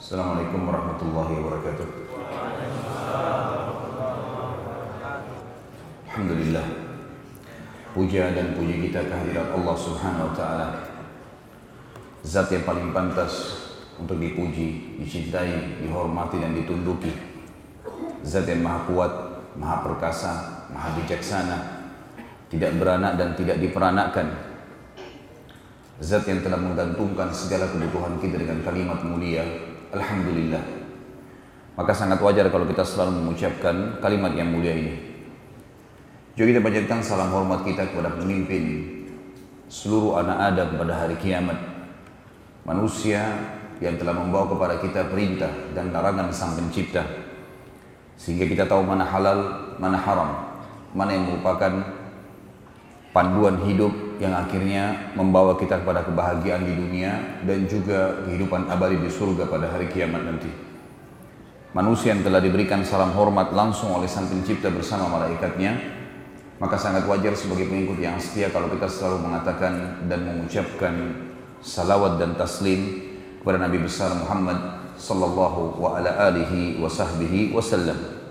Assalamualaikum warahmatullahi wabarakatuh. Alhamdulillah, puja dan puji kita kehadirat Allah Subhanahu wa Ta'ala, Zat yang paling pantas untuk dipuji, dicintai, dihormati dan ditunduki. Zat yang maha kuat, maha perkasa, maha bijaksana, tidak beranak dan tidak diperanakkan. Zat yang telah menggantungkan segala kebutuhan kita dengan kalimat mulia Alhamdulillah. Maka sangat wajar kalau kita selalu mengucapkan kalimat yang mulia ini. Juga kita panjatkan salam hormat kita kepada pemimpin seluruh anak Adam pada hari kiamat, manusia yang telah membawa kepada kita perintah dan larangan Sang Pencipta, sehingga kita tahu mana halal, mana haram, mana yang merupakan panduan hidup yang akhirnya membawa kita kepada kebahagiaan di dunia dan juga kehidupan abadi di surga pada hari kiamat nanti. Manusia yang telah diberikan salam hormat langsung oleh Sang Pencipta bersama malaikatnya, maka sangat wajar sebagai pengikut yang setia kalau kita selalu mengatakan dan mengucapkan salawat dan taslim kepada Nabi besar Muhammad sallallahu wa ala alihi wa sahbihi wasallam.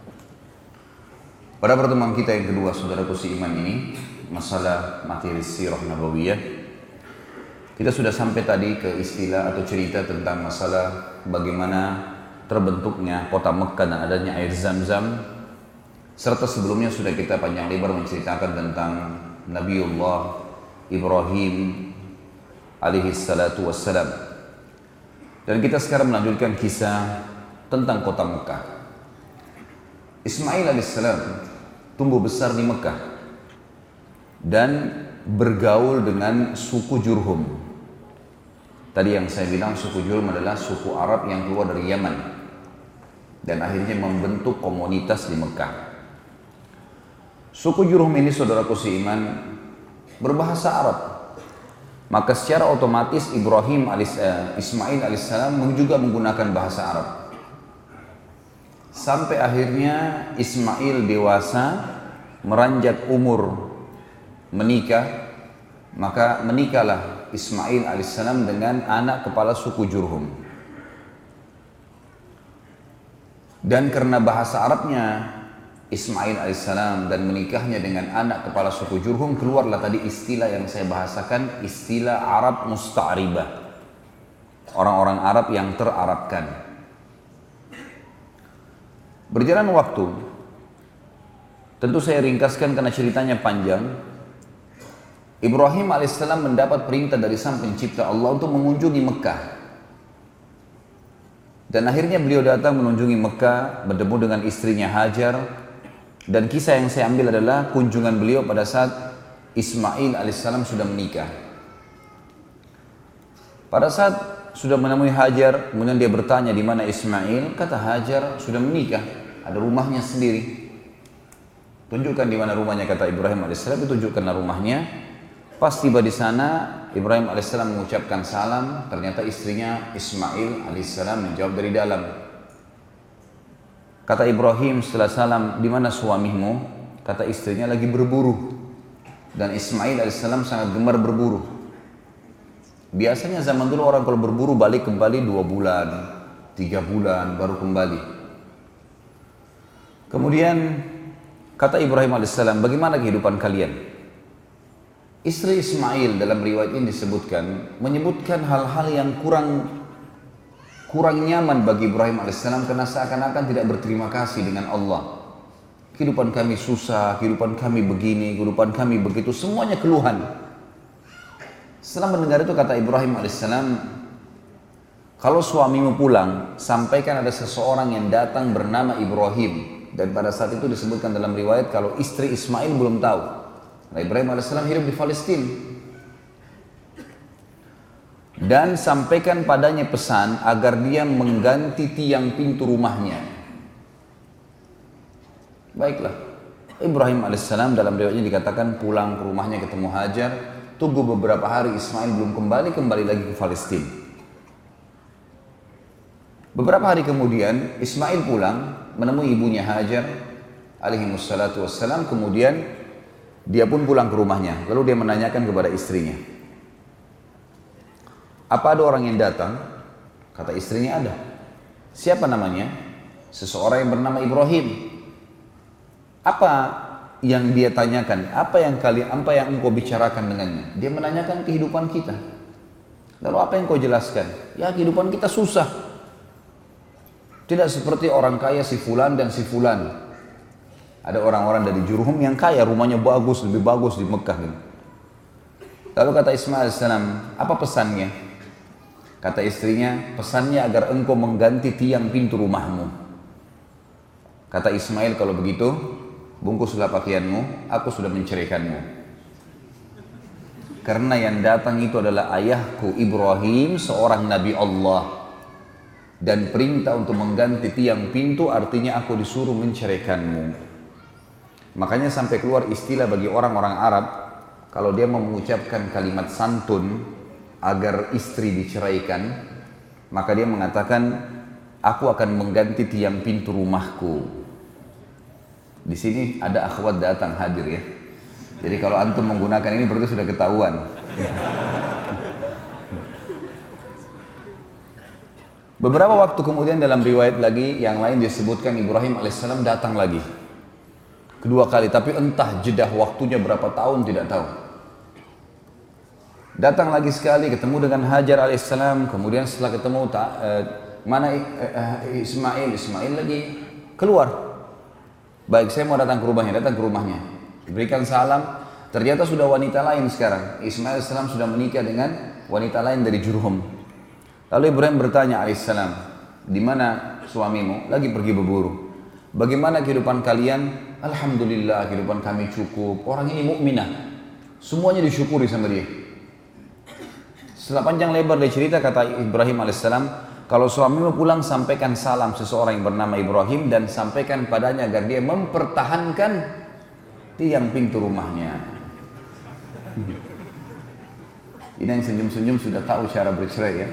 Pada pertemuan kita yang kedua, saudaraku seiman ini, masalah materi sirah nabawiyah. Kita sudah sampai tadi ke istilah atau cerita tentang masalah bagaimana terbentuknya kota Mekah dan adanya air Zam-Zam, serta sebelumnya sudah kita panjang lebar menceritakan tentang Nabiullah Ibrahim alaihi salatu wassalam. Dan kita sekarang melanjutkan kisah tentang kota Mekah. Ismail alaihissalam tumbuh besar di Mekah dan bergaul dengan suku Jurhum. Tadi yang saya bilang suku Jurhum adalah suku Arab yang keluar dari Yaman dan akhirnya membentuk komunitas di Mekah. Suku Jurhum ini, saudaraku seiman, berbahasa Arab. Maka secara otomatis Ismail alaihissalam juga menggunakan bahasa Arab. Sampai akhirnya Ismail dewasa, meranjak umur menikah, maka menikahlah Ismail alaihissalam dengan anak kepala suku Jurhum. Dan karena bahasa Arabnya Ismail alaihissalam dan menikahnya dengan anak kepala suku Jurhum, keluarlah tadi istilah yang saya bahasakan, istilah Arab musta'ribah, orang-orang Arab yang terarabkan. Berjalan waktu, tentu saya ringkaskan karena ceritanya panjang. Ibrahim alaihissalam mendapat perintah dari Sang Pencipta Allah untuk mengunjungi Mekah. Dan akhirnya beliau datang mengunjungi Mekah, bertemu dengan istrinya Hajar. Dan kisah yang saya ambil adalah kunjungan beliau pada saat Ismail alaihissalam sudah menikah. Pada saat sudah menemui Hajar, kemudian dia bertanya di mana Ismail. Kata Hajar, sudah menikah, ada rumahnya sendiri. Tunjukkan di mana rumahnya, kata Ibrahim alaihissalam. Tunjukkanlah rumahnya. Pas tiba di sana, Ibrahim alaihissalam mengucapkan salam. Ternyata istrinya Ismail alaihissalam menjawab dari dalam. Kata Ibrahim setelah salam, di mana suamimu? Kata istrinya, lagi berburu. Dan Ismail alaihissalam sangat gemar berburu. Biasanya zaman dulu orang kalau berburu balik kembali 2 bulan, 3 bulan baru kembali. Kemudian kata Ibrahim alaihissalam, bagaimana kehidupan kalian? Istri Ismail dalam riwayat ini menyebutkan hal-hal yang kurang nyaman bagi Ibrahim alaihissalam karena seakan-akan tidak berterima kasih dengan Allah. Kehidupan kami susah, kehidupan kami begini, kehidupan kami begitu, semuanya keluhan. Setelah mendengar itu kata Ibrahim alaihissalam, kalau suamimu pulang, sampaikan ada seseorang yang datang bernama Ibrahim. Dan pada saat itu disebutkan dalam riwayat kalau istri Ismail belum tahu. Nah, Ibrahim alaihissalam hidup di Palestina. Dan sampaikan padanya pesan agar dia mengganti tiang pintu rumahnya. Baiklah. Ibrahim alaihissalam dalam riwayatnya dikatakan pulang ke rumahnya ketemu Hajar. Tunggu beberapa hari Ismail belum kembali lagi ke Palestina. Beberapa hari kemudian Ismail pulang menemui ibunya Hajar alaihi wassalatu wassalam. Kemudian dia pun pulang ke rumahnya. Lalu dia menanyakan kepada istrinya, apa ada orang yang datang? Kata istrinya, ada. Siapa namanya? Seseorang yang bernama Ibrahim. Apa yang dia tanyakan? Apa yang engkau bicarakan dengannya? Dia menanyakan kehidupan kita. Lalu apa yang kau jelaskan? Ya, kehidupan kita susah. Tidak seperti orang kaya si fulan dan si fulan. Ada orang-orang dari Jurhum yang kaya, rumahnya bagus, lebih bagus di Mekah gitu. Lalu kata Ismail AS, apa pesannya? Kata istrinya, pesannya agar engkau mengganti tiang pintu rumahmu. Kata Ismail, kalau begitu, bungkuslah pakaianmu, aku sudah menceraikanmu. Karena yang datang itu adalah ayahku Ibrahim, seorang Nabi Allah. Dan perintah untuk mengganti tiang pintu artinya aku disuruh menceraikanmu. Makanya sampai keluar istilah bagi orang-orang Arab, kalau dia mengucapkan kalimat santun agar istri diceraikan, maka dia mengatakan, aku akan mengganti tiang pintu rumahku. Di sini ada akhwat datang hadir ya. Jadi kalau antum menggunakan ini berarti sudah ketahuan. Beberapa waktu kemudian dalam riwayat lagi yang lain disebutkan Ibrahim alaihissalam datang lagi. Kedua kali, tapi entah jedah waktunya berapa tahun tidak tahu. Datang lagi sekali, ketemu dengan Hajar alaihissalam, kemudian setelah ketemu Ismail lagi keluar. Baik, saya mau datang ke rumahnya, berikan salam, ternyata sudah wanita lain sekarang. Ismail alaihissalam sudah menikah dengan wanita lain dari Jurhum. Lalu Ibrahim bertanya alaihissalam, di mana suamimu? Lagi pergi berburu. Bagaimana kehidupan kalian? Alhamdulillah, kehidupan kami cukup. Orang ini mukminah, semuanya disyukuri sama dia. Setelah panjang lebar dia cerita, kata Ibrahim alaihissalam, kalau suamimu pulang sampaikan salam seseorang yang bernama Ibrahim dan sampaikan padanya agar dia mempertahankan tiang pintu rumahnya. Ini yang senyum-senyum sudah tahu cara bercerai ya.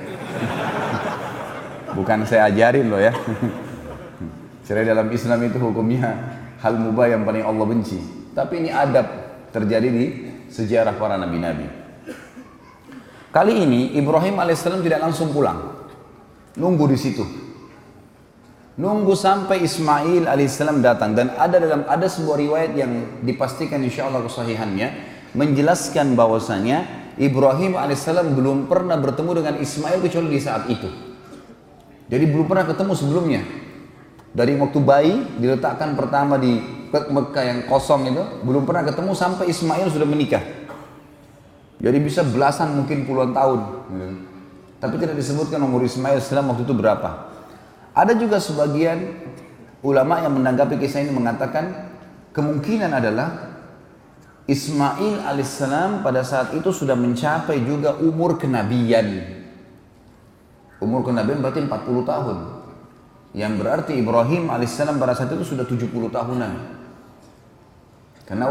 Bukan saya ajarin loh ya. Cerai dalam Islam itu hukumnya hal mubah yang paling Allah benci. Tapi ini adab terjadi di sejarah para nabi-nabi. Kali ini Ibrahim alaihissalam tidak langsung pulang, nunggu di situ, nunggu sampai Ismail alaihissalam datang. Dan ada sebuah riwayat yang dipastikan insya Allah kesahihannya menjelaskan bahwasanya Ibrahim alaihissalam belum pernah bertemu dengan Ismail kecuali di saat itu. Jadi belum pernah ketemu sebelumnya. Dari waktu bayi diletakkan pertama di Mekah yang kosong itu, belum pernah ketemu sampai Ismail sudah menikah. Jadi bisa belasan mungkin puluhan tahun. Tapi tidak disebutkan umur Ismail alaihissalam waktu itu berapa. Ada juga sebagian ulama yang menanggapi kisah ini mengatakan kemungkinan adalah Ismail alaihissalam pada saat itu sudah mencapai juga umur kenabian. Umur kenabian berarti 40 tahun. Yang berarti Ibrahim alaihissalam pada saat itu sudah 70 tahunan. Karena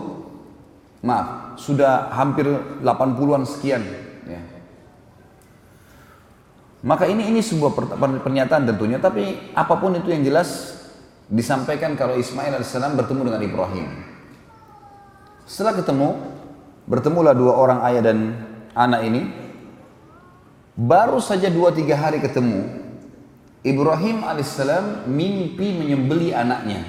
sudah hampir 80-an sekian ya. Maka ini sebuah pernyataan tentunya, tapi apapun itu yang jelas disampaikan kalau Ismail alaihissalam bertemu dengan Ibrahim. Setelah bertemulah dua orang ayah dan anak ini. Baru saja 2-3 hari ketemu, Ibrahim alaihissalam mimpi menyembelih anaknya.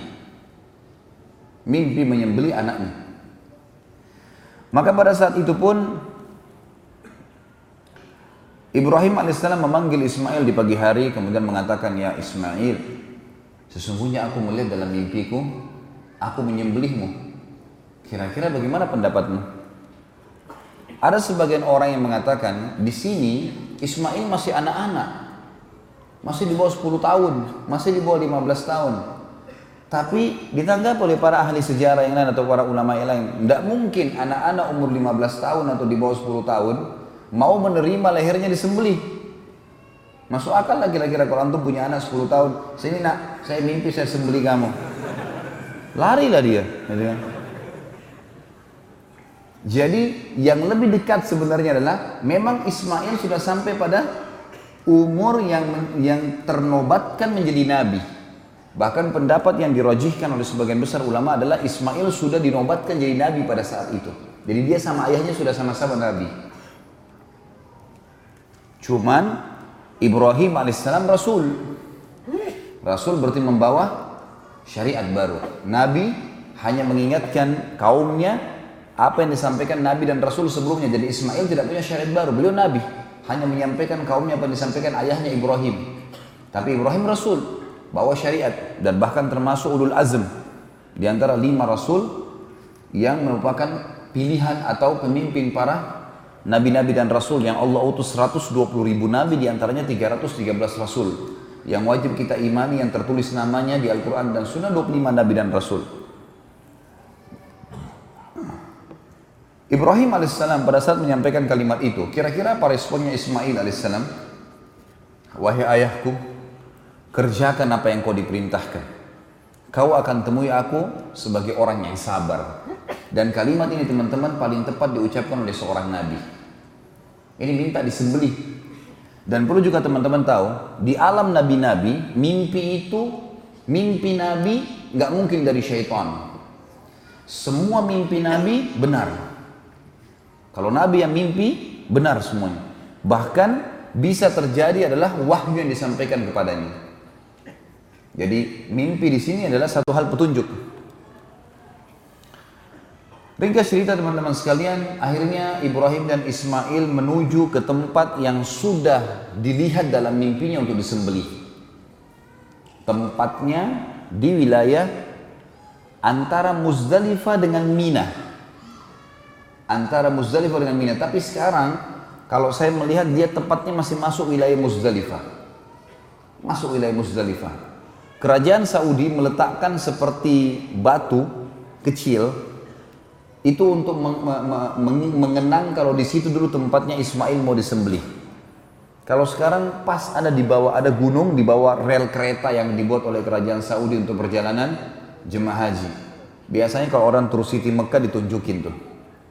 Maka pada saat itu pun Ibrahim alaihissalam memanggil Ismail di pagi hari, kemudian mengatakan, ya Ismail, sesungguhnya aku melihat dalam mimpiku, aku menyembelihmu. Kira-kira bagaimana pendapatmu? Ada sebagian orang yang mengatakan di sini Ismail masih anak-anak, masih di bawah 10 tahun, masih di bawah 15 tahun. Tapi ditanggapi oleh para ahli sejarah yang lain atau para ulama yang lain, tidak mungkin anak-anak umur 15 tahun atau di bawah 10 tahun mau menerima lehernya disembelih. Masuk akal lah kira-kira kalau antum punya anak 10 tahun, sini nak, saya mimpi saya sembelih kamu. Larilah dia. Jadi yang lebih dekat sebenarnya adalah memang Ismail sudah sampai pada umur yang ternobatkan menjadi nabi. Bahkan pendapat yang dirajihkan oleh sebagian besar ulama adalah Ismail sudah dinobatkan jadi nabi pada saat itu. Jadi dia sama ayahnya sudah sama-sama nabi. Cuman Ibrahim alaihissalam rasul. Rasul berarti membawa syariat baru. Nabi hanya mengingatkan kaumnya apa yang disampaikan Nabi dan Rasul sebelumnya. Jadi Ismail tidak punya syariat baru, beliau Nabi. Hanya menyampaikan kaumnya apa yang disampaikan ayahnya Ibrahim. Tapi Ibrahim Rasul, bawa syariat. Dan bahkan termasuk ulul azm. Di antara 5 Rasul yang merupakan pilihan atau pemimpin para Nabi-Nabi dan Rasul yang Allah utus 120.000 Nabi, diantaranya 313 Rasul. Yang wajib kita imani yang tertulis namanya di Al-Quran dan Sunnah 25 Nabi dan Rasul. Ibrahim alaihissalam pada saat menyampaikan kalimat itu, kira-kira apa responnya Ismail alaihissalam? Wahai ayahku, kerjakan apa yang kau diperintahkan. Kau akan temui aku sebagai orang yang sabar. Dan kalimat ini teman-teman paling tepat diucapkan oleh seorang Nabi. Ini minta disembelih. Dan perlu juga teman-teman tahu, di alam Nabi-Nabi, mimpi Nabi nggak mungkin dari syaitan. Semua mimpi Nabi benar. Kalau Nabi yang mimpi, benar semuanya. Bahkan bisa terjadi adalah wahyu yang disampaikan kepadanya. Jadi mimpi di sini adalah satu hal petunjuk. Ringkas cerita teman-teman sekalian, akhirnya Ibrahim dan Ismail menuju ke tempat yang sudah dilihat dalam mimpinya untuk disembelih. Tempatnya di wilayah antara Muzdalifah dengan Mina. Antara Muzdalifah dengan Mina. Tapi sekarang kalau saya melihat dia tepatnya masih masuk wilayah Muzdalifah. Masuk wilayah Muzdalifah. Kerajaan Saudi meletakkan seperti batu kecil itu untuk mengenang kalau di situ dulu tempatnya Ismail mau disembelih. Kalau sekarang pas ada di bawah, ada gunung di bawah rel kereta yang dibuat oleh kerajaan Saudi untuk perjalanan jemaah haji. Biasanya kalau orang terus Siti Mekah ditunjukin tuh.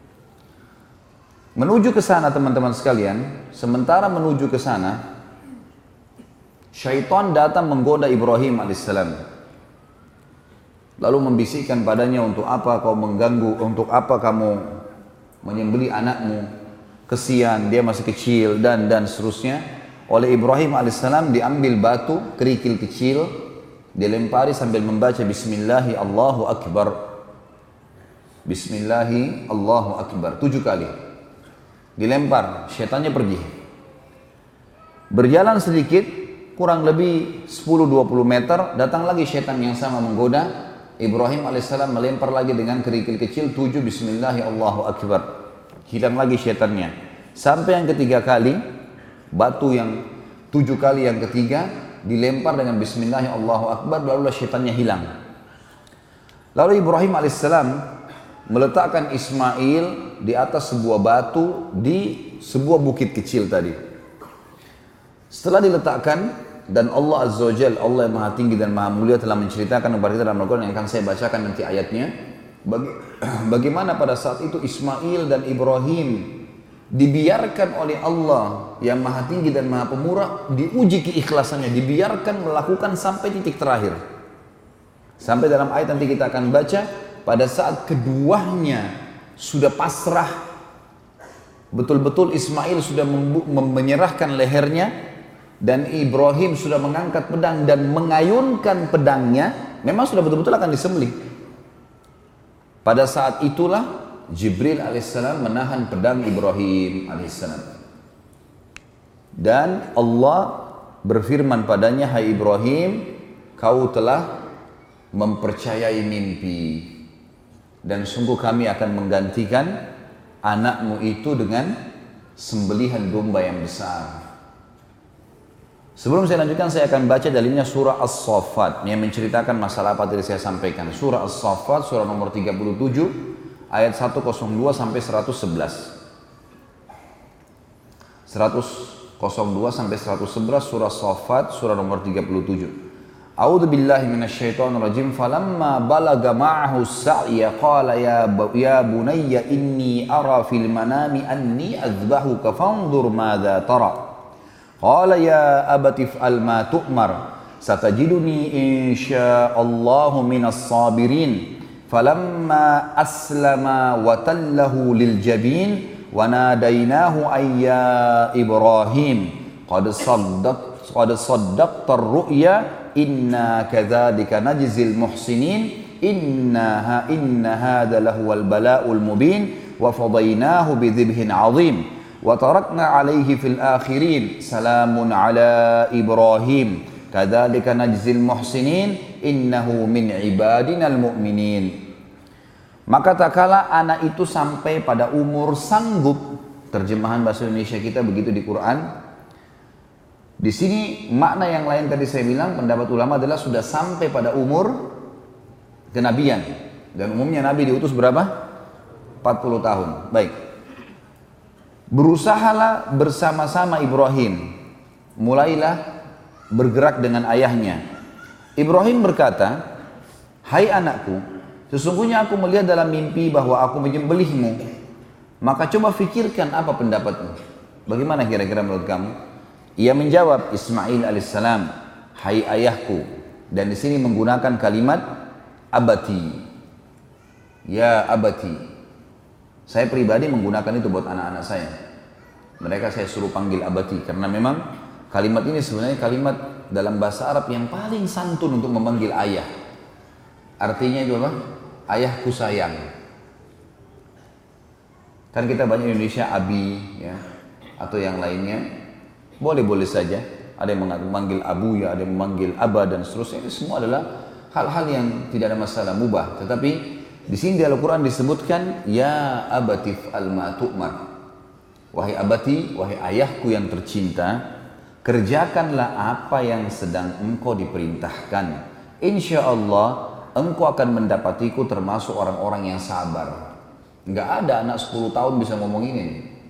Menuju ke sana teman-teman sekalian, sementara menuju ke sana, syaitan datang menggoda Ibrahim alaihissalam. Lalu membisikkan padanya, untuk apa kau mengganggu, untuk apa kamu menyembelih anakmu, kesian dia masih kecil dan seterusnya. Oleh Ibrahim alaihissalam diambil batu kerikil kecil, dilempari sambil membaca Bismillahi Allahu Akbar. Bismillahi Allahu Akbar 7 kali. Dilempar, syaitannya pergi. Berjalan sedikit, kurang lebih 10-20 meter, datang lagi syaitan yang sama menggoda. Ibrahim alaihissalam melempar lagi dengan kerikil kecil 7 Bismillahi Allahu Akbar. Hilang lagi syaitannya. Sampai yang ketiga kali, batu yang 7 kali yang ketiga dilempar dengan Bismillahi Allahu Akbar, lalu syaitannya hilang. Lalu Ibrahim alaihissalam meletakkan Ismail di atas sebuah batu di sebuah bukit kecil tadi. Setelah diletakkan, dan Allah Azza wa Jalla, Allah yang maha tinggi dan maha mulia telah menceritakan kepada kita dalam Al-Quran yang akan saya bacakan nanti ayatnya. Bagaimana pada saat itu Ismail dan Ibrahim dibiarkan oleh Allah yang maha tinggi dan maha pemurah, diuji keikhlasannya, dibiarkan melakukan sampai titik terakhir. Sampai dalam ayat nanti kita akan baca, pada saat keduanya sudah pasrah, betul-betul Ismail sudah menyerahkan lehernya, dan Ibrahim sudah mengangkat pedang dan mengayunkan pedangnya, memang sudah betul-betul akan disembelih. Pada saat itulah Jibril alaihissalam menahan pedang Ibrahim alaihissalam. Dan Allah berfirman padanya, hai Ibrahim, kau telah mempercayai mimpi, dan sungguh kami akan menggantikan anakmu itu dengan sembelihan domba yang besar. Sebelum saya lanjutkan, saya akan baca dalilnya surah As-Saffat yang menceritakan masalah apa tadi saya sampaikan. Surah As-Saffat, surah nomor 37, ayat 102 sampai 111. 102 sampai 111 surah As-Saffat, surah nomor 37. A'udzu billahi minasyaitonir rajim. Falamma balaga ma'ahu as-sa'ya qala ya bunayya inni ara fil manami anni azbahuka fanzur madza tara. Qala ya abati if'al ma tu'mar satajiduni insyaallahu minas sabirin. Falamma aslama wa tallahu lil jabin wa nadainahu ayya Ibrahim qad saddaqta ar-ru'ya inna kadzalika najzil muhsinin inna hadza lahuwal bala'ul mubin wa fadainahu bidzibhin 'adzim wa tarakna 'alaihi fil akhirin salamun 'ala Ibrahim kadzalika najzil muhsinin innahu min ibadinal mu'minin. Maka tak kala anak itu sampai pada umur sanggup, terjemahan bahasa Indonesia kita begitu di Quran. Di sini makna yang lain tadi saya bilang, pendapat ulama adalah sudah sampai pada umur kenabian. Dan umumnya Nabi diutus berapa? 40 tahun. Baik. Berusahalah bersama-sama Ibrahim. Mulailah bergerak dengan ayahnya. Ibrahim berkata, "Hai anakku, sesungguhnya aku melihat dalam mimpi bahwa aku menyembelihmu. Maka coba fikirkan apa pendapatmu. Bagaimana kira-kira menurut kamu?" Ia menjawab, Ismail alaihissalam, "Hai ayahku." Dan di sini menggunakan kalimat abati. Ya abati. Saya pribadi menggunakan itu buat anak-anak saya. Mereka saya suruh panggil abati karena memang kalimat ini sebenarnya kalimat dalam bahasa Arab yang paling santun untuk memanggil ayah. Artinya itu apa? Ayahku sayang. Kan kita banyak Indonesia abi ya, atau yang lainnya. Boleh-boleh saja. Ada yang memanggil abu ya, ada yang memanggil aba dan seterusnya. Ini semua adalah hal-hal yang tidak ada masalah, mubah. Tetapi di sini di Al-Quran disebutkan ya abatif al-ma tu'mar. Wahai abati, wahai ayahku yang tercinta, kerjakanlah apa yang sedang engkau diperintahkan. Insya Allah engkau akan mendapatiku termasuk orang-orang yang sabar. Enggak ada anak 10 tahun bisa ngomong ini.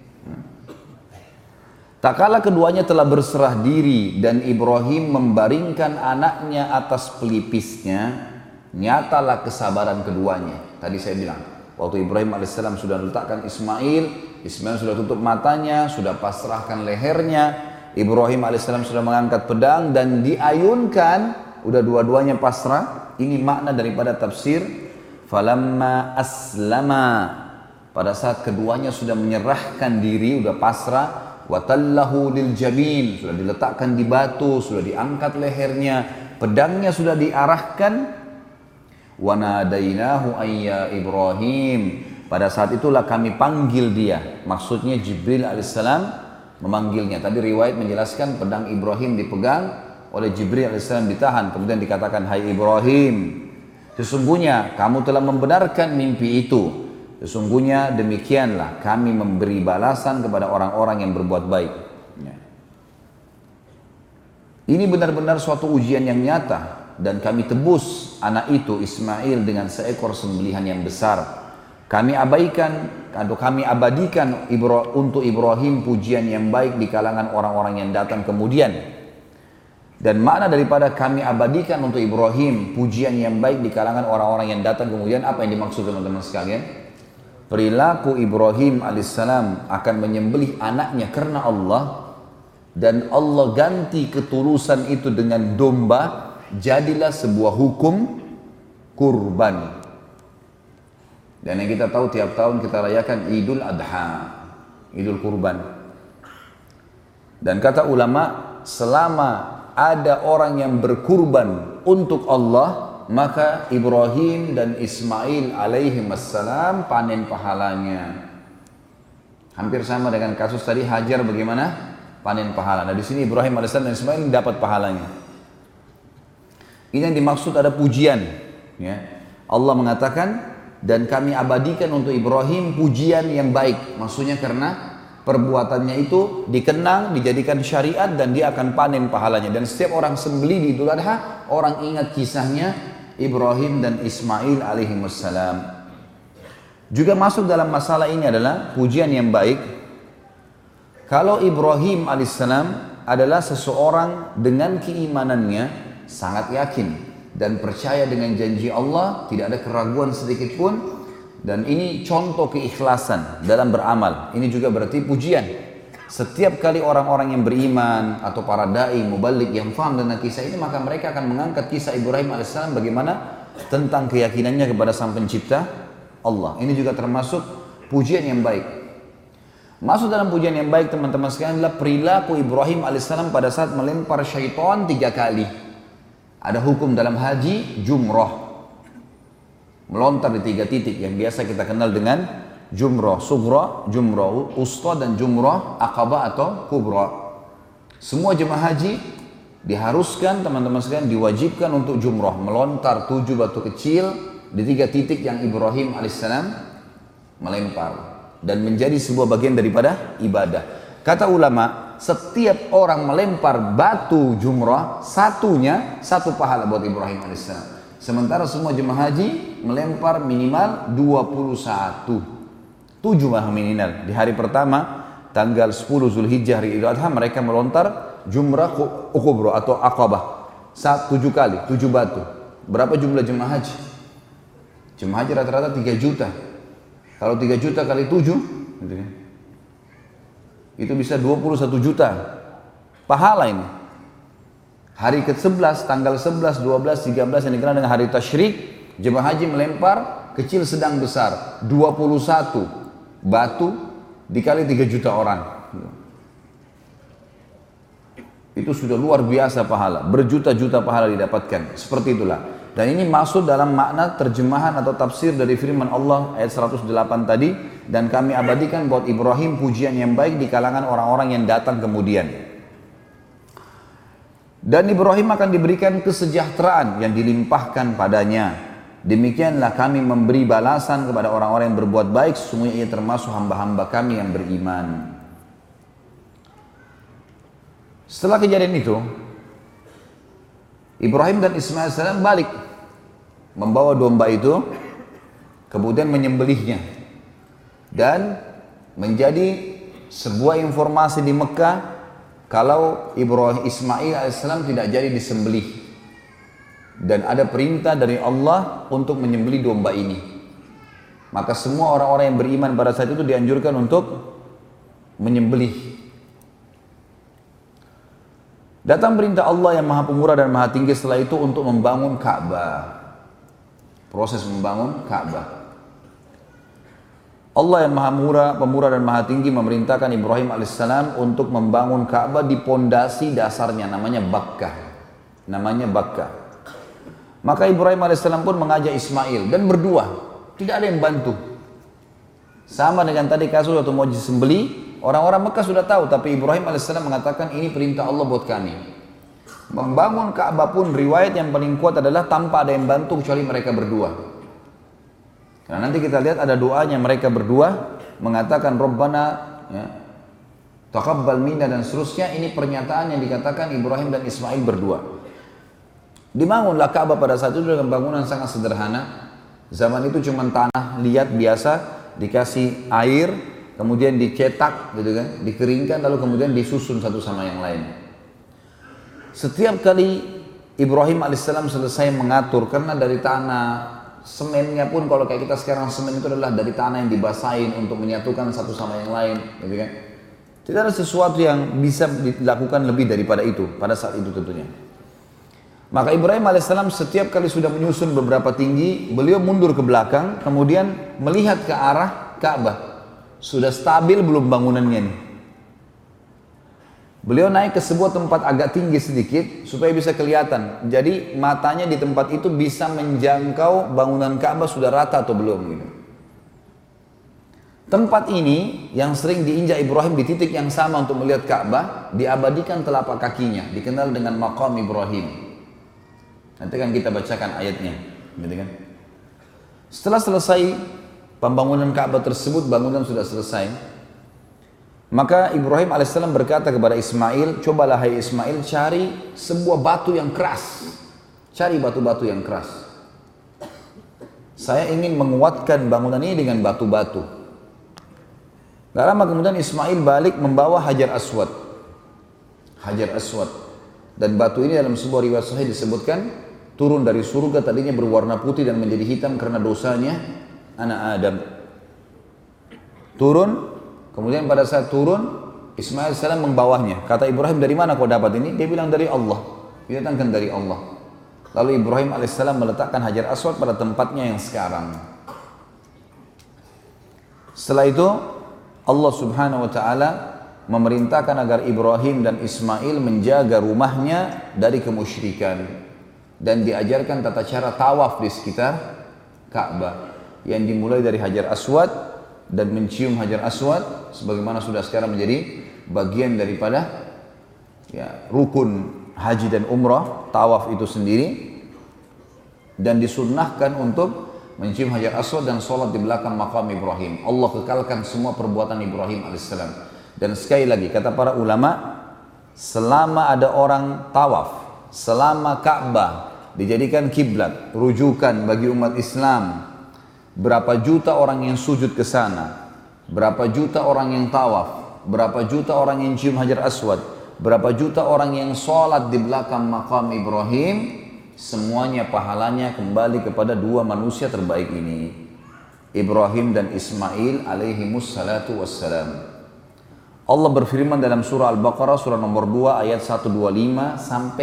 Tak kala keduanya telah berserah diri dan Ibrahim membaringkan anaknya atas pelipisnya, nyatalah kesabaran keduanya. Tadi saya bilang, waktu Ibrahim alaihissalam sudah letakkan Ismail sudah tutup matanya, sudah pasrahkan lehernya, Ibrahim alaihissalam sudah mengangkat pedang dan diayunkan, udah dua-duanya pasrah. Ini makna daripada tafsir falamma aslama, pada saat keduanya sudah menyerahkan diri, sudah pasrah, watallahu lil jabin, sudah diletakkan di batu, sudah diangkat lehernya, pedangnya sudah diarahkan, wa nadainahu ayya Ibrahim, pada saat itulah kami panggil dia. Maksudnya Jibril alaihissalam memanggilnya. Tadi riwayat menjelaskan pedang Ibrahim dipegang oleh Jibril alaihissalam, ditahan, kemudian dikatakan, "Hai Ibrahim, sesungguhnya kamu telah membenarkan mimpi itu. Sesungguhnya demikianlah kami memberi balasan kepada orang-orang yang berbuat baik." Ini benar-benar suatu ujian yang nyata, dan kami tebus anak itu Ismail dengan seekor sembelihan yang besar. Kami abadikan untuk Ibrahim pujian yang baik di kalangan orang-orang yang datang kemudian. Dan makna daripada kami abadikan untuk Ibrahim pujian yang baik di kalangan orang-orang yang datang kemudian, apa yang dimaksud teman-teman sekalian? Perilaku Ibrahim alaihissalam akan menyembelih anaknya karena Allah, dan Allah ganti ketulusan itu dengan domba, jadilah sebuah hukum kurban. Dan yang kita tahu tiap tahun kita rayakan Idul Adha, Idul Kurban. Dan kata ulama, selama ada orang yang berkurban untuk Allah, maka Ibrahim dan Ismail alaihi wassalam panen pahalanya. Hampir sama dengan kasus tadi Hajar, bagaimana panen pahala. Nah di sini Ibrahim alaihissalam dan Ismail dapat pahalanya. Ini yang dimaksud ada pujian. Ya. Allah mengatakan, dan kami abadikan untuk Ibrahim pujian yang baik. Maksudnya karena perbuatannya itu dikenang, dijadikan syariat, dan dia akan panen pahalanya. Dan setiap orang sembelih di Idul Adha, orang ingat kisahnya Ibrahim dan Ismail alaihi wassalam. Juga masuk dalam masalah ini adalah pujian yang baik. Kalau Ibrahim alaihissalam adalah seseorang dengan keimanannya sangat yakin dan percaya dengan janji Allah, tidak ada keraguan sedikit pun. Dan ini contoh keikhlasan dalam beramal. Ini juga berarti pujian. Setiap kali orang-orang yang beriman atau para da'i, mubalik yang faham dengan kisah ini, maka mereka akan mengangkat kisah Ibrahim AS bagaimana tentang keyakinannya kepada Sang Pencipta Allah. Ini juga termasuk pujian yang baik. Masuk dalam pujian yang baik teman-teman sekalian adalah perilaku Ibrahim AS pada saat melempar syaitan 3 kali. Ada hukum dalam haji jumrah, melontar di 3 titik yang biasa kita kenal dengan jumrah sughra, jumrah usta, dan jumrah aqabah atau kubra. Semua jemaah haji diharuskan, teman-teman sekalian, diwajibkan untuk jumrah, melontar 7 batu kecil di 3 titik yang Ibrahim alaihissalam melempar, dan menjadi sebuah bagian daripada ibadah. Kata ulama, setiap orang melempar batu jumrah, satunya 1 pahala buat Ibrahim alaihissalam. Sementara semua jemaah haji melempar minimal 21, 7 minimal. Di hari pertama tanggal 10 Zulhijjah hari Idul Adha, mereka melontar jumrah kubra atau aqabah 7 kali, 7 batu. Berapa jumlah jemaah haji? Jemaah haji rata-rata 3 juta. Kalau 3 juta kali 7 gitu kan, itu bisa 21 juta pahala ini. Hari ke-11, tanggal 11, 12, 13 yang dikenal dengan hari tasyrik, jemaah haji melempar kecil, sedang, besar 21 batu dikali 3 juta orang. Itu sudah luar biasa pahala, berjuta-juta pahala didapatkan. Seperti itulah. Dan ini masuk dalam makna terjemahan atau tafsir dari firman Allah ayat 108 tadi, dan kami abadikan buat Ibrahim pujian yang baik di kalangan orang-orang yang datang kemudian. Dan Ibrahim akan diberikan kesejahteraan yang dilimpahkan padanya. Demikianlah kami memberi balasan kepada orang-orang yang berbuat baik, sesungguhnya ia termasuk hamba-hamba kami yang beriman. Setelah kejadian itu, Ibrahim dan Ismail AS balik membawa domba itu, kemudian menyembelihnya, dan menjadi sebuah informasi di Mekah kalau Ismail AS tidak jadi disembelih, dan ada perintah dari Allah untuk menyembelih domba ini. Maka semua orang-orang yang beriman pada saat itu dianjurkan untuk menyembelih. Datang perintah Allah yang maha pemurah dan maha tinggi setelah itu untuk membangun Ka'bah. Proses membangun Ka'bah. Allah yang maha pemurah dan maha tinggi memerintahkan Ibrahim alaihissalam untuk membangun Ka'bah di pondasi dasarnya, namanya Bakkah. Maka Ibrahim alaihissalam pun mengajak Ismail, dan berdua, tidak ada yang bantu. Sama dengan tadi kasus waktu mau disembelih, orang-orang Mekah sudah tahu, tapi Ibrahim alaihissalam mengatakan ini perintah Allah buat kami. Membangun Ka'bah pun riwayat yang paling kuat adalah tanpa ada yang bantu kecuali mereka berdua. Karena nanti kita lihat ada doanya mereka berdua mengatakan Rabbana, ya, taqabbal minna, dan seterusnya. Ini pernyataan yang dikatakan Ibrahim dan Ismail berdua. Dibangunlah Ka'bah pada saat itu dengan bangunan sangat sederhana. Zaman itu cuma tanah liat biasa, dikasih air, kemudian dicetak gitu kan, dikeringkan, lalu kemudian disusun satu sama yang lain. Setiap kali Ibrahim alaihissalam selesai mengatur, karena dari tanah semennya pun kalau kayak kita sekarang, semen itu adalah dari tanah yang dibasahin untuk menyatukan satu sama yang lain, gitu kan. Tidak ada sesuatu yang bisa dilakukan lebih daripada itu pada saat itu tentunya. Maka Ibrahim alaihissalam setiap kali sudah menyusun beberapa tinggi, beliau mundur ke belakang, kemudian melihat ke arah Ka'bah. Sudah stabil belum bangunannya nih? Beliau naik ke sebuah tempat agak tinggi sedikit supaya bisa kelihatan. Jadi matanya di tempat itu bisa menjangkau bangunan Ka'bah sudah rata atau belum gitu. Tempat ini yang sering diinjak Ibrahim di titik yang sama untuk melihat Ka'bah, diabadikan telapak kakinya, dikenal dengan Maqam Ibrahim. Nanti kan kita bacakan ayatnya, gitu kan. Setelah selesai pembangunan Ka'bah tersebut, bangunan sudah selesai. Maka Ibrahim alaihissalam berkata kepada Ismail, cobalah hai Ismail cari sebuah batu yang keras. Cari batu-batu yang keras. Saya ingin menguatkan bangunan ini dengan batu-batu. Gak lama kemudian Ismail balik membawa Hajar Aswad. Hajar Aswad. Dan batu ini dalam sebuah riwayat sahih disebutkan turun dari surga, tadinya berwarna putih dan menjadi hitam karena dosanya anak Adam. Turun. Kemudian pada saat turun, Ismail AS membawanya. Kata Ibrahim, dari mana kau dapat ini? Dia bilang dari Allah. Dia datangkan dari Allah. Lalu Ibrahim AS meletakkan Hajar Aswad pada tempatnya yang sekarang. Setelah itu, Allah Subhanahu Wa Taala memerintahkan agar Ibrahim dan Ismail menjaga rumahnya dari kemusyrikan. dan diajarkan tata cara tawaf di sekitar Ka'bah yang dimulai dari Hajar Aswad dan mencium Hajar Aswad sebagaimana sudah sekarang menjadi bagian daripada rukun haji dan umrah, tawaf itu sendiri, dan disunnahkan untuk mencium Hajar Aswad dan sholat di belakang makam Ibrahim. Allah kekalkan semua perbuatan Ibrahim alaihissalam. Dan sekali lagi kata para ulama, selama ada orang tawaf, selama Ka'bah dijadikan kiblat, rujukan bagi umat Islam, berapa juta orang yang sujud ke sana, berapa juta orang yang tawaf, berapa juta orang yang cium Hajar Aswad, berapa juta orang yang sholat di belakang makam Ibrahim, semuanya pahalanya kembali kepada dua manusia terbaik ini, Ibrahim dan Ismail alaihimus salatu wassalam. Allah berfirman dalam surah Al-Baqarah surah nomor 2 ayat 125 sampai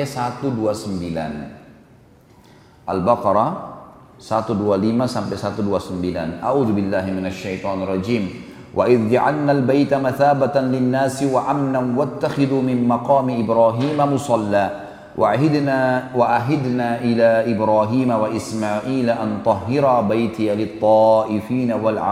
129. Al-Baqarah 125 sampai 129. A'udzu billahi minasyaitonir rajim. Wa idh ja'alna al-baita mathabatan lin-nasi wa amnan wattakhidhu min maqami Ibrahim musalla. وأهدنا إلى إبراهيم وإسماعيل أن طهر بيتي للطائفين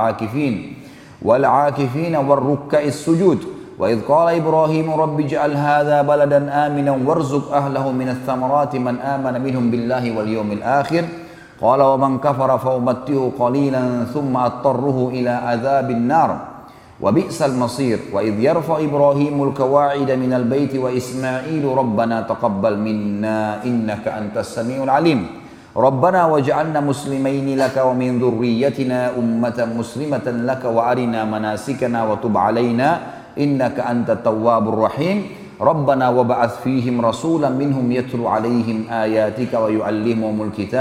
والعاكفين والركع السجود وإذ قال إبراهيم رب اجعل هذا بلدا آمنا وارزق أهله من الثمرات من آمن منهم بالله واليوم الآخر قال ومن كفر فأمتعه قليلا ثم أضطره إلى عذاب النار وبئس المصير وإذ يرفع إبراهيم القواعد من البيت وإسماعيل ربنا تقبل منا إنك أنت السميع العليم ربنا واجعلنا مسلمين لك ومن ذريتنا أمة مسلمة لك وأرنا مناسكنا وتب علينا إنك أنت التواب الرحيم ربنا وبعث فيهم رسولا منهم يتلو عليهم آياتك ويعلمهم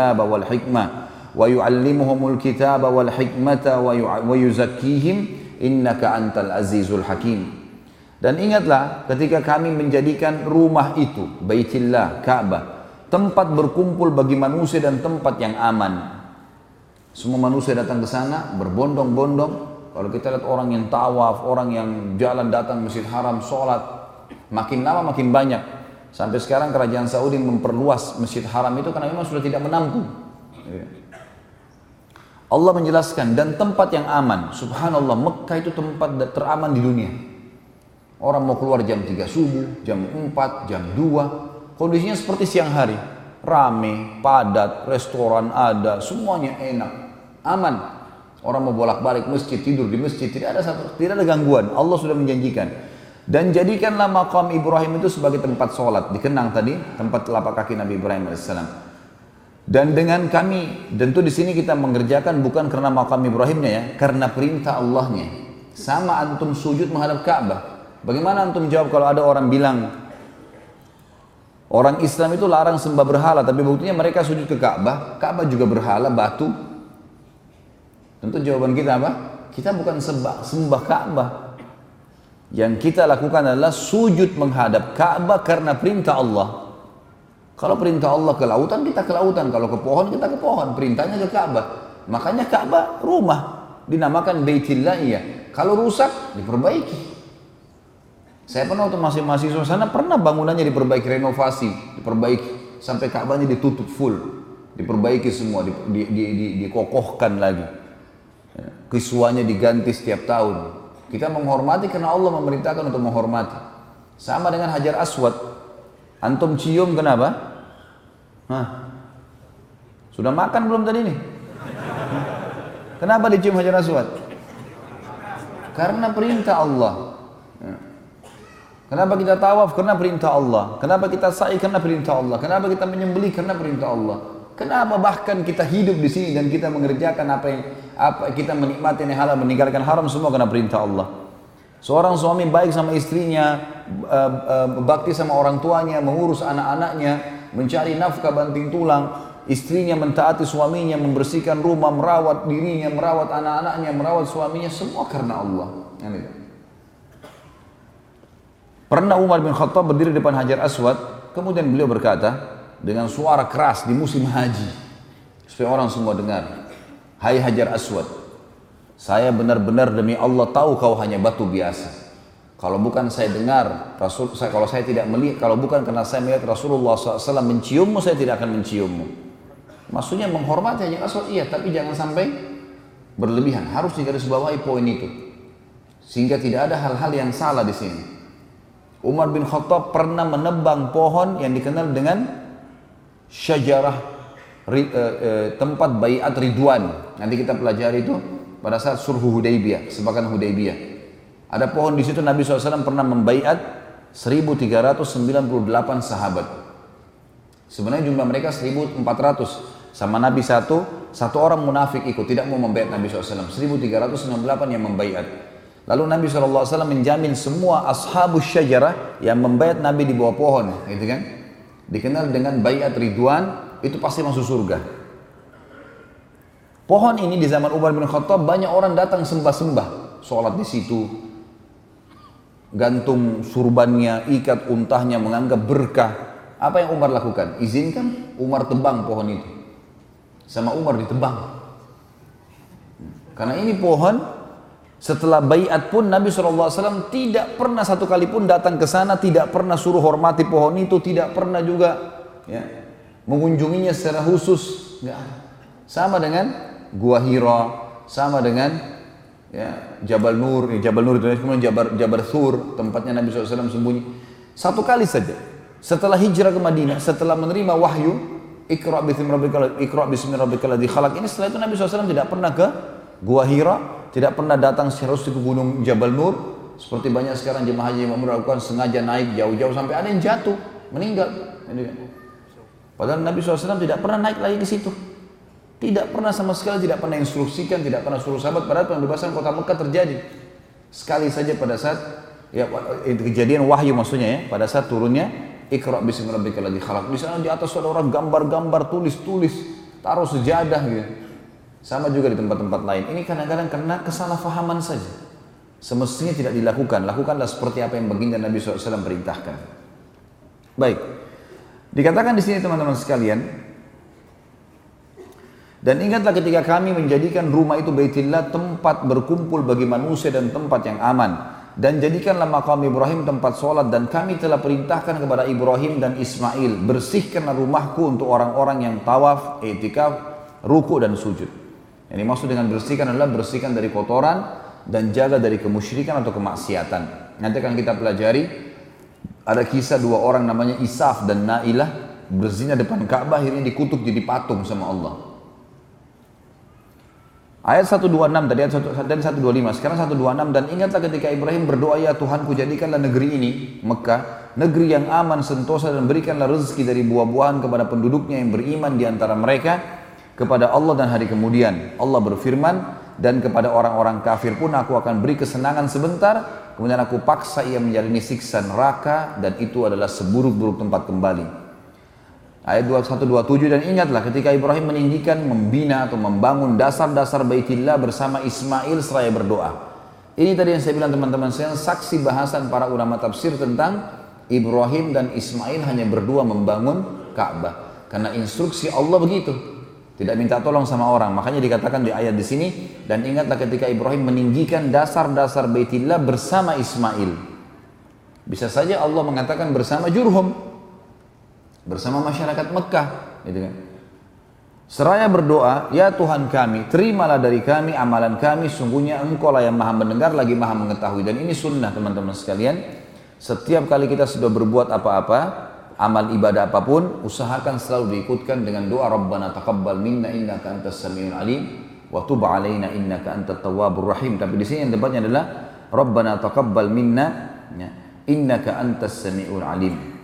الكتاب والحكمة ويزكيهم innaka antal azizul hakim. Dan ingatlah ketika kami menjadikan rumah itu, Baitillah, Ka'bah, tempat berkumpul bagi manusia dan tempat yang aman. Semua manusia datang ke sana berbondong-bondong. Kalau kita lihat orang yang tawaf, orang yang jalan datang Masjid Haram, sholat, makin lama makin banyak. Sampai sekarang kerajaan Saudi memperluas Masjid Haram itu karena memang sudah tidak menampung. Allah menjelaskan, dan tempat yang aman. Subhanallah, Mekah itu tempat teraman di dunia. Orang mau keluar jam 3 subuh, jam 4, jam 2. Kondisinya seperti siang hari. Rame, padat, restoran ada, semuanya enak, aman. Orang mau bolak-balik masjid, tidur di masjid, tidak ada gangguan. Allah sudah menjanjikan. Dan jadikanlah makam Ibrahim itu sebagai tempat sholat. Dikenang tadi, tempat telapak kaki Nabi Ibrahim AS. Dan dengan kami, tentu di sini kita mengerjakan bukan karena makam Ibrahimnya ya, karena perintah Allahnya. Sama antum sujud menghadap Ka'bah. Bagaimana antum jawab kalau ada orang bilang orang Islam itu larang sembah berhala, tapi buktinya mereka sujud ke Ka'bah, Ka'bah juga berhala, batu. Tentu jawaban kita apa? Kita bukan sembah Ka'bah. Yang kita lakukan adalah sujud menghadap Ka'bah karena perintah Allah. Kalau perintah Allah ke lautan, kita ke lautan. Kalau ke pohon, kita ke pohon. Perintahnya ke Ka'bah. Makanya Ka'bah rumah. Dinamakan Baitillah ya. Kalau rusak, diperbaiki. Saya pernah waktu masih mahasiswa sana, pernah bangunannya diperbaiki, renovasi. Diperbaiki. Sampai Ka'bahnya ditutup full. Diperbaiki semua, dikokohkan lagi. Kiswanya diganti setiap tahun. Kita menghormati karena Allah memerintahkan untuk menghormati. Sama dengan Hajar Aswad. Antum cium kenapa? Sudah makan belum tadi nih? Kenapa dicium Hajar Aswad? Karena perintah Allah. Kenapa kita tawaf? Karena perintah Allah. Kenapa kita sa'i? Karena perintah Allah. Kenapa kita menyembelih? Karena perintah Allah. Kenapa bahkan kita hidup di sini dan kita mengerjakan apa kita menikmati yang halal, meninggalkan haram, semua karena perintah Allah. Seorang suami baik sama istrinya, bakti sama orang tuanya, mengurus anak-anaknya, mencari nafkah banting tulang, istrinya mentaati suaminya, membersihkan rumah, merawat dirinya, merawat anak-anaknya, merawat suaminya, semua karena Allah. Pernah Umar bin Khattab berdiri depan Hajar Aswad, kemudian beliau berkata dengan suara keras di musim haji, supaya orang semua dengar, "Hai Hajar Aswad, saya benar-benar demi Allah tahu kau hanya batu biasa. Kalau bukan saya dengar kalau saya tidak melihat, kalau bukan karena saya melihat Rasulullah SAW menciummu, saya tidak akan menciummu. Maksudnya menghormati hanya Rasul, iya, tapi jangan sampai berlebihan. Harus digarisbawahi poin itu, sehingga tidak ada hal-hal yang salah di sini. Umar bin Khattab pernah menebang pohon yang dikenal dengan syajarah tempat baiat Ridwan. Nanti kita pelajari itu pada saat sulhu Hudaybiyah, kesepakatan Hudaybiyah. Ada pohon di situ, Nabi SAW pernah membaiat 1398 sahabat. Sebenarnya jumlah mereka 1400. Sama Nabi satu orang munafik ikut, tidak mau membaiat Nabi SAW. 1368 yang membaiat. Lalu Nabi SAW menjamin semua ashabus syajarah yang membaiat Nabi di bawah pohon, gitu kan? Dikenal dengan baiat Ridwan, itu pasti masuk surga. Pohon ini di zaman Umar bin Khattab banyak orang datang sembah-sembah, sholat di situ, gantung surbannya, ikat untahnya, menganggap berkah. Apa yang Umar lakukan? Izinkan Umar tebang pohon itu. Sama Umar ditebang. Karena ini pohon, setelah baiat pun Nabi SAW tidak pernah satu kali pun datang ke sana, tidak pernah suruh hormati pohon itu, tidak pernah juga ya, mengunjunginya secara khusus. Nggak ada. Sama dengan Gua Hira, sama dengan ya, Jabal Nur itu kemudian Jabal Thur, tempatnya Nabi SAW sembunyi. Satu kali saja setelah hijrah ke Madinah, setelah menerima wahyu Iqra bismi rabbikal ladzi khalaq, ini setelah itu Nabi SAW tidak pernah ke Gua Hira, tidak pernah datang secara khusus ke gunung Jabal Nur seperti banyak sekarang jemaah haji yang melakukan, sengaja naik jauh-jauh sampai ada yang jatuh meninggal. Padahal Nabi SAW tidak pernah naik lagi ke situ. Tidak pernah sama sekali, tidak pernah instruksikan, tidak pernah suruh sahabat. Padahal pembebasan kota Mekah terjadi sekali saja pada saat ya kejadian wahyu maksudnya ya, pada saat turunnya Iqra bismi rabbikal ladzi khalaq. Di sana di atas ada orang gambar-gambar, tulis-tulis, taruh sejadah gitu. Sama juga di tempat-tempat lain. Ini kadang-kadang karena kesalahpahaman saja. Semestinya tidak dilakukan. Lakukanlah seperti apa yang baginda Nabi SAW perintahkan. Baik. Dikatakan di sini teman-teman sekalian. Dan ingatlah ketika kami menjadikan rumah itu Baitillah tempat berkumpul bagi manusia dan tempat yang aman. Dan jadikanlah makam Ibrahim tempat sholat. Dan kami telah perintahkan kepada Ibrahim dan Ismail, bersihkanlah rumahku untuk orang-orang yang tawaf, i'tikaf, ruku dan sujud. Yang dimaksud dengan bersihkan adalah bersihkan dari kotoran dan jaga dari kemusyrikan atau kemaksiatan. Nanti akan kita pelajari ada kisah dua orang namanya Isaf dan Nailah berzina depan Ka'bah, akhirnya dikutuk jadi patung sama Allah. Ayat 126 tadi, dan 125, sekarang 126. Dan ingatlah ketika Ibrahim berdoa, ya Tuhanku jadikanlah negeri ini, Mekah, negeri yang aman, sentosa, dan berikanlah rezeki dari buah-buahan kepada penduduknya yang beriman di antara mereka kepada Allah dan hari kemudian. Allah berfirman, dan kepada orang-orang kafir pun aku akan beri kesenangan sebentar, kemudian aku paksa ia menjalani siksa neraka, dan itu adalah seburuk-buruk tempat kembali. Ayat 127, dan ingatlah ketika Ibrahim meninggikan, membina atau membangun dasar-dasar Baitillah bersama Ismail seraya berdoa. Ini tadi yang saya bilang teman-teman saya, saksi bahasan para ulama tafsir tentang Ibrahim dan Ismail hanya berdua membangun Ka'bah. Karena instruksi Allah begitu, tidak minta tolong sama orang. Makanya dikatakan di ayat di sini, dan ingatlah ketika Ibrahim meninggikan dasar-dasar Baitillah bersama Ismail. Bisa saja Allah mengatakan bersama Jurhum, bersama masyarakat Mekah, gitu kan. Seraya berdoa, ya Tuhan kami, terimalah dari kami amalan kami, sungguhnya Engkau lah yang maha mendengar lagi maha mengetahui. Dan ini sunnah teman-teman sekalian. Setiap kali kita sudah berbuat apa-apa, amal ibadah apapun, usahakan selalu diikutkan dengan doa Rabbana taqabbal minna innaka antas samiul alim wa tub alaina innaka antat tawwabur rahim. Tapi di sini yang debatnya adalah Rabbana taqabbal minna innaka antas samiul alim.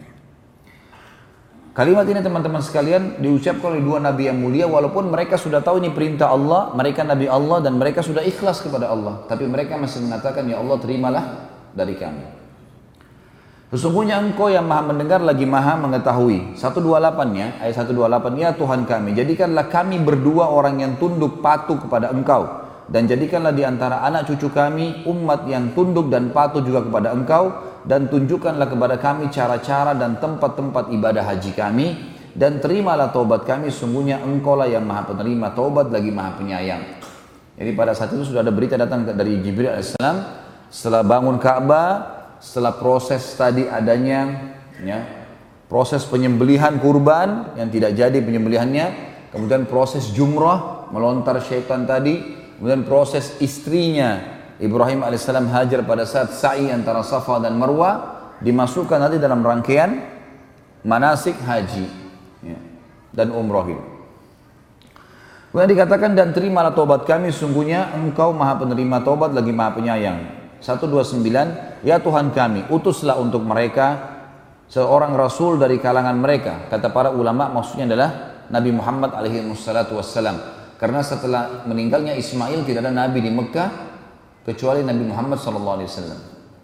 Kalimat ini teman-teman sekalian diucapkan oleh dua nabi yang mulia, walaupun mereka sudah tahu ini perintah Allah, mereka nabi Allah dan mereka sudah ikhlas kepada Allah, tapi mereka masih mengatakan, ya Allah terimalah dari kami. Sesungguhnya Engkau yang maha mendengar lagi maha mengetahui. 128-nya, ayat 128, ya Tuhan kami, jadikanlah kami berdua orang yang tunduk patuh kepada Engkau, dan jadikanlah di antara anak cucu kami umat yang tunduk dan patuh juga kepada Engkau, dan tunjukkanlah kepada kami cara-cara dan tempat-tempat ibadah haji kami, dan terimalah taubat kami, sungguhnya Engkau lah yang maha penerima taubat lagi maha penyayang. Jadi pada saat itu sudah ada berita datang dari Jibril AS, setelah bangun Ka'bah, setelah proses tadi adanya ya, proses penyembelihan kurban yang tidak jadi penyembelihannya, kemudian proses jumrah melontar syaitan tadi, kemudian proses istrinya Ibrahim alaihissalam Hajar pada saat sa'i antara Safa dan Marwah, dimasukkan nanti dalam rangkaian manasik haji ya, dan umroh itu. Kemudian dikatakan, dan terimalah taubat kami, sungguhnya engkau maha penerima taubat lagi maha penyayang. 129, ya Tuhan kami, utuslah untuk mereka seorang rasul dari kalangan mereka. Kata para ulama maksudnya adalah Nabi Muhammad alaihi wassalatu wassalam. Karena setelah meninggalnya Ismail tidak ada nabi di Mekah kecuali Nabi Muhammad sallallahu alaihi wasallam.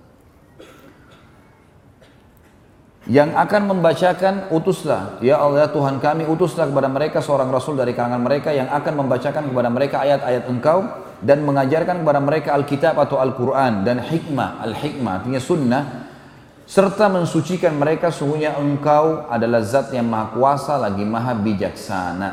Yang akan membacakan, utuslah, ya Allah Tuhan kami, utuslah kepada mereka seorang rasul dari kalangan mereka yang akan membacakan kepada mereka ayat-ayat engkau dan mengajarkan kepada mereka Alkitab atau Al-Quran dan hikmah, al-hikmah artinya sunnah, serta mensucikan mereka, sungguhnya engkau adalah zat yang maha kuasa lagi maha bijaksana.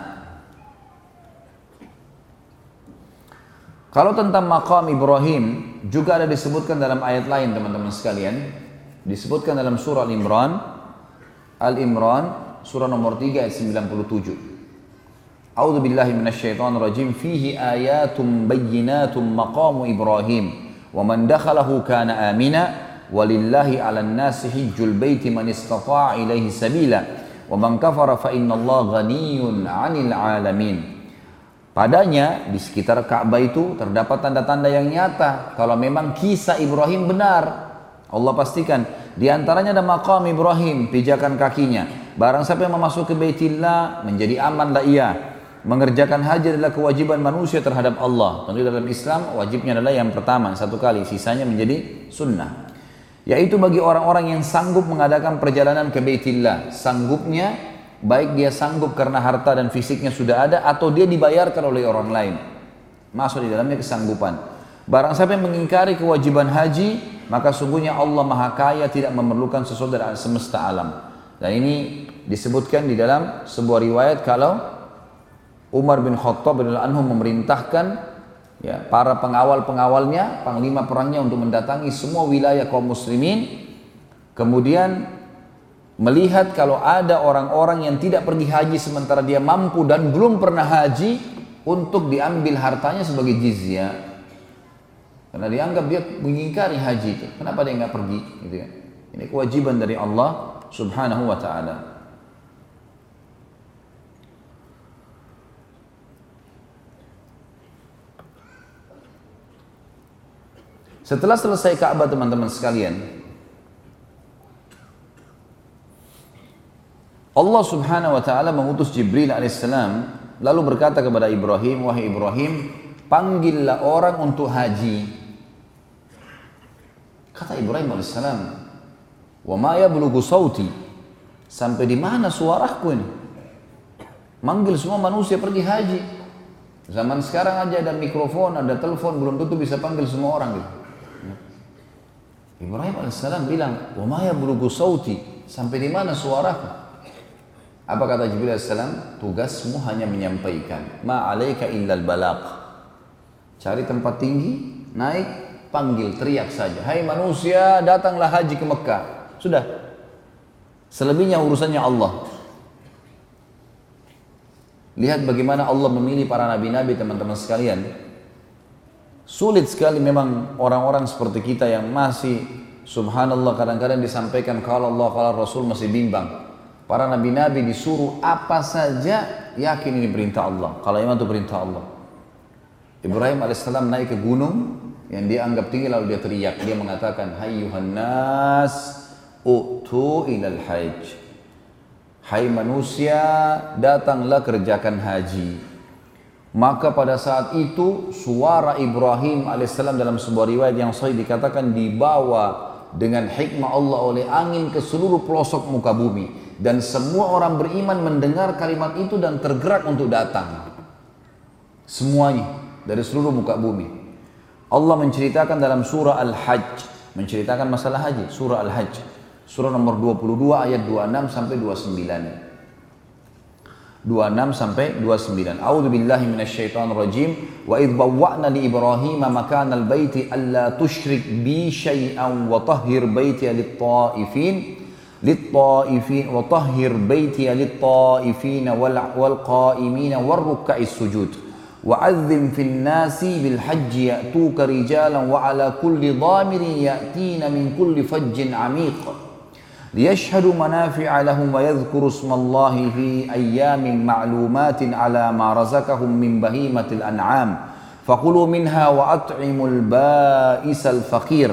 Kalau tentang maqam Ibrahim juga ada disebutkan dalam ayat lain teman-teman sekalian, disebutkan dalam surah Al-Imran surah nomor 3 ayat 97. A'udzu billahi minasyaitonir rajim, fihi ayatum bayyinatum maqamu Ibrahim wa man dakhalahu kana amina walillahi 'alan nasi hajjul baiti man istata'a ilaihi sabila wa man kafara fa innallaha ghaniyyun 'anil 'alamin. Padanya di sekitar Ka'bah itu terdapat tanda-tanda yang nyata kalau memang kisah Ibrahim benar. Allah pastikan di antaranya ada maqam Ibrahim, pijakan kakinya. Barang siapa yang memasuki Baitillah menjadi amanlah ia. Mengerjakan haji adalah kewajiban manusia terhadap Allah. Tentu dalam Islam wajibnya adalah yang pertama satu kali, sisanya menjadi sunnah. Yaitu bagi orang-orang yang sanggup mengadakan perjalanan ke Baitillah. Sanggupnya baik dia sanggup karena harta dan fisiknya sudah ada atau dia dibayarkan oleh orang lain. Masuk di dalamnya kesanggupan. Barang siapa yang mengingkari kewajiban haji, maka sungguhnya Allah Maha Kaya tidak memerlukan sesuatu dari semesta alam. Dan ini disebutkan di dalam sebuah riwayat kalau Umar bin Khattab radhiyallahu anhu memerintahkan ya, para pengawal-pengawalnya, panglima perangnya untuk mendatangi semua wilayah kaum muslimin, kemudian melihat kalau ada orang-orang yang tidak pergi haji sementara dia mampu dan belum pernah haji, untuk diambil hartanya sebagai jizyah. Karena dianggap dia mengingkari haji itu. Kenapa dia nggak pergi? Gitu ya. Ini kewajiban dari Allah Subhanahu wa Ta'ala. Setelah selesai Ka'bah teman-teman sekalian, Allah Subhanahu wa Ta'ala mengutus Jibril alaihissalam lalu berkata kepada Ibrahim, wahai Ibrahim, panggillah orang untuk haji. Kata Ibrahim alaihissalam, wa ma yablughu sauti, sampai di mana suaraku ini? Manggil semua manusia pergi haji. Zaman sekarang aja ada mikrofon, ada telepon, belum tentu bisa panggil semua orang gitu. Ibrahim alaihissalam bilang, wa ma yablughu sauti, sampai di mana suaraku? Apa kata Jibril alaihissalam? Tugasmu hanya menyampaikan. Ma 'alaika illal balagh. Cari tempat tinggi, naik, panggil, teriak saja. Hai manusia, datanglah haji ke Mekah. Sudah. Selebihnya urusannya Allah. Lihat bagaimana Allah memilih para nabi-nabi teman-teman sekalian. Sulit sekali memang orang-orang seperti kita yang masih subhanallah kadang-kadang disampaikan kalau Allah, kalau Rasul masih bimbang. Para nabi-nabi disuruh apa saja yakin ini perintah Allah. Kalau memang itu perintah Allah. Ibrahim alaihissalam naik ke gunung yang dia anggap tinggi lalu dia teriak. Dia mengatakan, hayyuhan nas u'tu ilal hajj. Hai manusia, datanglah kerjakan haji. Maka pada saat itu suara Ibrahim alaihissalam dalam sebuah riwayat yang sahih dikatakan dibawa dengan hikmah Allah oleh angin ke seluruh pelosok muka bumi. Dan semua orang beriman mendengar kalimat itu dan tergerak untuk datang. Semuanya dari seluruh muka bumi. Allah menceritakan dalam surah Al-Hajj, menceritakan masalah haji, surah Al-Hajj, surah nomor 22 ayat 26 sampai 29. 26 sampai 29. A'udzu billahi minasyaitonir rajim. Wa idh bawwa'na li Ibrahim makanal baiti alla tusyrik bi syai'an wa tahhir baiti lit-ta'ifin wa tahhir baiti lit-ta'ifin wal qa'imin war ruk'is sujud. Wa'adzim fil nasi bil hajji ya'tuka rijalan wa 'ala kulli dhamirin ya'tina min kulli fajjin 'amiq. ليشهدوا منافع لهم ويذكروا اسم الله في أيام معلومات على ما رزقهم من بهيمة الأنعام فكلوا منها وأطعموا البائس الفقير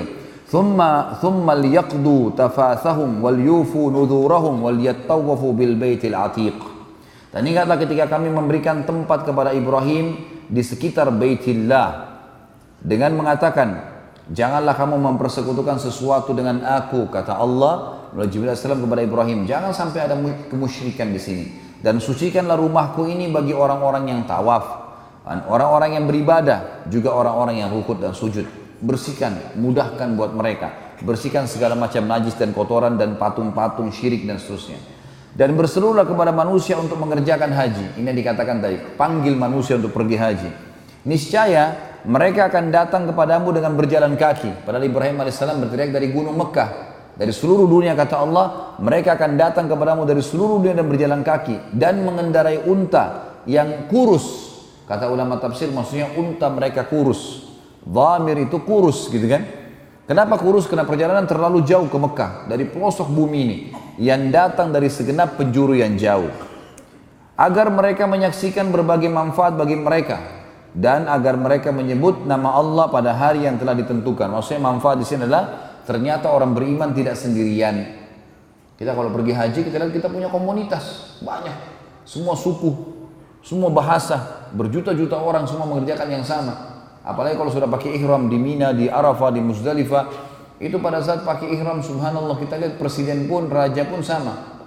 ثم ليقضوا تفاثهم وليوفوا نذورهم وليطوفوا بالبيت العتيق. Dan ingatlah ketika kami memberikan tempat kepada Ibrahim di sekitar Baitillah dengan mengatakan, janganlah kamu mempersekutukan sesuatu dengan aku, kata Allah melalui Jibril AS kepada Ibrahim, jangan sampai ada kemusyrikan di sini. Dan sucikanlah rumahku ini bagi orang-orang yang tawaf, orang-orang yang beribadah, juga orang-orang yang rukuk dan sujud. Bersihkan, mudahkan buat mereka. Bersihkan segala macam najis dan kotoran dan patung-patung syirik dan seterusnya. Dan berserulah kepada manusia untuk mengerjakan haji. Ini yang dikatakan tadi, panggil manusia untuk pergi haji. Niscaya mereka akan datang kepadamu dengan berjalan kaki. Padahal Ibrahim AS berteriak dari gunung Mekah. Dari seluruh dunia, kata Allah, mereka akan datang kepadamu dari seluruh dunia dan berjalan kaki dan mengendarai unta yang kurus. Kata ulama tafsir, maksudnya unta mereka kurus. Dhamir itu kurus, gitu kan? Kenapa kurus? Karena perjalanan terlalu jauh ke Mekah dari pelosok bumi ini yang datang dari segenap penjuru yang jauh. Agar mereka menyaksikan berbagai manfaat bagi mereka dan agar mereka menyebut nama Allah pada hari yang telah ditentukan. Maksudnya manfaat di sini adalah ternyata orang beriman tidak sendirian. Kita kalau pergi haji, kita lihat kita punya komunitas banyak, semua suku, semua bahasa, berjuta-juta orang semua mengerjakan yang sama. Apalagi kalau sudah pakai ihram di Mina, di Arafah, di Muzdalifah, itu pada saat pakai ihram, subhanallah, kita lihat presiden pun, raja pun sama.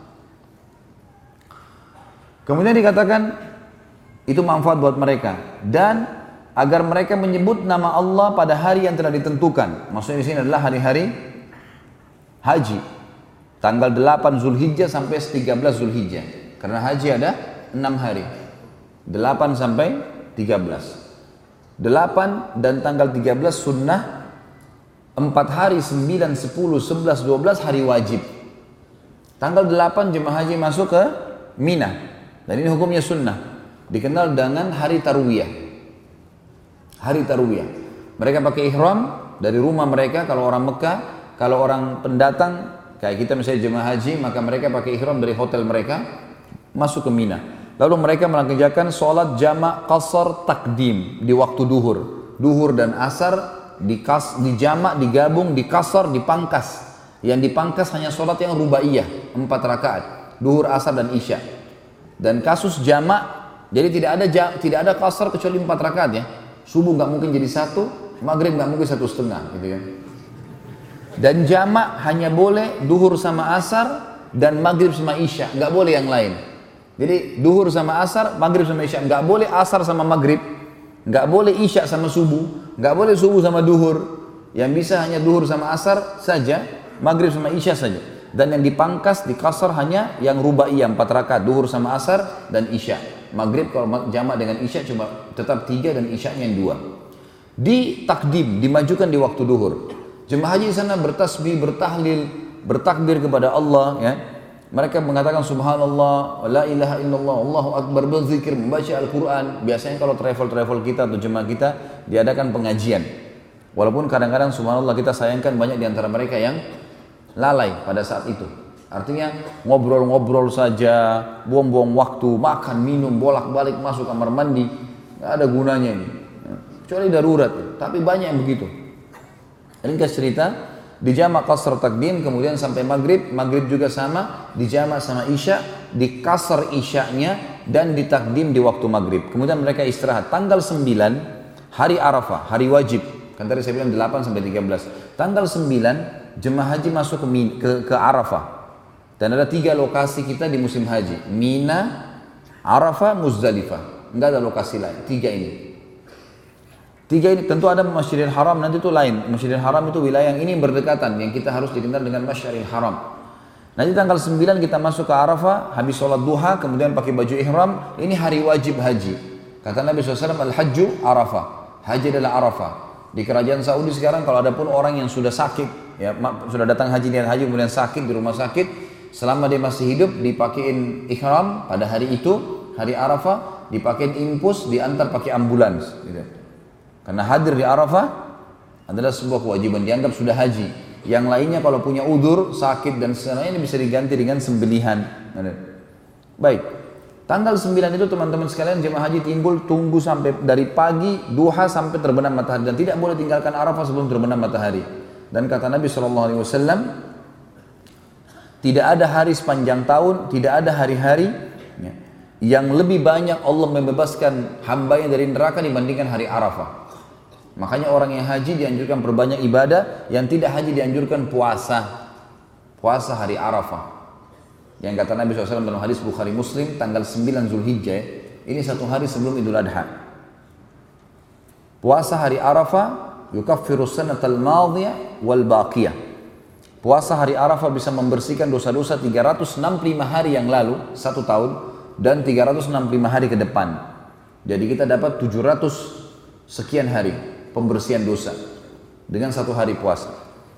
Kemudian dikatakan itu manfaat buat mereka dan agar mereka menyebut nama Allah pada hari yang telah ditentukan. Maksudnya di sini adalah hari-hari haji. Tanggal 8 Zulhijjah sampai 13 Zulhijjah. Karena haji ada 6 hari. 8 sampai 13. 8 dan tanggal 13 sunnah. 4 hari 9, 10, 11, 12 hari wajib. Tanggal 8 jemaah haji masuk ke Mina. Dan ini hukumnya sunnah. Dikenal dengan hari Tarwiyah. Hari Tarwiyah. Mereka pakai ihram dari rumah mereka kalau orang Mekah, kalau orang pendatang kayak kita misalnya jemaah haji, maka mereka pakai ihram dari hotel mereka masuk ke Mina. Lalu mereka mengerjakan sholat jamak qasar takdim di waktu duhur. Duhur dan asar dijamak, digabung, dikasar, dipangkas. Yang dipangkas hanya sholat yang rubaiyah 4 rakaat, duhur, asar dan isya. Dan kasus jamak, jadi tidak ada qasar kecuali 4 rakaat ya. Subuh nggak mungkin jadi 1, maghrib nggak mungkin 1,5, gitu kan. Dan jamak hanya boleh duhur sama asar dan maghrib sama isya, nggak boleh yang lain. Jadi duhur sama asar, maghrib sama isya, nggak boleh asar sama maghrib, nggak boleh isya sama subuh, nggak boleh subuh sama duhur. Yang bisa hanya duhur sama asar saja, maghrib sama isya saja. Dan yang dipangkas, dikasar hanya yang rubaiyah 4 rakaat, duhur sama asar dan isya. Maghrib kalau jamak dengan isya cuma tetap 3 dan isyanya yang 2. Di takdim, dimajukan di waktu duhur. Jemaah haji di sana bertasbih, bertahlil, bertakbir kepada Allah ya. Mereka mengatakan subhanallah, la ilaha illallah, Allahu akbar, berzikir, membaca Al-Qur'an. Biasanya kalau travel kita atau jemaah kita diadakan pengajian. Walaupun kadang-kadang subhanallah kita sayangkan banyak di antara mereka yang lalai pada saat itu. Artinya ngobrol-ngobrol saja, buang-buang waktu, makan, minum, bolak-balik masuk kamar mandi, nggak ada gunanya ini. Kecuali darurat, tapi banyak yang begitu. Ringkas cerita, dijamak qasar takdim, kemudian sampai maghrib, maghrib juga sama, dijamak sama isya, dikasar isyanya dan ditakdim di waktu maghrib. Kemudian mereka istirahat. Tanggal 9 hari Arafah, hari wajib. Kan tadi saya bilang 8 sampai 13. Tanggal 9 jemaah haji masuk ke Arafah. Dan ada 3 lokasi kita di musim haji. Mina, Arafah, Muzdalifah. Enggak ada lokasi lain. 3 ini. 3 ini tentu ada Masjidil Haram, nanti itu lain. Masjidil Haram itu wilayah yang ini berdekatan, yang kita harus dikenal dengan Masjidil Haram. Nanti tanggal 9 kita masuk ke Arafah, habis sholat duha, kemudian pakai baju ihram, ini hari wajib haji. Kata Nabi SAW, Al-Hajju Arafah, haji adalah Arafah. Di kerajaan Saudi sekarang kalau ada pun orang yang sudah sakit, ya sudah datang haji niat haji kemudian sakit di rumah sakit, selama dia masih hidup dipakein ihram pada hari itu, hari Arafah, dipakein infus, diantar pakai ambulans. Gitu. Karena hadir di Arafah adalah sebuah kewajiban, dianggap sudah haji. Yang lainnya kalau punya udzur, sakit dan sebagainya ini bisa diganti dengan sembelihan. Baik, tanggal 9 itu teman-teman sekalian jemaah haji tunggu sampai dari pagi duha sampai terbenam matahari dan tidak boleh tinggalkan Arafah sebelum terbenam matahari. Dan kata Nabi SAW, tidak ada hari sepanjang tahun, tidak ada hari-hari yang lebih banyak Allah membebaskan hambanya dari neraka dibandingkan hari Arafah. Makanya orang yang haji dianjurkan perbanyak ibadah, yang tidak haji dianjurkan puasa. Puasa hari Arafah. Yang kata Nabi SAW dalam hadis Bukhari Muslim, tanggal 9 Zulhijjah, ini satu hari sebelum Idul Adha. Puasa hari Arafah, yukaffiru sanatal madhiyah wal baqiyah. Puasa hari Arafah bisa membersihkan dosa-dosa 365 hari yang lalu, satu tahun, dan 365 hari ke depan. Jadi kita dapat 700 sekian hari pembersihan dosa dengan satu hari puasa.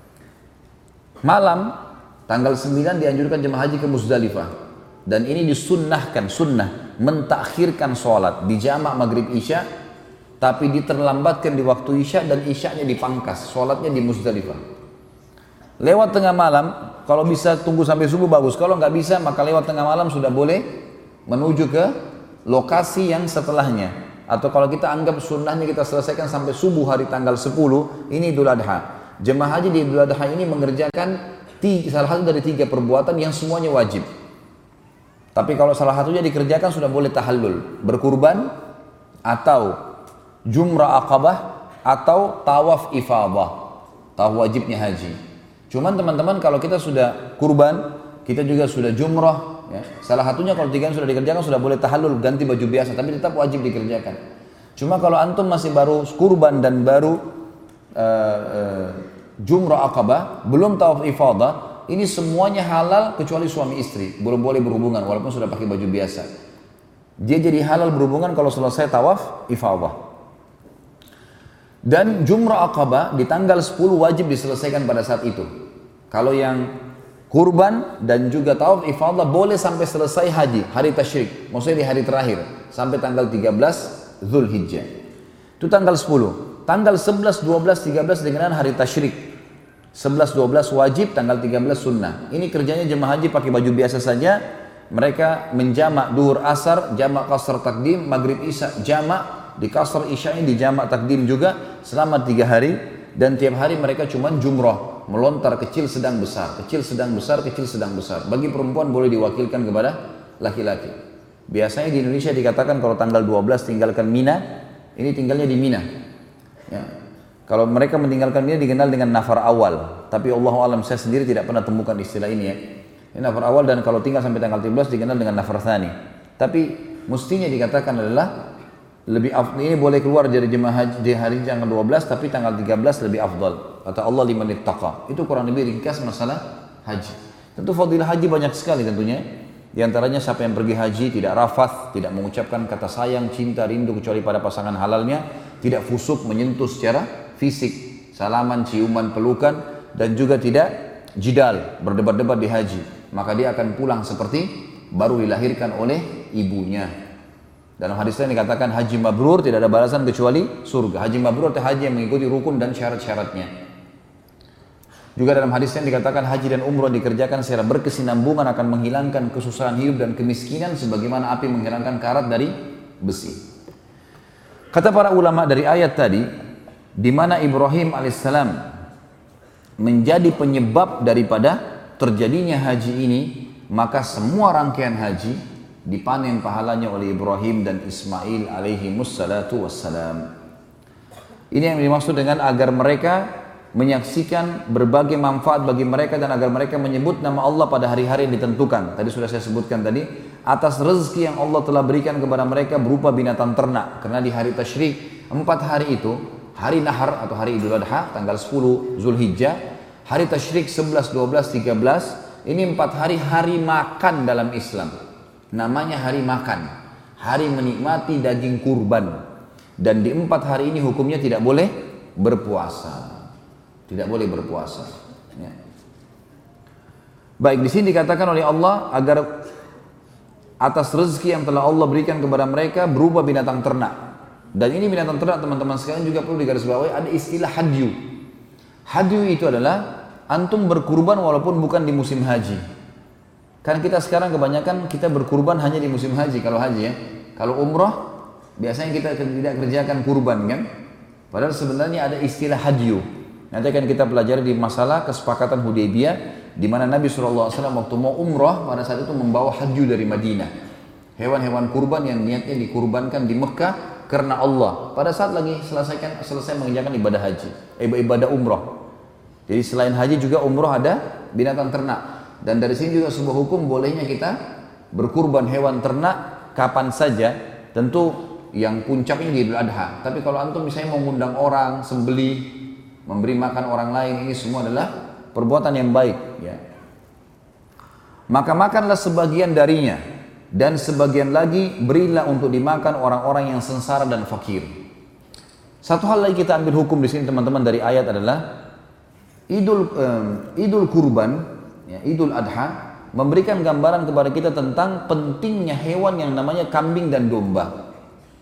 Malam tanggal 9 dianjurkan jemaah haji ke Muzdalifah dan ini disunnahkan, sunnah mentakhirkan sholat di jamak maghrib isya tapi diterlambatkan di waktu isya dan isyanya dipangkas, sholatnya di Muzdalifah. Lewat tengah malam, kalau bisa tunggu sampai subuh bagus, kalau nggak bisa maka lewat tengah malam sudah boleh menuju ke lokasi yang setelahnya. Atau kalau kita anggap sunnahnya kita selesaikan sampai subuh hari tanggal 10, ini Idul Adha. Jemaah haji di Idul Adha ini mengerjakan salah satu dari 3 perbuatan yang semuanya wajib. Tapi kalau salah satunya dikerjakan sudah boleh tahallul, berkurban, atau jumrah aqabah, atau tawaf ifadah, tawaf wajibnya haji. Cuman teman-teman kalau kita sudah kurban, kita juga sudah jumrah, ya. Salah satunya kalau 3 sudah dikerjakan sudah boleh tahallul, ganti baju biasa, tapi tetap wajib dikerjakan. Cuma kalau antum masih baru kurban dan baru jumrah aqabah, belum tawaf ifadah, ini semuanya halal kecuali suami istri, belum boleh berhubungan walaupun sudah pakai baju biasa. Dia jadi halal berhubungan kalau selesai tawaf ifadah. Dan jumrah aqabah di tanggal 10 wajib diselesaikan pada saat itu. Kalau yang kurban dan juga tawaf ifadah boleh sampai selesai haji, hari tasyrik, maksudnya di hari terakhir, sampai tanggal 13 Zulhijjah. Itu tanggal 10. Tanggal 11, 12, 13 dengan hari tasyrik. 11, 12 wajib, tanggal 13 sunnah. Ini kerjanya jemaah haji pakai baju biasa saja. Mereka menjamak duhur asar, jamak qasar takdim, maghrib isya, jamak, di qasar isya'nya di jamak takdim juga selama 3 hari. Dan tiap hari mereka cuma jumrah, melontar kecil sedang besar, kecil sedang besar, kecil sedang besar. Bagi perempuan boleh diwakilkan kepada laki-laki. Biasanya di Indonesia dikatakan kalau tanggal 12 tinggalkan Mina, ini tinggalnya di Mina. Ya. Kalau mereka meninggalkan Mina dikenal dengan nafar awal. Tapi Allahu alam saya sendiri tidak pernah temukan istilah ini ya. Ini nafar awal dan kalau tinggal sampai tanggal 13 dikenal dengan nafar thani. Tapi mestinya dikatakan adalah lebih ini boleh keluar dari jemaah haji di hari tanggal 12 tapi tanggal 13 lebih afdal. Kata Allah liman ittaqa. Itu kurang lebih ringkas masalah haji. Tentu fadilah haji banyak sekali tentunya. Di antaranya siapa yang pergi haji tidak rafath, tidak mengucapkan kata sayang, cinta, rindu kecuali pada pasangan halalnya, tidak fusuk menyentuh secara fisik, salaman, ciuman, pelukan dan juga tidak jidal, berdebat-debat di haji. Maka dia akan pulang seperti baru dilahirkan oleh ibunya. Dalam hadis lain dikatakan haji mabrur tidak ada balasan kecuali surga. Haji mabrur atau haji yang mengikuti rukun dan syarat-syaratnya. Juga dalam hadis lain dikatakan haji dan umrah dikerjakan secara berkesinambungan akan menghilangkan kesusahan hidup dan kemiskinan sebagaimana api menghilangkan karat dari besi. Kata para ulama dari ayat tadi, di mana Ibrahim alaihissalam menjadi penyebab daripada terjadinya haji ini, maka semua rangkaian haji dipanen pahalanya oleh Ibrahim dan Ismail alaihi mussalatu wassalam. Ini yang dimaksud dengan agar mereka menyaksikan berbagai manfaat bagi mereka dan agar mereka menyebut nama Allah pada hari-hari yang ditentukan. Tadi sudah saya sebutkan tadi, atas rezeki yang Allah telah berikan kepada mereka berupa binatang ternak. Karena di hari tasyrik, 4 hari itu, hari nahar atau hari Idul Adha, tanggal 10 Zulhijjah, hari tasyrik 11, 12, 13, Ini 4 hari, hari makan dalam Islam. Namanya hari makan. Hari menikmati daging kurban. Dan di 4 hari ini hukumnya tidak boleh berpuasa. Tidak boleh berpuasa. Ya. Baik, di sini dikatakan oleh Allah agar atas rezeki yang telah Allah berikan kepada mereka berupa binatang ternak. Dan ini binatang ternak teman-teman sekalian juga perlu digarisbawahi, ada istilah hadyu. Hadyu itu adalah antum berkurban walaupun bukan di musim haji. Kan kita sekarang kebanyakan kita berkurban hanya di musim haji kalau haji ya. Kalau umrah biasanya kita tidak kerjakan kurban kan. Padahal sebenarnya ada istilah hadyu. Nanti akan kita pelajari di masalah kesepakatan Hudaybiyah di mana Nabi SAW waktu mau umrah pada saat itu membawa hadyu dari Madinah. Hewan-hewan kurban yang niatnya dikurbankan di Mekah karena Allah. Pada saat lagi selesai mengerjakan ibadah haji, ibadah umrah. Jadi selain haji juga umroh ada binatang ternak. Dan dari sini juga sebuah hukum bolehnya kita berkurban hewan ternak kapan saja. Tentu yang puncaknya di Idul Adha. Tapi kalau antum misalnya mau mengundang orang, sembelih, memberi makan orang lain, ini semua adalah perbuatan yang baik. Ya. Maka makanlah sebagian darinya. Dan sebagian lagi berilah untuk dimakan orang-orang yang sengsara dan fakir. Satu hal lagi kita ambil hukum di sini teman-teman dari ayat adalah Idul Kurban, ya, Idul Adha memberikan gambaran kepada kita tentang pentingnya hewan yang namanya kambing dan domba.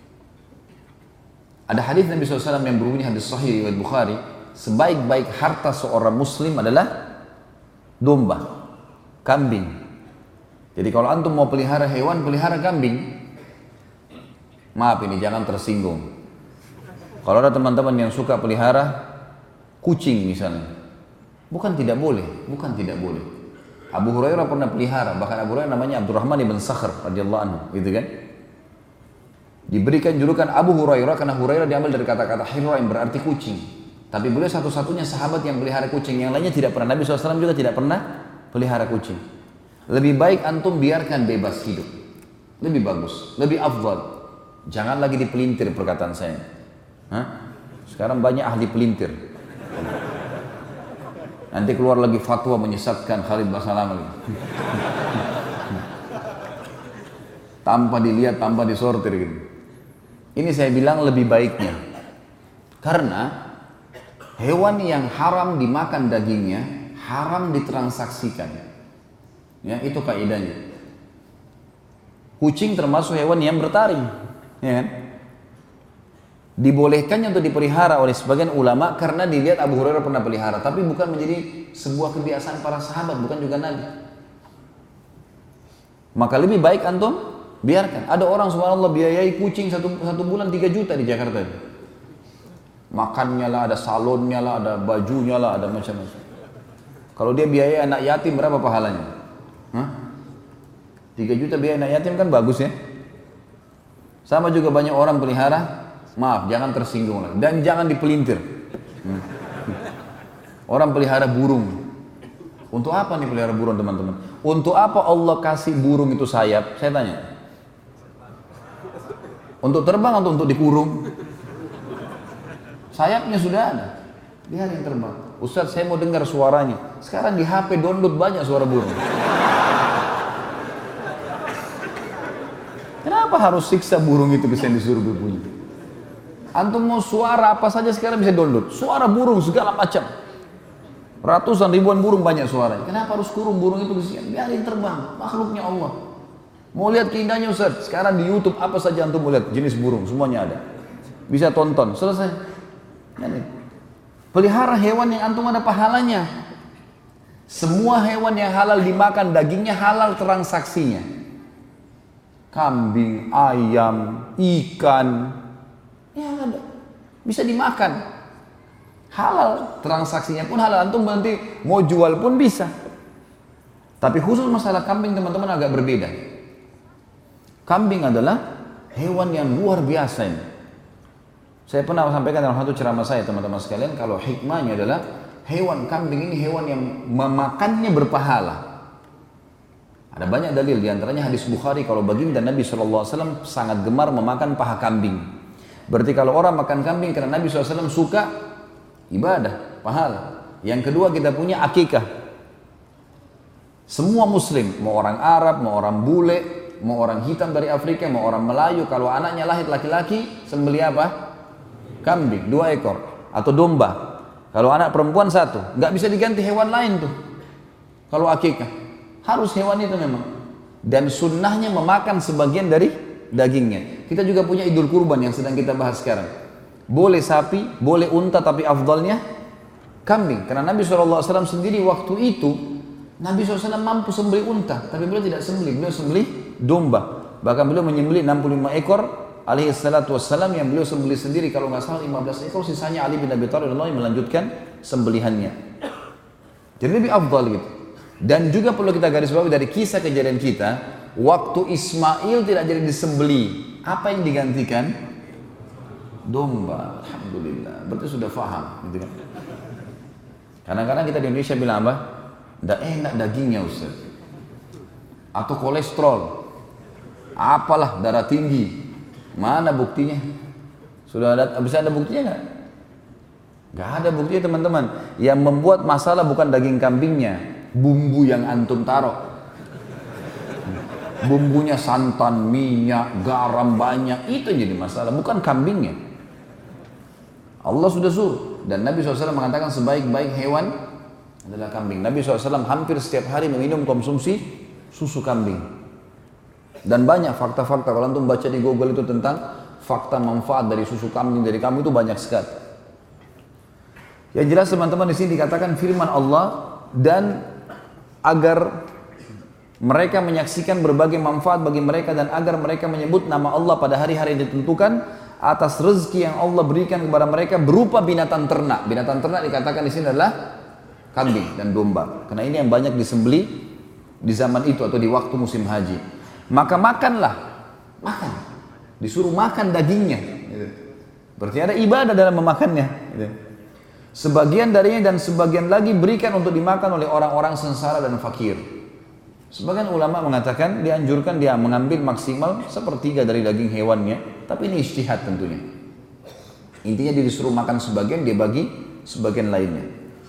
Ada hadis Nabi SAW yang berbunyi hadis sahih riwayat Bukhari, sebaik-baik harta seorang muslim adalah domba, kambing. Jadi kalau antum mau pelihara hewan, pelihara kambing. Maaf ini jangan tersinggung. Kalau ada teman-teman yang suka pelihara kucing misalnya, bukan tidak boleh. Abu Hurairah pernah pelihara, bahkan Abu Hurairah namanya Abdurrahman ibn Sakhr radhiyallahu anhu, gitu kan? Diberikan julukan Abu Hurairah karena Hurairah diambil dari kata-kata hira yang berarti kucing. Tapi beliau satu-satunya sahabat yang pelihara kucing, yang lainnya tidak pernah. Nabi SAW juga tidak pernah pelihara kucing. Lebih baik antum biarkan bebas hidup. Lebih bagus, lebih afdal. Jangan lagi dipelintir perkataan saya. Sekarang banyak ahli pelintir. Nanti keluar lagi fatwa menyesatkan Khalid Basalam lagi. Tanpa dilihat, tanpa disortir gitu. Ini saya bilang lebih baiknya. Karena hewan yang haram dimakan dagingnya, haram ditransaksikan. Ya, itu kaidahnya. Kucing termasuk hewan yang bertaring, ya kan? Dibolehkannya untuk dipelihara oleh sebagian ulama karena dilihat Abu Hurairah pernah pelihara, tapi bukan menjadi sebuah kebiasaan para sahabat, bukan juga Nabi. Maka lebih baik antum biarkan. Ada orang subhanallah biayai kucing satu bulan 3 juta di Jakarta. Makannya lah, ada salonnya lah, ada bajunya lah, ada macam-macam. Kalau dia biayai anak yatim berapa pahalanya? 3 juta biaya anak yatim kan bagus ya. Sama juga banyak orang pelihara. Maaf, jangan tersinggung lagi. Dan jangan dipelintir. Orang pelihara burung. Untuk apa nih pelihara burung teman-teman? Untuk apa Allah kasih burung itu sayap? Saya tanya. Untuk terbang atau untuk dikurung? Sayapnya sudah ada. Dia yang terbang. Ustaz, saya mau dengar suaranya. Sekarang di HP download banyak suara burung. Kenapa harus siksa burung itu bisa disuruh berbunyi? Antum mau suara apa saja sekarang bisa download. Suara burung segala macam. Ratusan ribuan burung banyak suaranya. Kenapa harus kurung burung itu kesian? Biarin terbang, makhluknya Allah. Mau lihat keindahannya Ustaz? Sekarang di YouTube apa saja antum mau lihat jenis burung, semuanya ada. Bisa tonton, selesai. Pelihara hewan yang antum ada pahalanya. Semua hewan yang halal dimakan, dagingnya halal transaksinya. Kambing, ayam, ikan, ya ada, bisa dimakan, halal, transaksinya pun halal. Antum nanti mau jual pun bisa. Tapi khusus masalah kambing teman-teman agak berbeda. Kambing adalah hewan yang luar biasa ini. Saya pernah sampaikan dalam satu ceramah saya teman-teman sekalian, kalau hikmahnya adalah hewan kambing ini hewan yang memakannya berpahala. Ada banyak dalil, diantaranya hadis Bukhari kalau baginda Nabi SAW sangat gemar memakan paha kambing. Berarti kalau orang makan kambing karena Nabi SAW suka, ibadah, pahala. Yang kedua kita punya akikah. Semua muslim, mau orang Arab, mau orang bule, mau orang hitam dari Afrika, mau orang Melayu, kalau anaknya lahir laki-laki, sembelih apa? Kambing, 2 ekor. Atau domba. Kalau anak perempuan 1, nggak bisa diganti hewan lain tuh. Kalau akikah, harus hewan itu memang. Dan sunnahnya memakan sebagian dari dagingnya. Kita juga punya idul kurban yang sedang kita bahas sekarang. Boleh sapi, boleh unta, tapi afdalnya kambing. Karena Nabi SAW sendiri waktu itu, Nabi SAW mampu sembelih unta, tapi beliau tidak sembelih, beliau sembelih domba. Bahkan beliau menyembelih 65 ekor alaihi salatu wassalam, yang beliau sembelih sendiri, kalau nggak salah 15 ekor, sisanya Ali bin Abi Thalib yang melanjutkan sembelihannya. Jadi lebih afdal gitu. Dan juga perlu kita garis bawahi dari kisah kejadian kita, waktu Ismail tidak jadi disembelih, apa yang digantikan? Domba. Alhamdulillah, berarti sudah faham gitu kan. Kadang-kadang kita di Indonesia bilang apa? Nggak enak dagingnya Ustaz, atau kolesterol, apalah, darah tinggi. Mana buktinya? Bisa ada buktinya nggak? Nggak ada buktinya teman-teman. Yang membuat masalah bukan daging kambingnya, bumbu yang antum taruh. Bumbunya santan, minyak, garam banyak, itu yang jadi masalah, bukan kambingnya. Allah sudah suruh, dan Nabi SAW mengatakan sebaik-baik hewan adalah kambing. Nabi SAW hampir setiap hari meminum konsumsi susu kambing. Dan banyak fakta-fakta, kalau antum baca di Google itu tentang fakta manfaat dari susu kambing, dari kambing itu banyak sekali. Yang jelas teman-teman, di sini dikatakan firman Allah, dan agar mereka menyaksikan berbagai manfaat bagi mereka, dan agar mereka menyebut nama Allah pada hari-hari yang ditentukan atas rezeki yang Allah berikan kepada mereka berupa binatang ternak. Binatang ternak dikatakan di sini adalah kambing dan domba, karena ini yang banyak disembelih di zaman itu atau di waktu musim haji. Maka makanlah, makan, disuruh makan dagingnya. Berarti ada ibadah dalam memakannya. Sebagian darinya dan sebagian lagi berikan untuk dimakan oleh orang-orang sengsara dan fakir. Sebagian ulama mengatakan dianjurkan dia mengambil maksimal 1/3 dari daging hewannya, tapi ini ijtihad tentunya. Intinya dia disuruh makan sebagian, dia bagi sebagian lainnya.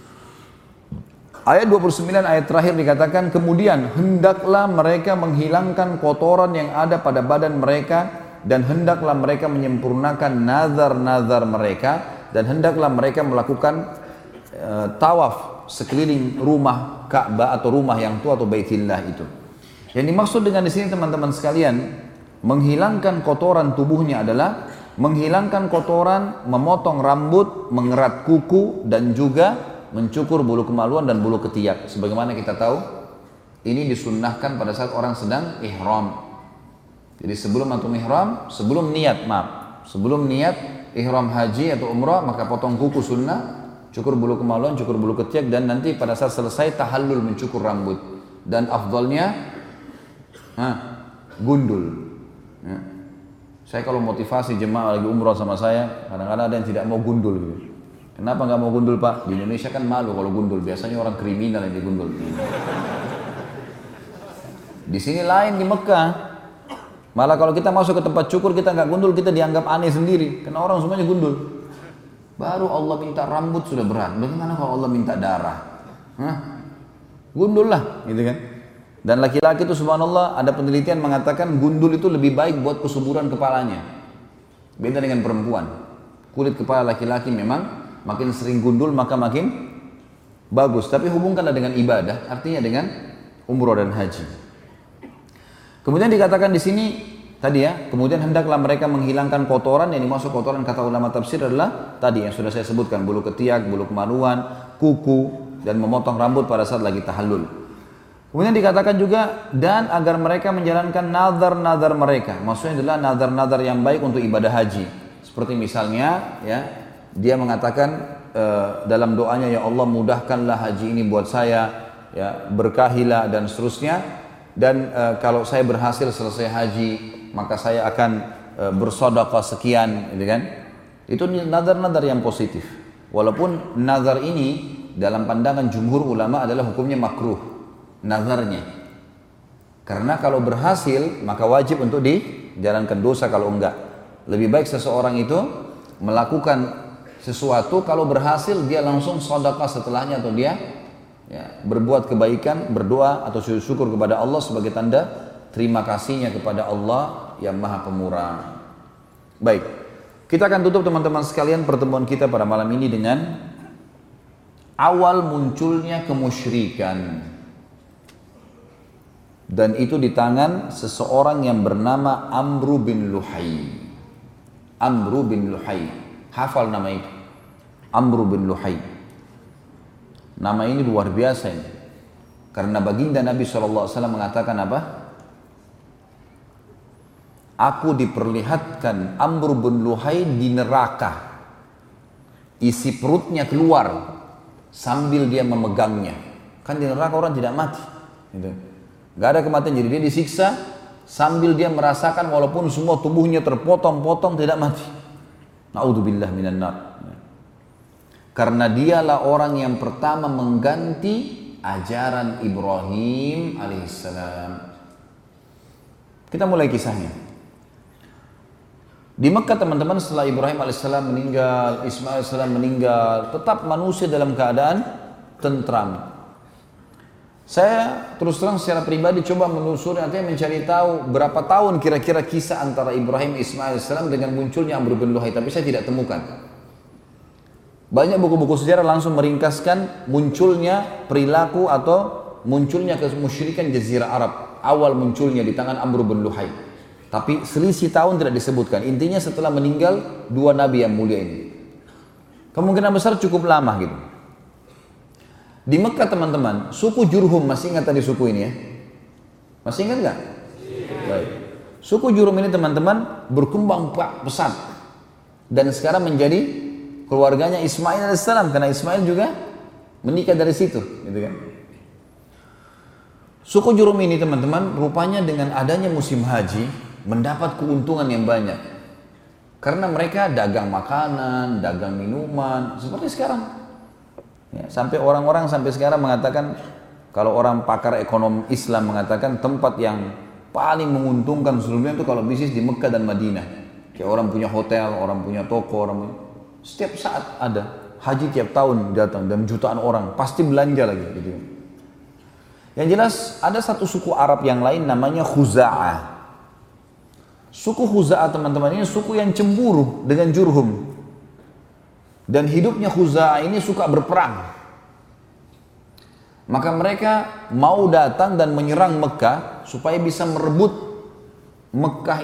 Ayat 29 ayat terakhir dikatakan, kemudian hendaklah mereka menghilangkan kotoran yang ada pada badan mereka, dan hendaklah mereka menyempurnakan nazar-nazar mereka, dan hendaklah mereka melakukan tawaf sekeliling rumah Ka'bah atau rumah yang tua atau Baitillah itu. Yang dimaksud dengan di sini teman-teman sekalian, menghilangkan kotoran tubuhnya adalah menghilangkan kotoran, memotong rambut, mengerat kuku, dan juga mencukur bulu kemaluan dan bulu ketiak. Sebagaimana kita tahu, ini disunnahkan pada saat orang sedang ihram. Jadi sebelum antum ihram, sebelum niat ihram haji atau umrah, maka potong kuku sunnah, cukur bulu kemaluan, cukur bulu ketiak, dan nanti pada saat selesai tahallul mencukur rambut. Dan afdalnya gundul. Saya kalau motivasi jemaah lagi umrah sama saya, kadang-kadang ada yang tidak mau gundul gitu. Kenapa nggak mau gundul Pak? Di Indonesia kan malu kalau gundul, biasanya orang kriminal yang digundul. Di sini lain, di Mekah. Malah kalau kita masuk ke tempat cukur kita nggak gundul, kita dianggap aneh sendiri, karena orang semuanya gundul. Baru Allah minta rambut sudah berat, bagaimana kalau Allah minta darah? Gundul lah, gitu kan? Dan laki-laki itu subhanallah, ada penelitian mengatakan gundul itu lebih baik buat kesuburan kepalanya. Beda dengan perempuan. Kulit kepala laki-laki memang makin sering gundul maka makin bagus. Tapi hubungkanlah dengan ibadah, artinya dengan umroh dan haji. Kemudian dikatakan di sini tadi ya, kemudian hendaklah mereka menghilangkan kotoran. Yang dimaksud kotoran kata ulama tafsir adalah tadi yang sudah saya sebutkan, bulu ketiak, bulu kemaluan, kuku, dan memotong rambut pada saat lagi tahallul. Kemudian dikatakan juga, dan agar mereka menjalankan nazar-nazar mereka. Maksudnya adalah nazar-nazar yang baik untuk ibadah haji. Seperti misalnya ya, dia mengatakan dalam doanya, ya Allah mudahkanlah haji ini buat saya, ya berkahilah dan seterusnya. Dan kalau saya berhasil selesai haji, maka saya akan bersedekah sekian, gitu kan? Itu nazar-nazar yang positif. Walaupun nazar ini dalam pandangan jumhur ulama adalah hukumnya makruh, nazarnya. Karena kalau berhasil maka wajib untuk dijalankan, dosa kalau enggak. Lebih baik seseorang itu melakukan sesuatu, kalau berhasil dia langsung sedekah setelahnya, atau dia Ya, berbuat kebaikan, berdoa atau sujud syukur kepada Allah sebagai tanda terima kasihnya kepada Allah yang Maha Pemurah. Baik, kita akan tutup teman-teman sekalian pertemuan kita pada malam ini dengan awal munculnya kemusyrikan. Dan itu di tangan seseorang yang bernama Amru bin Luhai. Amru bin Luhai, hafal nama itu, Amru bin Luhai. Nama ini luar biasa ini. Karena baginda Nabi SAW mengatakan apa? Aku diperlihatkan Amr bin Luhai di neraka. Isi perutnya keluar sambil dia memegangnya. Kan di neraka orang tidak mati. Gitu. Gak ada kematian, jadi dia disiksa sambil dia merasakan walaupun semua tubuhnya terpotong-potong tidak mati. Na'udzubillah minan nar. Karena dialah orang yang pertama mengganti ajaran Ibrahim alaihissalam. Kita mulai kisahnya. Di Mekah teman-teman, setelah Ibrahim alaihissalam meninggal, Ismail alaihissalam meninggal, tetap manusia dalam keadaan tentram. Saya terus terang secara pribadi coba menelusuri, artinya mencari tahu berapa tahun kira-kira kisah antara Ibrahim Ismail alaihissalam dengan munculnya Amr bin Luhai, tapi saya tidak temukan. Banyak buku-buku sejarah langsung meringkaskan munculnya perilaku atau munculnya kemusyrikan Jazirah Arab. Awal munculnya di tangan Amr bin Luhai. Tapi selisih tahun tidak disebutkan. Intinya setelah meninggal dua nabi yang mulia ini. Kemungkinan besar cukup lama gitu. Di Mekah teman-teman, suku Jurhum, masih ingat tadi suku ini ya? Masih ingat gak? Baik. Suku Jurhum ini teman-teman berkembang pesat. Dan sekarang menjadi keluarganya Ismail alaihissalam, karena Ismail juga menikah dari situ, gitu kan. Suku Jurhum ini teman-teman, rupanya dengan adanya musim haji mendapat keuntungan yang banyak, karena mereka dagang makanan, dagang minuman, seperti sekarang. Ya, sampai orang-orang sampai sekarang mengatakan, kalau orang pakar ekonomi Islam mengatakan tempat yang paling menguntungkan sebelumnya itu kalau bisnis di Mekah dan Madinah. Kayak orang punya hotel, orang punya toko, setiap saat ada haji, tiap tahun datang dan jutaan orang pasti belanja lagi gitu. Yang jelas ada satu suku Arab yang lain namanya Khuza'ah. Suku Khuza'ah teman-teman ini suku yang cemburu dengan Jurhum. Dan hidupnya Khuza'ah ini suka berperang. Maka mereka mau datang dan menyerang Mekah supaya bisa merebut Mekah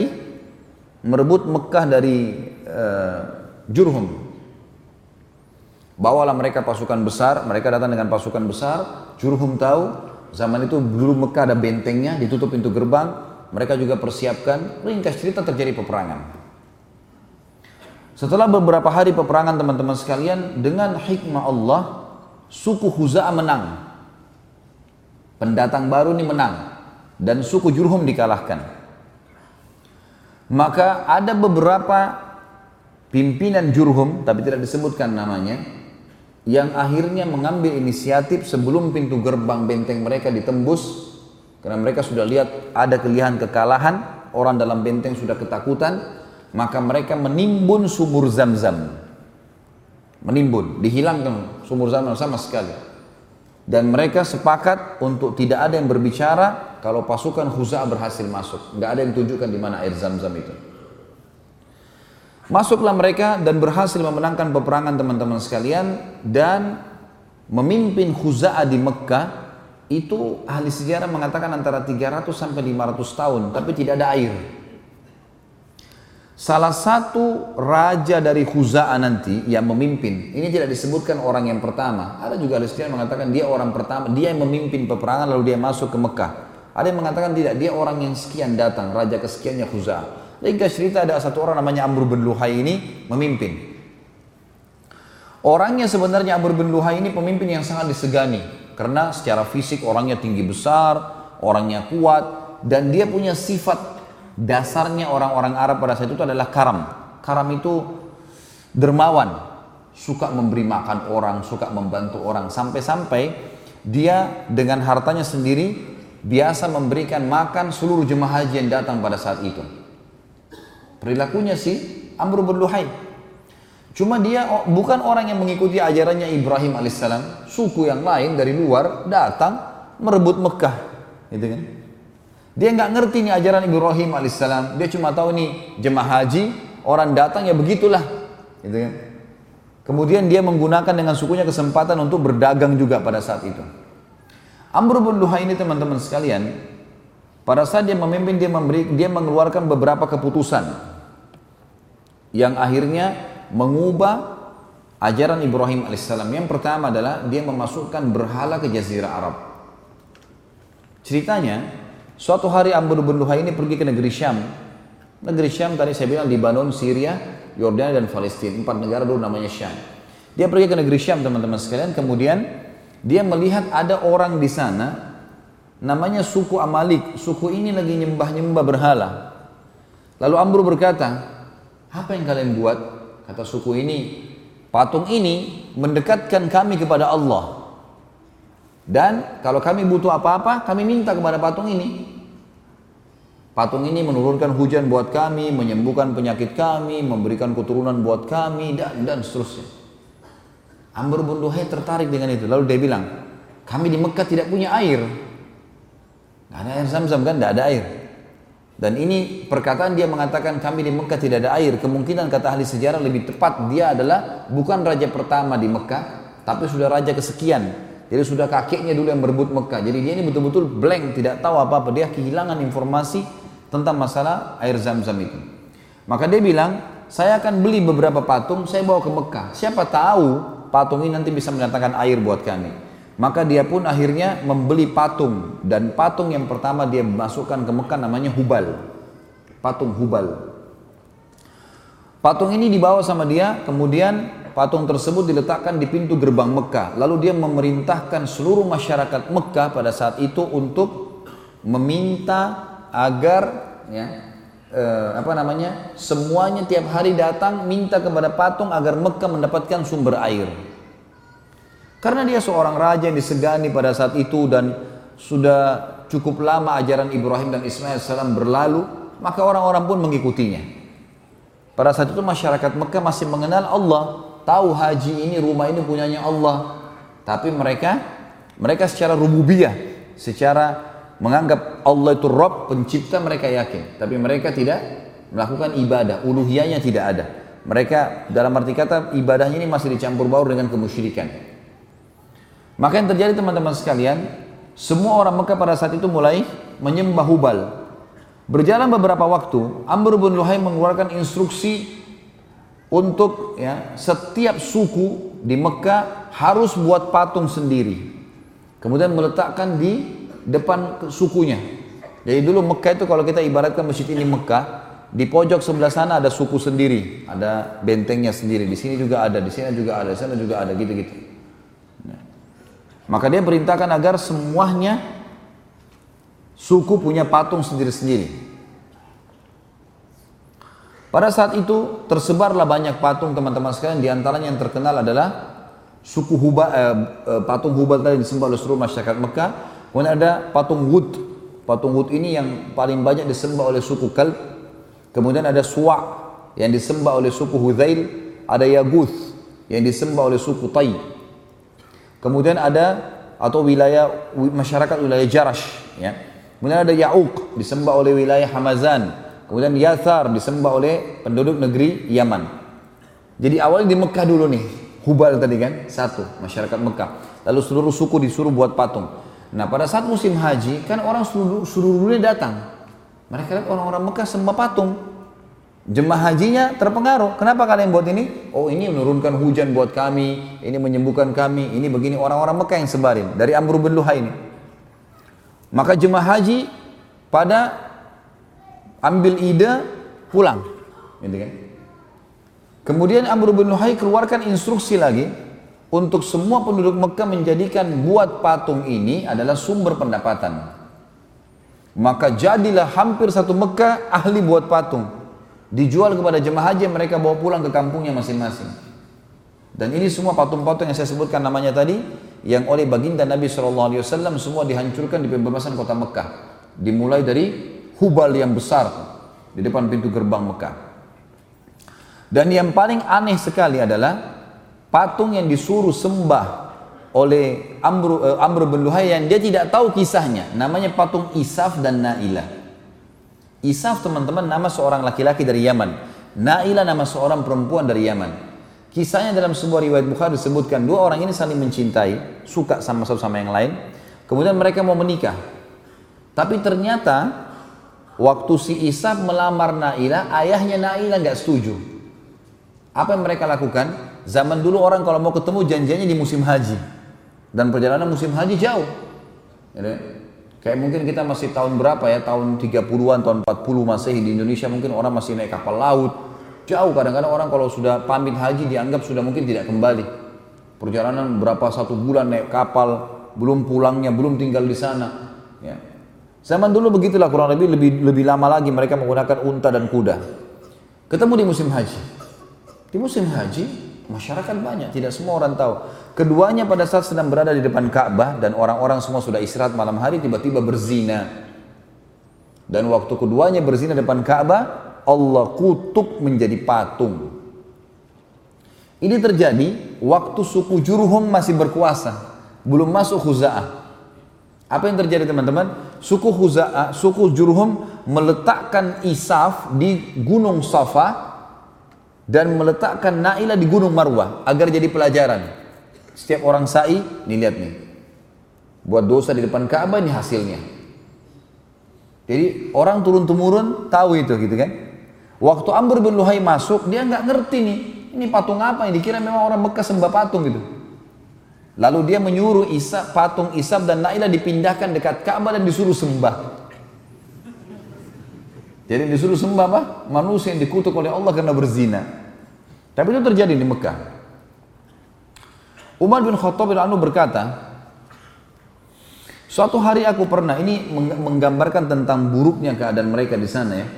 dari Jurhum. Bawalah mereka pasukan besar, mereka datang dengan pasukan besar. Jurhum tahu, zaman itu dulu Mekah ada bentengnya, ditutup pintu gerbang. Mereka juga persiapkan, ringkas cerita terjadi peperangan. Setelah beberapa hari peperangan teman-teman sekalian, dengan hikmah Allah, suku Khuza'ah menang. Pendatang baru ini menang. Dan suku Jurhum dikalahkan. Maka ada beberapa pimpinan Jurhum, tapi tidak disebutkan namanya, yang akhirnya mengambil inisiatif sebelum pintu gerbang benteng mereka ditembus, karena mereka sudah lihat ada kelihatan kekalahan, orang dalam benteng sudah ketakutan, maka mereka menimbun sumur Zam-Zam. Menimbun, dihilangkan sumur Zam-Zam sama sekali. Dan mereka sepakat untuk tidak ada yang berbicara kalau pasukan Khuza'ah berhasil masuk. Nggak ada yang tunjukkan di mana air Zam-Zam itu. Masuklah mereka dan berhasil memenangkan peperangan teman-teman sekalian, dan memimpin Khuza'ah di Mekah itu ahli sejarah mengatakan antara 300 sampai 500 tahun, tapi tidak ada air. Salah satu raja dari Khuza'ah nanti yang memimpin, ini tidak disebutkan orang yang pertama. Ada juga ahli sejarah mengatakan dia orang pertama, dia yang memimpin peperangan lalu dia masuk ke Mekah. Ada yang mengatakan tidak, dia orang yang sekian datang, raja kesekiannya Khuza'ah. Ringkas cerita ada satu orang namanya Amr bin Luhai ini memimpin. Orangnya sebenarnya Amr bin Luhai ini pemimpin yang sangat disegani. Karena secara fisik orangnya tinggi besar, orangnya kuat. Dan dia punya sifat dasarnya orang-orang Arab pada saat itu adalah karam. Karam itu dermawan. Suka memberi makan orang, suka membantu orang. Sampai-sampai dia dengan hartanya sendiri biasa memberikan makan seluruh jemaah haji yang datang pada saat itu. Perilakunya si Amr bin Luhai. Cuma dia bukan orang yang mengikuti ajarannya Ibrahim alaihissalam. Suku yang lain dari luar datang merebut Mekah, gitu kan? Dia nggak ngerti nih ajaran Ibrahim alaihissalam. Dia cuma tahu nih jemaah haji, orang datang ya begitulah, gitu kan? Kemudian dia menggunakan dengan sukunya kesempatan untuk berdagang juga pada saat itu. Amr bin Luhai ini teman-teman sekalian, pada saat dia memimpin, dia mengeluarkan beberapa keputusan yang akhirnya mengubah ajaran Ibrahim alaihissalam. Yang pertama adalah dia memasukkan berhala ke Jazirah Arab. Ceritanya, suatu hari Amr bin Luhai ini pergi ke negeri Syam. Negeri Syam tadi saya bilang Lebanon, Syria, Yordania dan Palestina. 4 negara dulu namanya Syam. Dia pergi ke negeri Syam teman-teman sekalian. Kemudian dia melihat ada orang di sana namanya suku Amalik. Suku ini lagi nyembah-nyembah berhala. Lalu Amr berkata, apa yang kalian buat? Kata suku ini, patung ini mendekatkan kami kepada Allah. Dan kalau kami butuh apa-apa, kami minta kepada patung ini. Patung ini menurunkan hujan buat kami, menyembuhkan penyakit kami, memberikan keturunan buat kami, dan seterusnya. Amr bin Luhai tertarik dengan itu. Lalu dia bilang, kami di Mekah tidak punya air. Nggak ada air Zam-Zam kan, tidak ada air. Dan ini perkataan dia mengatakan kami di Mekah tidak ada air. Kemungkinan kata ahli sejarah lebih tepat dia adalah bukan raja pertama di Mekah, tapi sudah raja kesekian. Jadi sudah kakeknya dulu yang berebut Mekah. Jadi dia ini betul-betul blank, tidak tahu apa-apa. Dia kehilangan informasi tentang masalah air Zam-Zam itu. Maka dia bilang, saya akan beli beberapa patung, saya bawa ke Mekah. Siapa tahu patung ini nanti bisa mendatangkan air buat kami. Maka dia pun akhirnya membeli patung. Dan patung yang pertama dia masukkan ke Mekah namanya Hubal. Patung Hubal. Patung ini dibawa sama dia, kemudian patung tersebut diletakkan di pintu gerbang Mekah. Lalu dia memerintahkan seluruh masyarakat Mekah pada saat itu untuk meminta agar semuanya tiap hari datang minta kepada patung agar Mekah mendapatkan sumber air. Karena dia seorang raja yang disegani pada saat itu dan sudah cukup lama ajaran Ibrahim dan Ismail AS berlalu, maka orang-orang pun mengikutinya. Pada saat itu masyarakat Mekah masih mengenal Allah, tahu haji ini, rumah ini punyanya Allah. Tapi mereka secara rububiyah, secara menganggap Allah itu Rabb, pencipta, mereka yakin. Tapi mereka tidak melakukan ibadah, uluhiyahnya tidak ada. Mereka dalam arti kata ibadahnya ini masih dicampur baur dengan kemusyrikan. Maka yang terjadi teman-teman sekalian, semua orang Mekah pada saat itu mulai menyembah Hubal. Berjalan beberapa waktu, Amr bin Luhai mengeluarkan instruksi untuk setiap suku di Mekah harus buat patung sendiri. Kemudian meletakkan di depan sukunya. Jadi dulu Mekah itu kalau kita ibaratkan masjid ini Mekah, di pojok sebelah sana ada suku sendiri, ada bentengnya sendiri. Di sini juga ada, di sini juga ada, di sana juga ada, gitu-gitu. Maka dia perintahkan agar semuanya suku punya patung sendiri-sendiri. Pada saat itu tersebarlah banyak patung teman-teman sekalian. Di antaranya yang terkenal adalah suku Hubal, patung Hubal tadi disembah oleh seluruh masyarakat Mekah. Kemudian ada patung Wud. Patung Wud ini yang paling banyak disembah oleh suku Kalb. Kemudian ada Suwa' yang disembah oleh suku Hudzail. Ada Yaguth yang disembah oleh suku Tai. Kemudian ada masyarakat wilayah Jarash, Kemudian ada Ya'uq disembah oleh wilayah Hamazan. Kemudian Yathar disembah oleh penduduk negeri Yaman. Jadi awalnya di Mekah dulu nih, Hubal tadi kan, satu masyarakat Mekah. Lalu seluruh suku disuruh buat patung. Nah pada saat musim haji kan orang seluruh dunia datang. Mereka lihat orang-orang Mekah sembah patung. Jemaah hajinya terpengaruh. Kenapa kalian buat ini? Oh ini menurunkan hujan buat kami, ini menyembuhkan kami, ini begini. Orang-orang Mekah yang sebarin dari Amr bin Luhai ini. Maka jemaah haji pada ambil ide pulang, gitu kan? Kemudian Amr bin Luhai keluarkan instruksi lagi untuk semua penduduk Mekah menjadikan buat patung ini adalah sumber pendapatan. Maka jadilah hampir satu Mekah ahli buat patung. Dijual kepada jemaah haji yang mereka bawa pulang ke kampungnya masing-masing. Dan ini semua patung-patung yang saya sebutkan namanya tadi, yang oleh baginda Nabi SAW semua dihancurkan di pembebasan kota Mekah. Dimulai dari Hubal yang besar di depan pintu gerbang Mekah. Dan yang paling aneh sekali adalah patung yang disuruh sembah oleh Amr bin Luhai yang dia tidak tahu kisahnya. Namanya patung Isaf dan Nailah. Isaf teman-teman nama seorang laki-laki dari Yaman. Nailah nama seorang perempuan dari Yaman. Kisahnya dalam sebuah riwayat Bukhari disebutkan dua orang ini saling mencintai, suka sama satu sama yang lain. Kemudian mereka mau menikah. Tapi ternyata waktu si Isaf melamar Nailah, ayahnya Nailah nggak setuju. Apa yang mereka lakukan? Zaman dulu orang kalau mau ketemu janjiannya di musim haji. Dan perjalanan musim haji jauh. Kayak mungkin kita masih tahun berapa ya, tahun 30-an, tahun 40 Masehi di Indonesia mungkin orang masih naik kapal laut. Jauh, kadang-kadang orang kalau sudah pamit haji dianggap sudah mungkin tidak kembali. Perjalanan berapa, 1 bulan naik kapal, belum pulangnya, belum tinggal di sana. Ya. Zaman dulu begitulah, kurang lebih lama lagi mereka menggunakan unta dan kuda. Ketemu di musim haji. Di musim haji, masyarakat banyak, tidak semua orang tahu. Keduanya pada saat sedang berada di depan Ka'bah dan orang-orang semua sudah istirahat malam hari, tiba-tiba berzina. Dan waktu keduanya berzina depan Ka'bah, Allah kutuk menjadi patung. Ini terjadi waktu suku Jurhum masih berkuasa, belum masuk Khuza'ah. Apa yang terjadi teman-teman? Suku Jurhum meletakkan Isaf di Gunung Safa dan meletakkan Nailah di Gunung Marwah agar jadi pelajaran. Setiap orang sa'i, nih lihat nih, buat dosa di depan Ka'bah, ini hasilnya. Jadi orang turun-temurun tahu itu gitu kan. Waktu Amr bin Luhai masuk, dia nggak ngerti nih, ini patung apa yang dikira memang orang Mekah sembah patung gitu. Lalu dia menyuruh patung Isaf dan Nailah dipindahkan dekat Ka'bah dan disuruh sembah. Jadi disuruh sembah apa? Manusia yang dikutuk oleh Allah karena berzina. Tapi itu terjadi di Mekah. Umar bin Khattab radhiyallahu anhu berkata, suatu hari aku pernah, ini menggambarkan tentang buruknya keadaan mereka di sana ya.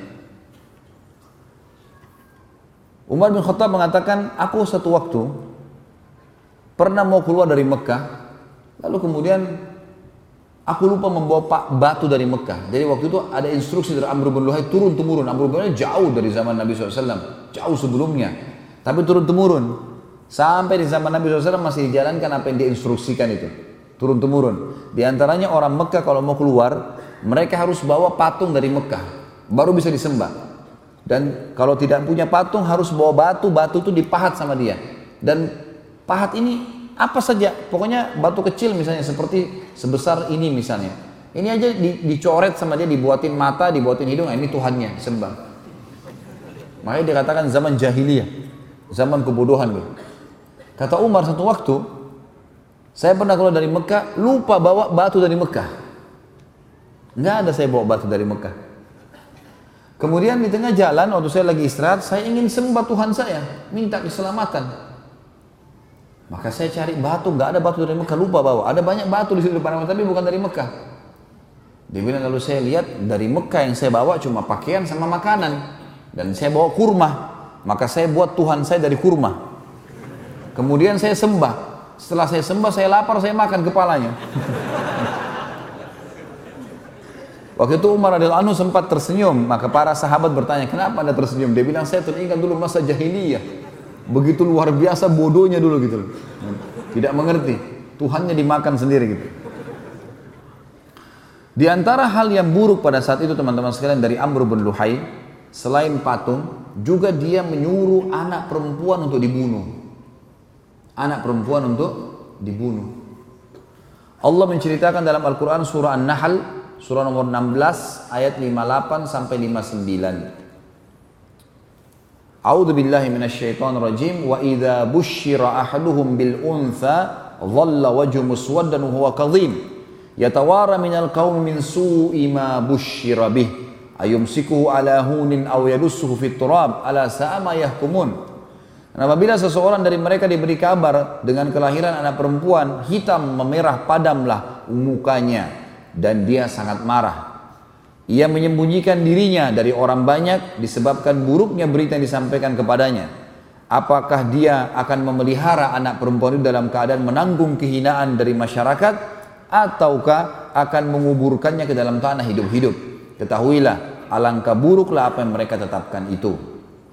Umar bin Khattab mengatakan, aku satu waktu pernah mau keluar dari Mekah, lalu kemudian aku lupa membawa batu dari Mekah. Jadi waktu itu ada instruksi dari Amr bin Luhai turun-temurun. Amr bin Luhai jauh dari zaman Nabi SAW, jauh sebelumnya, tapi turun-temurun. Sampai di zaman Nabi SAW masih dijalankan apa yang diinstruksikan itu, turun-temurun. Di antaranya orang Mekah kalau mau keluar, mereka harus bawa patung dari Mekah, baru bisa disembah. Dan kalau tidak punya patung harus bawa batu itu dipahat sama dia. Dan pahat ini apa saja, pokoknya batu kecil misalnya seperti sebesar ini misalnya. Ini aja dicoret sama dia, dibuatin mata, dibuatin hidung, ini Tuhannya, sembah. Makanya dikatakan zaman jahiliyah, zaman kebodohan gitu. Kata Umar satu waktu, saya pernah keluar dari Mekah, lupa bawa batu dari Mekah. Nggak ada saya bawa batu dari Mekah. Kemudian di tengah jalan, waktu saya lagi istirahat, saya ingin sembah Tuhan saya, minta keselamatan. Maka saya cari batu, nggak ada batu dari Mekah, lupa bawa. Ada banyak batu di situ depan, tapi bukan dari Mekah. Dia bilang, lalu saya lihat dari Mekah yang saya bawa cuma pakaian sama makanan. Dan saya bawa kurma, maka saya buat Tuhan saya dari kurma. Kemudian saya sembah. Setelah saya sembah, saya lapar, saya makan kepalanya. Waktu itu Umar radhiyallahu anhu sempat tersenyum. Maka para sahabat bertanya, kenapa anda tersenyum? Dia bilang, saya teringat dulu masa jahiliyah. Begitu luar biasa bodohnya dulu gitu. Tidak mengerti. Tuhannya dimakan sendiri gitu. Di antara hal yang buruk pada saat itu teman-teman sekalian dari Amr bin Luhai, selain patung, juga dia menyuruh anak perempuan untuk dibunuh. Anak perempuan untuk dibunuh. Allah menceritakan dalam Al-Quran surah An-Nahl, surah nomor 16 ayat 58 sampai 59. A'udzu billahi minasyaitonir rajim. Wa idza busyira ahaduhum bil untha dhalla wajhu muswaddan wa huwa kadhim yatawara minal qaumi min su'i ma busyira bih ayumsikuhu ala hunin aw yadussuhu fit turab ala sa'a ma yahkumun. Dan apabila seseorang dari mereka diberi kabar dengan kelahiran anak perempuan, hitam memerah padamlah mukanya dan dia sangat marah. Ia menyembunyikan dirinya dari orang banyak disebabkan buruknya berita yang disampaikan kepadanya. Apakah dia akan memelihara anak perempuan itu dalam keadaan menanggung kehinaan dari masyarakat, ataukah akan menguburkannya ke dalam tanah hidup-hidup? Ketahuilah, alangkah buruklah apa yang mereka tetapkan itu.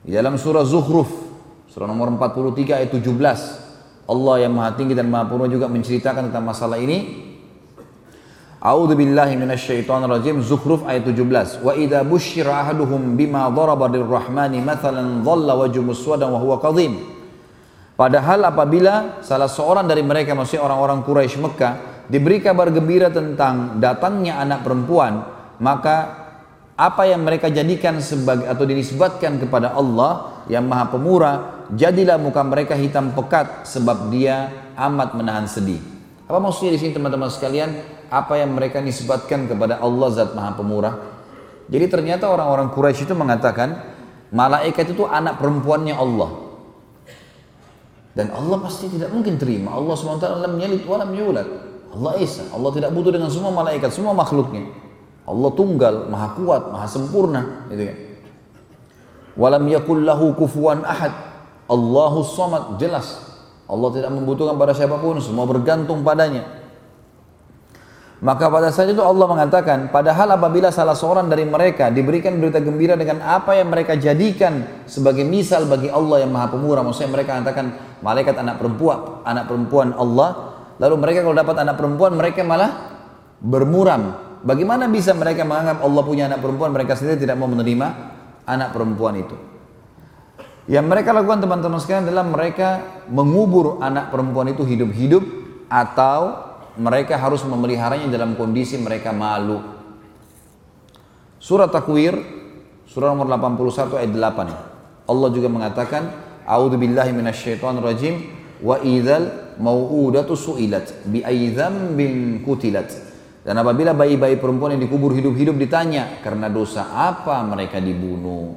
Di dalam surah Zukhruf, surah nomor 43 ayat 17, Allah yang Maha Tinggi dan Maha Purba juga menceritakan tentang masalah ini. A'udzu billahi minasyaitonir rajim. Zukhruf ayat 17. Wa idza busyira ahaduhum bima daraba lirrahmani mathalan dhalla wajhuhu muswaddan wa huwa kadhim. Padahal apabila salah seorang dari mereka, maksudnya orang-orang Quraisy Mekah, diberi kabar gembira tentang datangnya anak perempuan, maka apa yang mereka jadikan sebagai atau dinisbatkan kepada Allah yang Maha Pemurah, jadilah muka mereka hitam pekat sebab Dia amat menahan sedih. Apa maksudnya di sini teman-teman sekalian? Apa yang mereka nisbatkan kepada Allah Zat Maha Pemurah? Jadi ternyata orang-orang Quraisy itu mengatakan malaikat itu anak perempuannya Allah. Dan Allah pasti tidak mungkin terima. Allah SWT lam yalid wa lam yulad. Allah Esa. Allah tidak butuh dengan semua malaikat, semua makhluknya. Allah tunggal, maha kuat, maha sempurna, gitu kan. Walam yakul lahu kufuwan ahad. Allahus samad, jelas. Allah tidak membutuhkan pada siapapun, semua bergantung padanya. Maka pada saat itu Allah mengatakan, padahal apabila salah seorang dari mereka diberikan berita gembira dengan apa yang mereka jadikan sebagai misal bagi Allah yang Maha Pemurah, maksudnya mereka mengatakan malaikat anak perempuan Allah, lalu mereka kalau dapat anak perempuan mereka malah bermuram. Bagaimana bisa mereka menganggap Allah punya anak perempuan, mereka sendiri tidak mau menerima anak perempuan itu? Yang mereka lakukan teman-teman sekalian adalah mereka mengubur anak perempuan itu hidup-hidup, atau mereka harus memeliharanya dalam kondisi mereka malu. Surah Takwir, surah nomor 81 ayat 8. Allah juga mengatakan, A'udzu billahi minasyaitonir rajim, wa idzal mau'udatu su'ilat bi ayyi dzambin qutilat. Dan apabila bayi-bayi perempuan yang dikubur hidup-hidup ditanya karena dosa apa mereka dibunuh.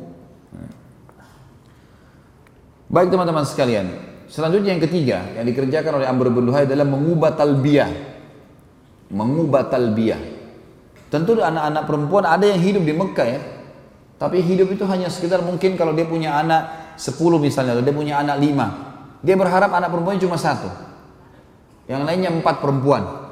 Baik teman-teman sekalian, selanjutnya yang ketiga yang dikerjakan oleh Amr bin Luhai adalah mengubah talbiyah. Mengubah talbiyah. Tentu anak-anak perempuan ada yang hidup di Mekah ya, tapi hidup itu hanya sekitar mungkin kalau dia punya anak 10 misalnya, atau dia punya anak 5, dia berharap anak perempuannya cuma 1, yang lainnya 4 perempuan.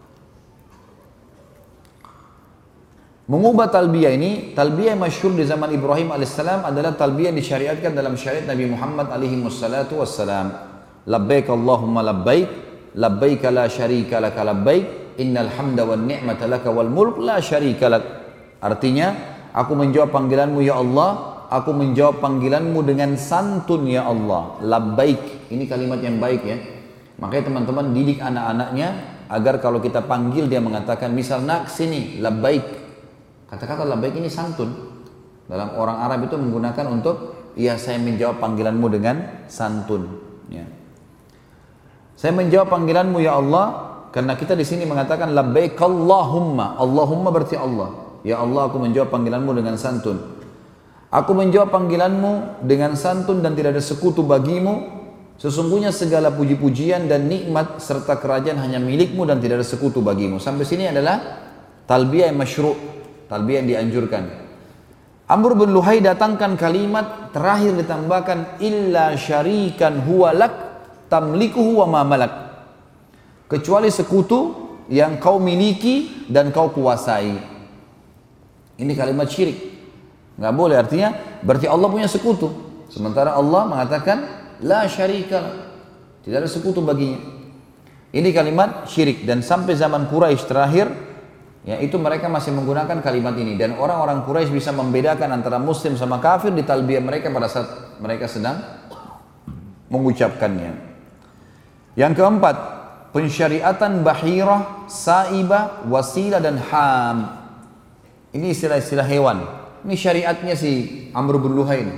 Mengubah talbiyah ini, talbiyah yang masyhur di zaman Ibrahim alaihissalam adalah talbiyah yang disyariatkan dalam syariat Nabi Muhammad alaihi wassalatu wassalam. Labbaik Allahumma labbaik, labbaik la syarika laka labbaik, innal hamda wan ni'mata laka wal mulk la syarika lak. Artinya, aku menjawab panggilanmu ya Allah, aku menjawab panggilanmu dengan santun ya Allah. Labbaik, ini kalimat yang baik ya. Makanya teman-teman didik anak-anaknya agar kalau kita panggil dia mengatakan misal nak sini, labbaik. Kata-kata labbaik ini santun. Dalam orang Arab itu menggunakan untuk, ya saya menjawab panggilanmu dengan santun. Ya. Saya menjawab panggilanmu ya Allah, karena kita di sini mengatakan labbaik Allahumma. Allahumma berarti Allah. Ya Allah, aku menjawab panggilanmu dengan santun. Aku menjawab panggilanmu dengan santun dan tidak ada sekutu bagimu. Sesungguhnya segala puji-pujian dan nikmat serta kerajaan hanya milikmu dan tidak ada sekutu bagimu. Sampai sini adalah talbiyah yang masyru'. Talbiyah yang dianjurkan. Amr bin Luhai datangkan kalimat terakhir ditambahkan illa syarikan huwa lak tamlikuhu wa ma malak. Kecuali sekutu yang kau miliki dan kau kuasai. Ini kalimat syirik. Enggak boleh, artinya berarti Allah punya sekutu. Sementara Allah mengatakan la syarika, tidak ada sekutu baginya. Ini kalimat syirik dan sampai zaman Quraisy terakhir ya itu mereka masih menggunakan kalimat ini, dan orang-orang Quraisy bisa membedakan antara muslim sama kafir di talbiyah mereka pada saat mereka sedang mengucapkannya. Yang keempat, pensyariatan bahirah, saibah, wasilah dan ham. Ini istilah-istilah hewan. Ini syariatnya si Amr bin Luhai ini.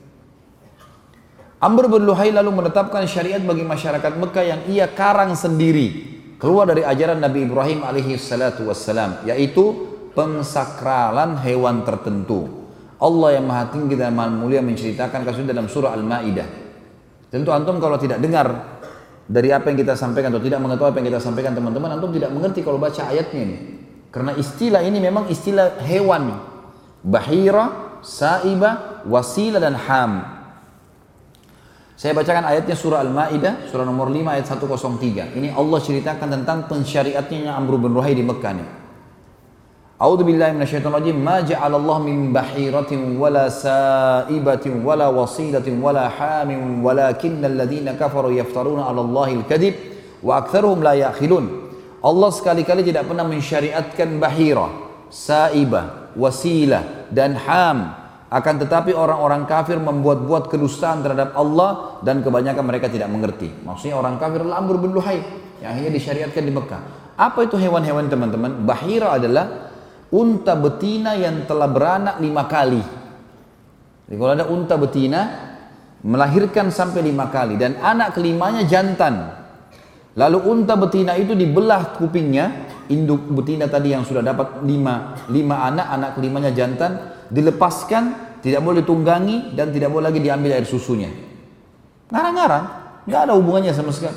Amr bin Luhai lalu menetapkan syariat bagi masyarakat Mekah yang ia karang sendiri, keluar dari ajaran Nabi Ibrahim alaihi salatu wassalam, yaitu pensakralan hewan tertentu. Allah yang Maha Tinggi dan Maha Mulia menceritakan kasus dalam surah Al-Maidah. Tentu antum kalau tidak dengar dari apa yang kita sampaikan atau tidak mengetahui apa yang kita sampaikan teman-teman, antum tidak mengerti kalau baca ayatnya ini. Karena istilah ini memang istilah hewan. Bahira, saibah, wasilah dan ham. Saya bacakan ayatnya surah Al-Maidah, surah nomor 5 ayat 103. Ini Allah ceritakan tentang pensyariatnya Amr bin Luhai di Mekah nih. A'udzu billahi minasyaitonir rajim. Ma ja'alallahu min bahiratin wala sa'ibatin wala wasilatin wala hamin walakinnal ladzina kafaru yaftaruna 'ala Allahil kadzib wa aktsaruhum la ya'qilun. Allah sekali-kali tidak pernah mensyariatkan bahira, sa'ibah, wasilah dan ham. Akan tetapi orang-orang kafir membuat-buat kedustaan terhadap Allah dan kebanyakan mereka tidak mengerti. Maksudnya orang kafir al-amr bin luhai yang akhirnya disyariatkan di Mekah. Apa itu hewan-hewan teman-teman? Bahira adalah unta betina yang telah beranak 5 kali. Jadi kalau ada unta betina melahirkan sampai 5 kali dan anak kelimanya jantan. Lalu unta betina itu dibelah kupingnya, induk betina tadi yang sudah dapat 5 anak, anak kelimanya jantan, dilepaskan, tidak boleh ditunggangi dan tidak boleh lagi diambil air susunya. Ngarang-ngarang, nggak ada hubungannya sama sekali.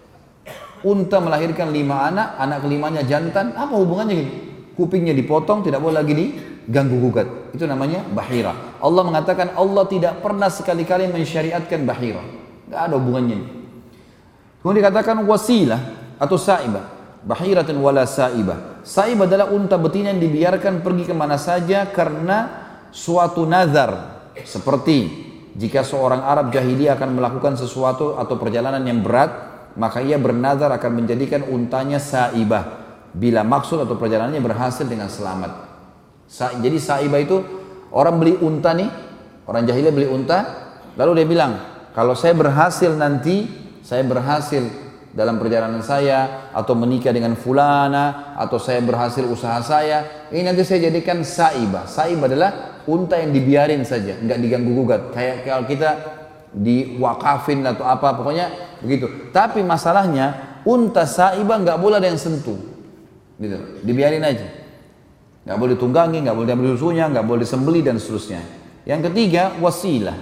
Unta melahirkan 5 anak, anak kelimanya jantan, apa hubungannya gini? Kupingnya dipotong, tidak boleh lagi diganggu gugat. Itu namanya bahira. Allah mengatakan Allah tidak pernah sekali-kali mensyariatkan bahira. Tidak ada hubungannya. Kemudian dikatakan wasilah atau sa'ibah. Bahiratin wala sa'ibah. Sa'ibah adalah unta betina yang dibiarkan pergi kemana saja karena suatu nazar. Seperti jika seorang Arab jahiliyah akan melakukan sesuatu atau perjalanan yang berat, maka ia bernazar akan menjadikan untanya sa'ibah. Bila maksud atau perjalanannya berhasil dengan selamat. Jadi sa'ibah itu orang beli unta nih, orang jahiliyah beli unta, lalu dia bilang, kalau saya berhasil nanti, saya berhasil dalam perjalanan saya, atau menikah dengan fulana, atau saya berhasil usaha saya, ini nanti saya jadikan sa'ibah. Sa'ibah adalah unta yang dibiarin saja, nggak diganggu gugat. Kayak kalau kita diwakafin atau apa, pokoknya begitu. Tapi masalahnya, unta sa'ibah nggak boleh ada yang sentuh. Gitu, dibiarin aja, nggak boleh tunggangi, nggak boleh diambil susunya, nggak boleh disembeli dan seterusnya. Yang ketiga wasilah.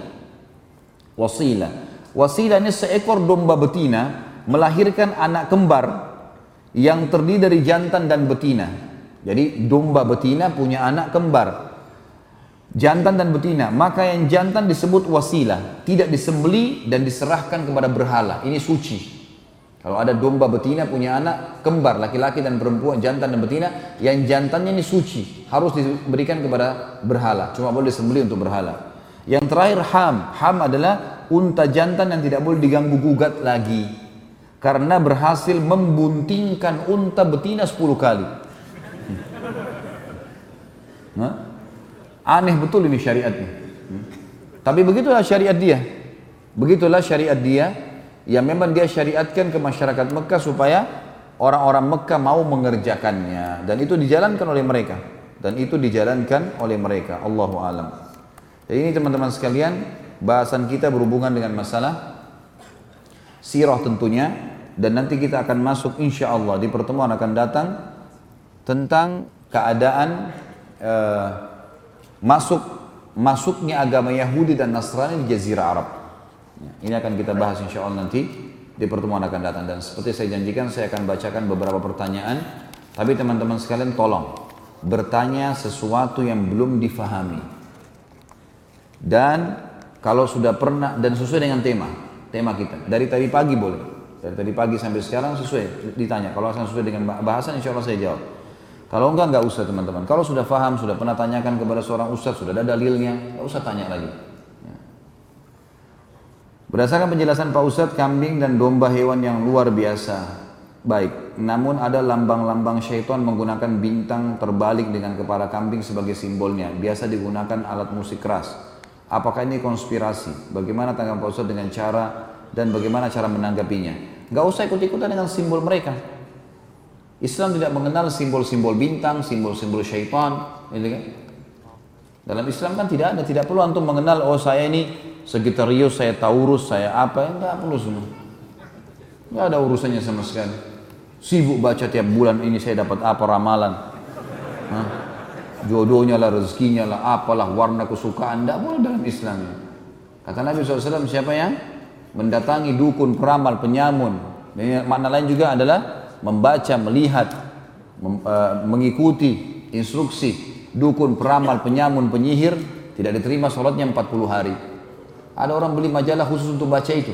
Wasilah ini seekor domba betina melahirkan anak kembar yang terdiri dari jantan dan betina. Jadi domba betina punya anak kembar, jantan dan betina. Maka yang jantan disebut wasilah, tidak disembeli dan diserahkan kepada berhala. Ini suci. Kalau ada domba betina punya anak kembar, laki-laki dan perempuan, jantan dan betina, yang jantannya ini suci, harus diberikan kepada berhala, cuma boleh disembelih untuk berhala. Yang terakhir ham adalah unta jantan yang tidak boleh diganggu gugat lagi, karena berhasil membuntingkan unta betina 10 kali. Aneh betul ini syariatnya. Tapi begitulah syariat dia. Yang memang dia syariatkan ke masyarakat Mekah supaya orang-orang Mekah mau mengerjakannya, dan itu dijalankan oleh mereka. Allahu a'lam. Jadi ini teman-teman sekalian, bahasan kita berhubungan dengan masalah sirah tentunya, dan nanti kita akan masuk insyaallah di pertemuan akan datang tentang keadaan masuknya agama Yahudi dan Nasrani di Jazirah Arab. Ini akan kita bahas insya Allah nanti di pertemuan akan datang. Dan seperti saya janjikan, saya akan bacakan beberapa pertanyaan. Tapi teman-teman sekalian tolong bertanya sesuatu yang belum difahami. Dan kalau sudah pernah, dan sesuai dengan tema kita. Dari tadi pagi boleh. Dari tadi pagi sampai sekarang sesuai ditanya. Kalau sesuai dengan bahasan insya Allah saya jawab. Kalau enggak usah teman-teman. Kalau sudah faham, sudah pernah tanyakan kepada seorang ustaz, sudah ada dalilnya, enggak usah tanya lagi. Berdasarkan penjelasan Pak Ustadz, kambing dan domba hewan yang luar biasa baik. Namun ada lambang-lambang syaitan menggunakan bintang terbalik dengan kepala kambing sebagai simbolnya. Biasa digunakan alat musik keras. Apakah ini konspirasi? Bagaimana tanggapan Pak Ustadz dengan cara dan bagaimana cara menanggapinya? Gak usah ikut-ikutan dengan simbol mereka. Islam tidak mengenal simbol-simbol bintang, simbol-simbol syaitan. Gitu kan? Dalam Islam kan tidak perlu antum mengenal, oh saya ini Sagittarius, saya Taurus, saya apa, enggak perlu semua. Enggak ada urusannya sama sekali. Sibuk baca tiap bulan ini saya dapat apa ramalan. Jodohnya lah, rezekinya lah, apalah, warna kesukaan, enggak boleh dalam Islam. Kata Nabi SAW, siapa yang mendatangi dukun, peramal, penyamun. Dan makna lain juga adalah membaca, melihat, mengikuti instruksi dukun, peramal, penyamun, penyihir, tidak diterima sholatnya 40 hari. Ada orang beli majalah khusus untuk baca itu.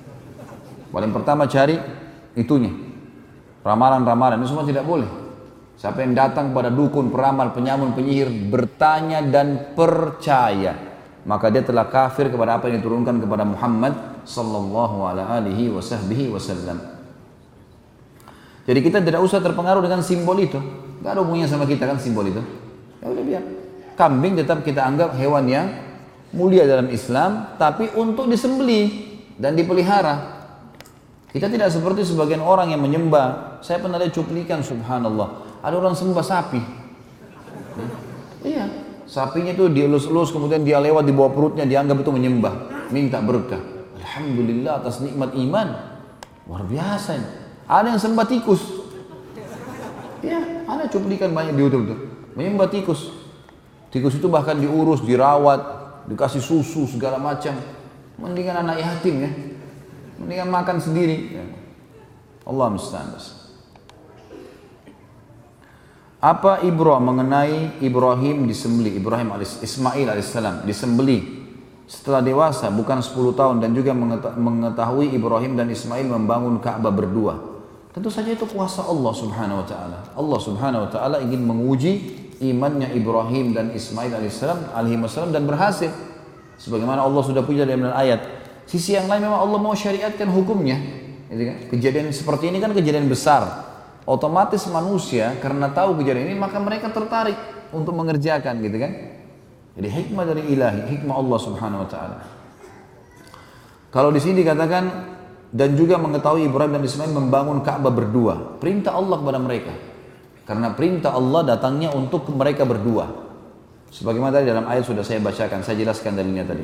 Paling pertama cari itunya, ramalan-ramalan, itu semua tidak boleh. Siapa yang datang kepada dukun, peramal, penyamun, penyihir, bertanya dan percaya, maka dia telah kafir kepada apa yang diturunkan kepada Muhammad sallallahu alaihi wasallam. Jadi kita tidak usah terpengaruh dengan simbol itu. Gak ada hubungannya sama kita kan simbol itu. Ya udah biar. Kambing tetap kita anggap hewan yang mulia dalam Islam, tapi untuk disembelih dan dipelihara. Kita tidak seperti sebagian orang yang menyembah. Saya pernah lihat cuplikan, subhanallah. Ada orang sembah sapi. Iya, sapinya itu dielus-elus, kemudian dia lewat di bawah perutnya, dianggap itu menyembah, minta berkah. Alhamdulillah atas nikmat iman. Luar biasa ini. Ada yang sembah tikus. Ya, ada cuplikan banyak di YouTube tuh. Menyembah tikus. Tikus itu bahkan diurus, dirawat, dikasih susu segala macam. Mendingan anak yatim ya. Mendingan makan sendiri. Allah musta'an. Apa ibrah mengenai Ibrahim disembelih, Ismail alaihissalam disembelih setelah dewasa bukan 10 tahun dan juga mengetahui Ibrahim dan Ismail membangun Ka'bah berdua. Tentu saja itu kuasa Allah subhanahu wa ta'ala. Allah subhanahu wa ta'ala ingin menguji imannya Ibrahim dan Ismail alaihissalam dan berhasil. Sebagaimana Allah sudah punya dalam ayat. Sisi yang lain memang Allah mau syariatkan hukumnya. Kejadian seperti ini kan kejadian besar. Otomatis manusia karena tahu kejadian ini maka mereka tertarik untuk mengerjakan gitu kan. Jadi hikmah dari ilahi, hikmah Allah subhanahu wa ta'ala. Kalau di sini dikatakan dan juga mengetahui Ibrahim dan Ismail membangun Ka'bah berdua. Perintah Allah kepada mereka. Karena perintah Allah datangnya untuk mereka berdua. Sebagaimana tadi dalam ayat sudah saya bacakan, saya jelaskan dalilnya tadi.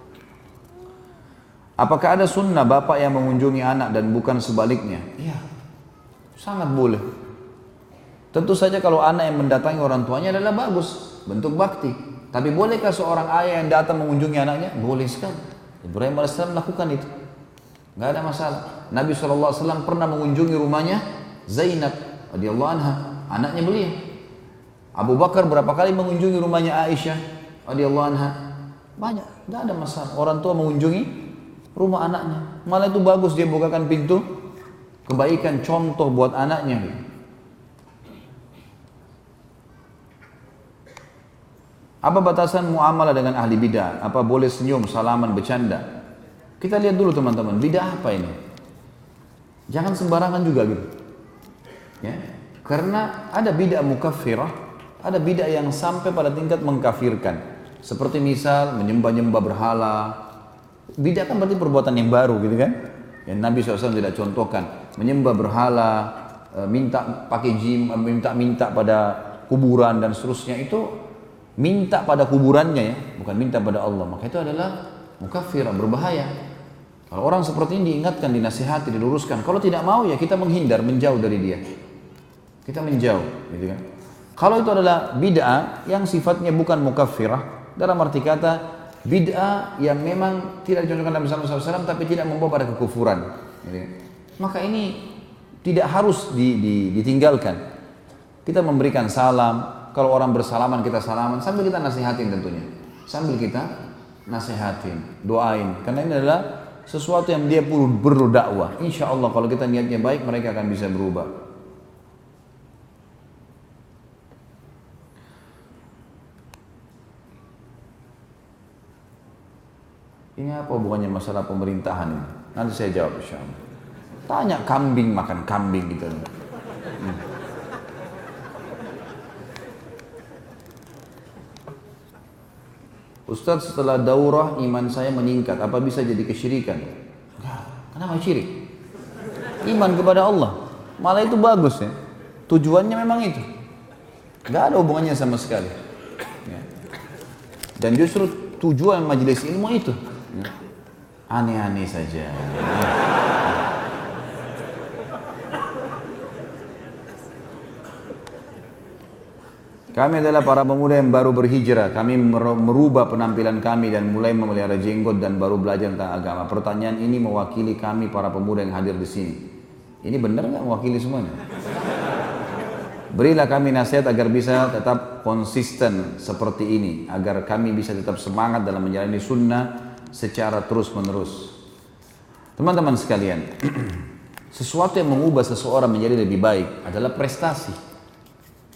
Apakah ada sunnah bapak yang mengunjungi anak dan bukan sebaliknya? Iya, sangat boleh. Tentu saja kalau anak yang mendatangi orang tuanya adalah bagus, bentuk bakti. Tapi bolehkah seorang ayah yang datang mengunjungi anaknya? Boleh sekali. Ibrahim AS melakukan itu. Gak ada masalah. Nabi SAW pernah mengunjungi rumahnya Zainab radhiyallahu anha, anaknya beliau. Abu Bakar berapa kali mengunjungi rumahnya Aisyah radhiyallahu anha. Banyak, gak ada masalah. Orang tua mengunjungi rumah anaknya. Malah itu bagus, dia bukakan pintu kebaikan, contoh buat anaknya. Apa batasan muamalah dengan ahli bidah? Apa boleh senyum, salaman, bercanda? Kita lihat dulu teman-teman, bidah apa ini? Jangan sembarangan juga gitu. Ya, karena ada bidah mukaffirah, ada bidah yang sampai pada tingkat mengkafirkan. Seperti misal menyembah-nyembah berhala. Bidah kan berarti perbuatan yang baru gitu kan? Yang Nabi SAW tidak contohkan. Menyembah berhala, minta pakai jim, minta pada kuburan dan seterusnya, itu minta pada kuburannya ya, bukan minta pada Allah. Maka itu adalah mukaffirah, berbahaya. Kalau orang seperti ini diingatkan, dinasihati, diluruskan. Kalau tidak mau ya kita menghindar, menjauh dari dia. Kita menjauh, gitu kan? Kalau itu adalah bid'ah yang sifatnya bukan mukaffirah, dalam arti kata bid'ah yang memang tidak dicontohkan Nabi SAW tapi tidak membawa pada kekufuran, gitu kan? Maka ini tidak harus ditinggalkan. Kita memberikan salam. Kalau orang bersalaman kita salaman sambil kita nasihatin tentunya. Sambil kita nasihatin, doain. Karena ini adalah sesuatu yang dia perlu dakwah. Insya Allah kalau kita niatnya baik mereka akan bisa berubah. Ini apa hubungannya masalah pemerintahan ini? Nanti saya jawab insya Allah. Tanya kambing makan kambing gitu. Ustaz, setelah daurah iman saya meningkat, apa bisa jadi kesyirikan? Enggak, kenapa syirik? Iman kepada Allah, malah itu bagus ya. Tujuannya memang itu, enggak ada hubungannya sama sekali. Ya. Dan justru tujuan majelis ilmu itu, ya. Aneh-aneh saja. Kami adalah para pemuda yang baru berhijrah. Kami merubah penampilan kami dan mulai memelihara jenggot dan baru belajar tentang agama. Pertanyaan ini mewakili kami para pemuda yang hadir di sini. Ini benar nggak mewakili semuanya? Berilah kami nasihat agar bisa tetap konsisten seperti ini, agar kami bisa tetap semangat dalam menjalani sunnah secara terus menerus. Teman-teman sekalian, sesuatu yang mengubah seseorang menjadi lebih baik adalah prestasi.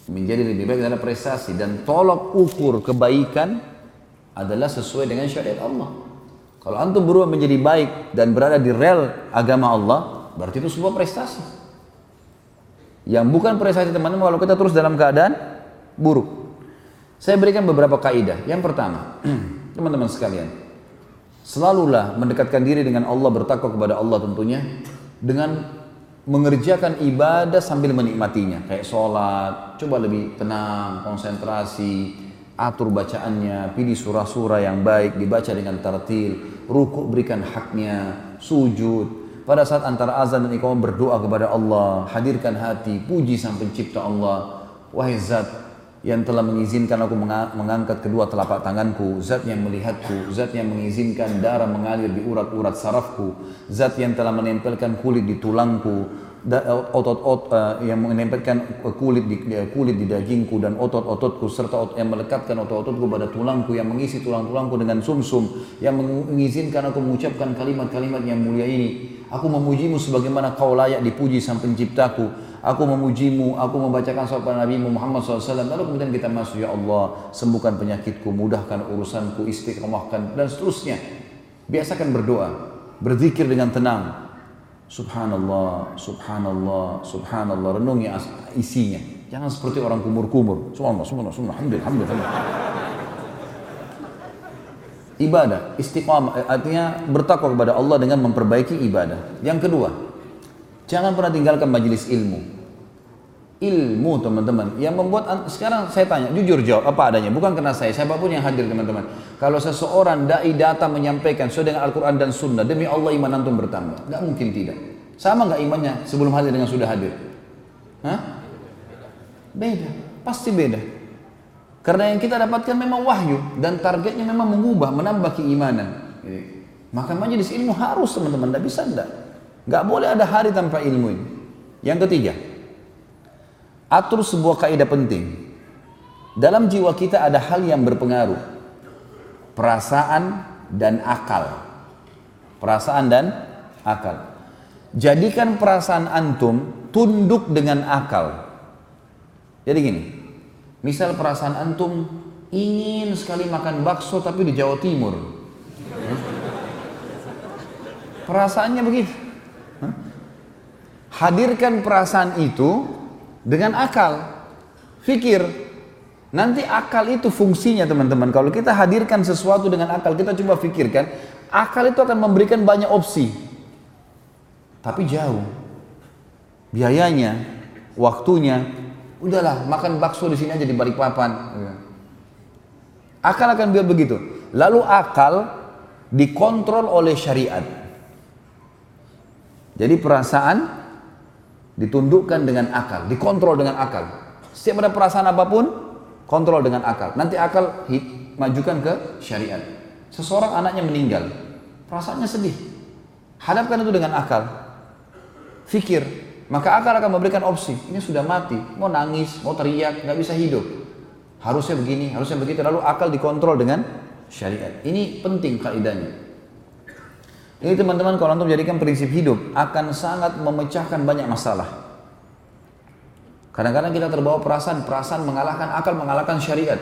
menjadi lebih baik adalah prestasi, dan tolok ukur kebaikan adalah sesuai dengan syariat Allah. Kalau antum berubah menjadi baik dan berada di rel agama Allah, berarti itu sebuah prestasi. Yang bukan prestasi teman-teman kalau kita terus dalam keadaan buruk. Saya berikan beberapa kaidah. Yang pertama, teman-teman sekalian, selalulah mendekatkan diri dengan Allah, bertakwa kepada Allah tentunya, dengan mengerjakan ibadah sambil menikmatinya. Kayak sholat, coba lebih tenang, konsentrasi, atur bacaannya, pilih surah-surah yang baik, dibaca dengan tartil, rukuk berikan haknya, sujud. Pada saat antara azan dan iqamah berdoa kepada Allah, hadirkan hati, puji sang pencipta Allah. Wahai zat yang telah mengizinkan aku mengangkat kedua telapak tanganku, zat yang melihatku, zat yang mengizinkan darah mengalir di urat-urat sarafku, zat yang telah menempelkan kulit di tulangku, yang menempelkan kulit di dagingku dan otot-ototku, serta yang melekatkan otot-ototku pada tulangku, yang mengisi tulang-tulangku dengan sumsum, yang mengizinkan aku mengucapkan kalimat-kalimat yang mulia ini. Aku memujimu sebagaimana kau layak dipuji sang penciptaku. Aku memujimu, aku membacakan salawat pada Nabi Muhammad SAW. Lalu kemudian kita masuk, ya Allah, sembuhkan penyakitku, mudahkan urusanku, istiqomahkan, dan seterusnya. Biasakan berdoa, berzikir dengan tenang. Subhanallah, subhanallah, subhanallah. Renungi isinya. Jangan seperti orang kumur-kumur. Subhanallah, subhanallah, subhanallah, alhamdulillah. Ibadah, istiqamah, artinya bertakwa kepada Allah dengan memperbaiki ibadah. Yang kedua, jangan pernah tinggalkan majelis ilmu. Ilmu teman-teman, yang membuat, sekarang saya tanya, jujur jawab apa adanya, bukan karena saya, siapapun yang hadir teman-teman. Kalau seseorang dai datang menyampaikan sesuai dengan Al-Quran dan Sunnah, demi Allah iman antum bertambah. Gak mungkin tidak. Sama gak imannya sebelum hadir dengan sudah hadir? Hah? Beda, pasti beda. Karena yang kita dapatkan memang wahyu, dan targetnya memang mengubah, menambah keimanan. Maka majelis ilmu harus teman-teman, tidak bisa tidak. Gak boleh ada hari tanpa ilmu ini. Yang ketiga, atur sebuah kaidah penting. Dalam jiwa kita ada hal yang berpengaruh. Perasaan dan akal. Perasaan dan akal. Jadikan perasaan antum tunduk dengan akal. Jadi gini, misal perasaan antum ingin sekali makan bakso tapi di Jawa Timur. Perasaannya begitu. Hadirkan perasaan itu dengan akal. Fikir. Nanti akal itu fungsinya teman-teman. Kalau kita hadirkan sesuatu dengan akal, kita coba fikirkan. Akal itu akan memberikan banyak opsi. Tapi jauh. Biayanya, waktunya. Udahlah, makan bakso di sini aja di Balikpapan. Akal akan biar begitu. Lalu akal dikontrol oleh syariat. Jadi perasaan ditundukkan dengan akal, dikontrol dengan akal. Setiap ada perasaan apapun, kontrol dengan akal. Nanti akal majukan ke syariat. Seseorang anaknya meninggal, perasaannya sedih. Hadapkan itu dengan akal. Fikir, maka akal akan memberikan opsi. Ini sudah mati, mau nangis, mau teriak, nggak bisa hidup. Harusnya begini, harusnya begitu. Lalu akal dikontrol dengan syariat. Ini penting kaidahnya. Ini teman-teman, kalau antum jadikan prinsip hidup, akan sangat memecahkan banyak masalah. Kadang-kadang kita terbawa perasaan mengalahkan akal, mengalahkan syariat.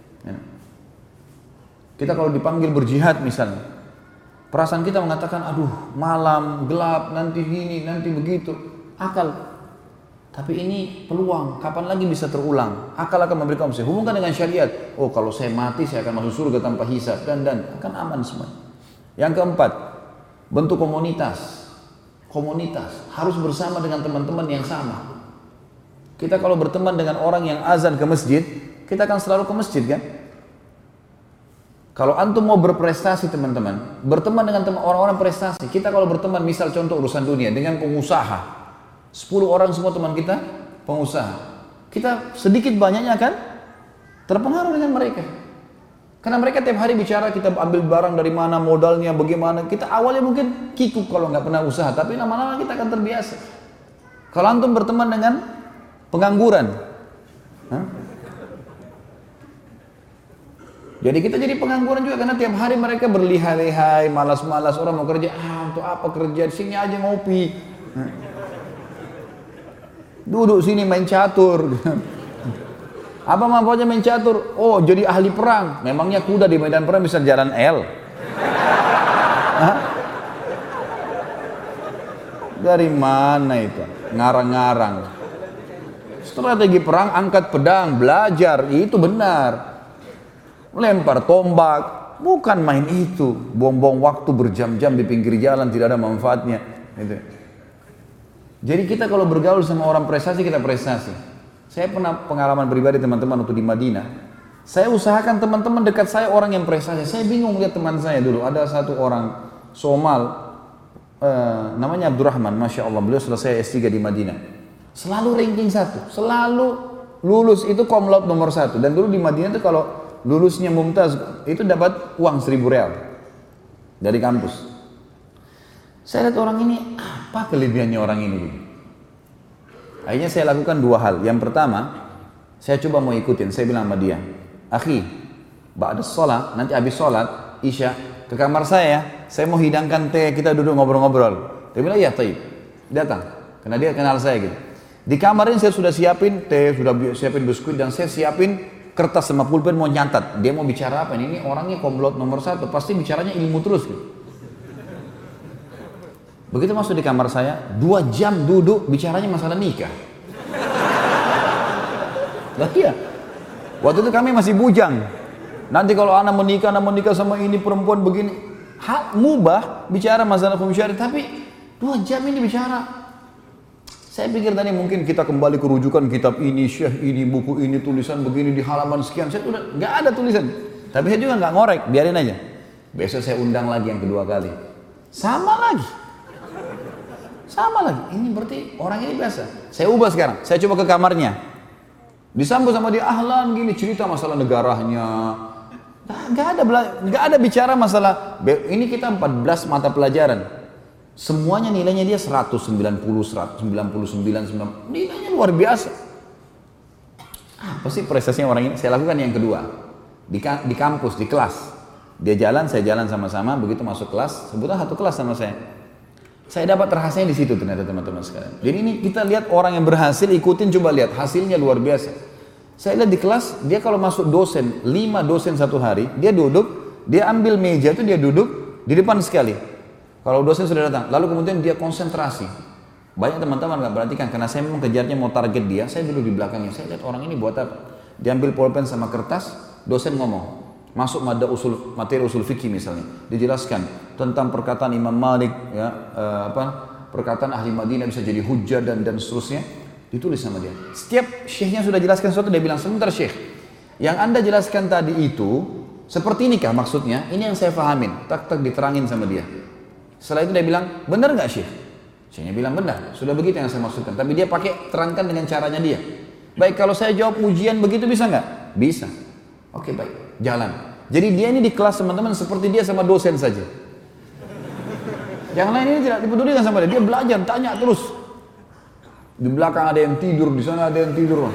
Kita kalau dipanggil berjihad misalnya, perasaan kita mengatakan, aduh malam, gelap, nanti gini, nanti begitu. Akal, tapi ini peluang, kapan lagi bisa terulang? Akal akan memberikan opsi. Hubungkan dengan syariat. Oh, kalau saya mati saya akan masuk surga tanpa hisab, dan akan aman semua. Yang keempat, bentuk komunitas. Komunitas harus bersama dengan teman-teman yang sama. Kita kalau berteman dengan orang yang azan ke masjid, kita akan selalu ke masjid kan? Kalau antum mau berprestasi teman-teman, berteman dengan orang-orang prestasi. Kita kalau berteman, misal contoh urusan dunia, dengan pengusaha, 10 orang semua teman kita pengusaha, kita sedikit banyaknya kan terpengaruh dengan mereka. Karena mereka tiap hari bicara, kita ambil barang dari mana, modalnya bagaimana. Kita awalnya mungkin kikuk kalau nggak pernah usaha, tapi lama-lama kita akan terbiasa. Kalau antum berteman dengan pengangguran, jadi kita jadi pengangguran juga, karena tiap hari mereka berlihai-lihai, malas-malas, orang mau kerja, untuk apa kerja, di sini aja ngopi. Duduk sini main catur. Apa manfaatnya main catur? Oh, jadi ahli perang. Memangnya kuda di medan perang bisa jalan L? Hah? Dari mana itu? Ngarang-ngarang. Strategi perang, angkat pedang, belajar, itu benar. Lempar tombak, bukan main itu. Buang-buang waktu berjam-jam di pinggir jalan, tidak ada manfaatnya. Gitu. Jadi kita kalau bergaul sama orang prestasi, kita prestasi. Saya pernah pengalaman pribadi teman-teman waktu di Madinah. Saya usahakan teman-teman dekat saya orang yang prestasi. Saya bingung lihat teman saya dulu. Ada satu orang Somal, namanya Abdurrahman, Masya Allah. Beliau selesai S3 di Madinah. Selalu ranking 1, selalu lulus itu cum laude nomor 1. Dan dulu di Madinah itu kalau lulusnya mumtaz itu dapat uang 1.000 real dari kampus. Saya lihat orang ini, apa kelebihannya orang ini? Akhirnya saya lakukan 2 hal. Yang pertama, saya coba mau ikutin. Saya bilang sama dia, akhi, ba'da sholat, nanti habis sholat isya ke kamar saya mau hidangkan teh, kita duduk ngobrol-ngobrol. Dia bilang, iya taib, datang, karena dia kenal saya gitu. Di kamar ini saya sudah siapin teh, sudah siapin biskuit, dan saya siapin kertas sama pulpen mau nyatat. Dia mau bicara apa? Ini orangnya komplot nomor 1, pasti bicaranya ilmu terus gitu. Begitu masuk di kamar saya, 2 jam duduk bicaranya masalah nikah. Lah iya, waktu itu kami masih bujang. Nanti kalau anak menikah sama ini perempuan begini, hak mubah bicara masalah hukum syari, tapi 2 jam ini bicara. Saya pikir tadi mungkin kita kembali ke rujukan kitab ini, syekh ini, buku ini, tulisan begini di halaman sekian. Saya udah nggak ada tulisan, tapi saya juga nggak ngorek, biarin aja. Besok saya undang lagi yang kedua kali, sama lagi. Ini berarti orang ini biasa. Saya ubah sekarang, saya coba ke kamarnya, disambut sama dia, ahlan gini, cerita masalah negaranya. Nggak ada bicara masalah. Ini kita 14 mata pelajaran, semuanya nilainya dia 190, 199, 90. Nilainya luar biasa. Apa sih prestasinya orang ini? Saya lakukan yang kedua di kampus, di kelas. Dia jalan, saya jalan sama-sama. Begitu masuk kelas, sebutlah satu kelas sama saya. Saya dapat rahasianya di situ ternyata teman-teman sekalian. Jadi ini kita lihat orang yang berhasil, ikutin, coba lihat hasilnya luar biasa. Saya lihat di kelas, dia kalau masuk dosen, 5 dosen satu hari, dia duduk, dia ambil meja itu, dia duduk di depan sekali. Kalau dosen sudah datang, lalu kemudian dia konsentrasi. Banyak teman-teman nggak perhatikan, karena saya memang kejarnya mau target dia, saya duduk di belakangnya. Saya lihat orang ini buat apa? Diambil pulpen sama kertas, dosen ngomong. Masuk materi usul fikih misalnya, dijelaskan tentang perkataan Imam Malik, ya, perkataan ahli Madinah bisa jadi hujjah dan seterusnya, ditulis sama dia. Setiap syekhnya sudah jelaskan sesuatu, dia bilang, sebentar syekh, yang anda jelaskan tadi itu seperti ini kah maksudnya? Ini yang saya fahamin. Tak diterangin sama dia. Setelah itu dia bilang, benar nggak syekh? Syekhnya bilang benar, sudah begitu yang saya maksudkan. Tapi dia pakai terangkan dengan caranya dia. Baik, kalau saya jawab ujian begitu bisa nggak? Bisa. Oke, baik, jalan. Jadi dia ini di kelas teman-teman seperti dia sama dosen saja. Yang lain ini tidak dipedulikan sama dia belajar, tanya terus. Di belakang ada yang tidur, di sana ada yang tidur.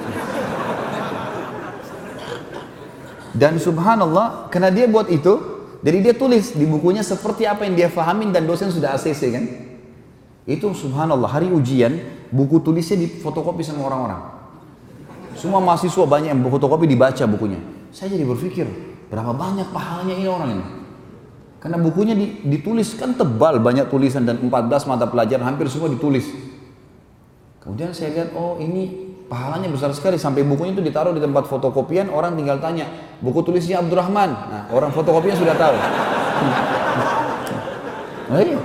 Dan subhanallah, karena dia buat itu, jadi dia tulis di bukunya seperti apa yang dia fahamin dan dosen sudah ACC kan. Itu subhanallah, hari ujian, buku tulisnya difotokopi sama orang-orang. Semua mahasiswa banyak yang fotokopi dibaca bukunya. Saya jadi berpikir, berapa banyak pahalanya ini orang ini. Karena bukunya ditulis kan tebal, banyak tulisan dan 14 mata pelajaran hampir semua ditulis. Kemudian saya lihat, oh ini pahalanya besar sekali, sampai bukunya itu ditaruh di tempat fotokopian, orang tinggal tanya, buku tulisnya Abdurrahman. Nah, orang fotokopian sudah tahu. Nah, iya.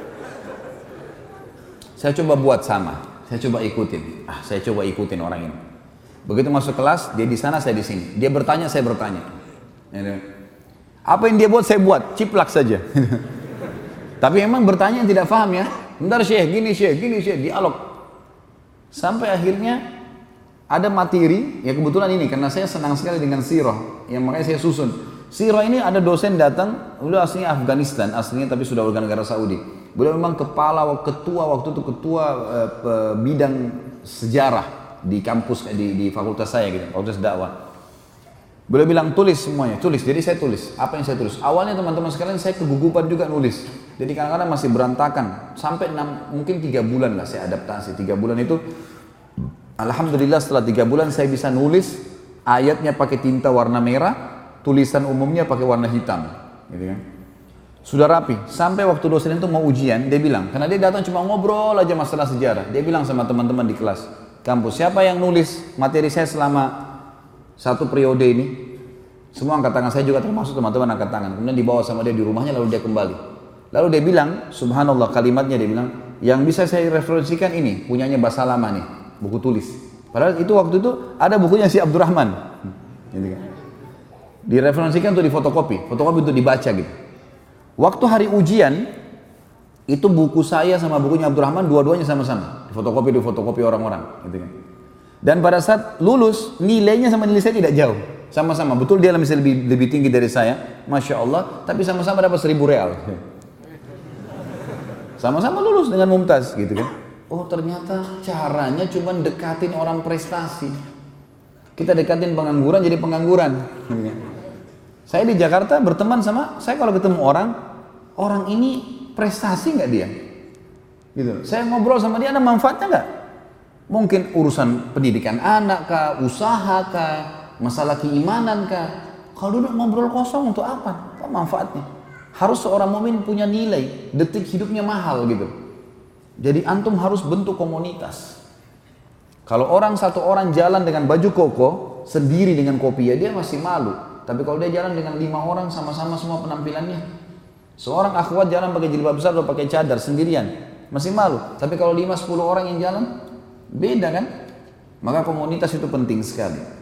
Saya coba buat sama, saya coba ikutin. Saya coba ikutin orang ini. Begitu masuk kelas, dia di sana, saya di sini. Dia bertanya, saya bertanya. Apa yang dia buat, saya buat, ciplak saja. Tapi memang bertanya yang tidak paham ya. Bentar syekh, gini syekh, dialog. Sampai akhirnya ada materi, ya kebetulan ini, karena saya senang sekali dengan sirah, yang makanya saya susun. Sirah ini ada dosen datang, beliau aslinya Afghanistan, aslinya tapi sudah warga negara Saudi. Beliau memang ketua waktu itu ketua bidang sejarah di kampus, di fakultas saya gitu, fakultas dakwah. Beliau bilang tulis semuanya, tulis. Jadi saya tulis, apa yang saya tulis. Awalnya teman-teman sekalian saya kegugupan juga nulis. Jadi kadang-kadang masih berantakan. Sampai mungkin 3 bulan lah saya adaptasi. 3 bulan itu, alhamdulillah setelah 3 bulan saya bisa nulis ayatnya pakai tinta warna merah, tulisan umumnya pakai warna hitam, gitu kan. Sudah rapi, sampai waktu dosen itu mau ujian, dia bilang, karena dia datang cuma ngobrol aja masalah sejarah, dia bilang sama teman-teman di kelas, kampus, siapa yang nulis materi saya selama satu periode ini? Semua angkat tangan, saya juga termasuk teman-teman angkat tangan. Kemudian dibawa sama dia di rumahnya, lalu dia kembali. Lalu dia bilang, subhanallah kalimatnya dia bilang, yang bisa saya referensikan ini, punyanya Basalamah nih, buku tulis. Padahal itu waktu itu ada bukunya si Abdurrahman. Gitu kan. Direferensikan untuk difotokopi, fotokopi untuk dibaca gitu. Waktu hari ujian, itu buku saya sama bukunya Abdurrahman dua-duanya sama-sama. Difotokopi orang-orang. Gitu kan. Dan pada saat lulus, nilainya sama nilai saya tidak jauh. Sama-sama, betul dia bisa lebih tinggi dari saya, Masya Allah, tapi sama-sama dapat 1.000 real. Sama-sama lulus dengan mumtaz gitu kan. Oh ternyata caranya cuma dekatin orang prestasi. Kita dekatin pengangguran jadi pengangguran. Saya di Jakarta berteman sama, saya kalau ketemu orang ini prestasi nggak dia? Gitu. Saya ngobrol sama dia, ada manfaatnya nggak? Mungkin urusan pendidikan anak kah, usaha kah, masalah keimanan kah? Kalau duduk ngobrol kosong untuk apa? Apa manfaatnya? Harus seorang mukmin punya nilai, detik hidupnya mahal gitu. Jadi antum harus bentuk komunitas. Kalau satu orang jalan dengan baju koko sendiri dengan kopi ya dia masih malu. Tapi kalau dia jalan dengan 5 orang sama-sama semua penampilannya, seorang akhwat jalan pakai jilbab besar atau pakai cadar sendirian masih malu. Tapi kalau 5-10 orang yang jalan beda kan? Maka komunitas itu penting sekali.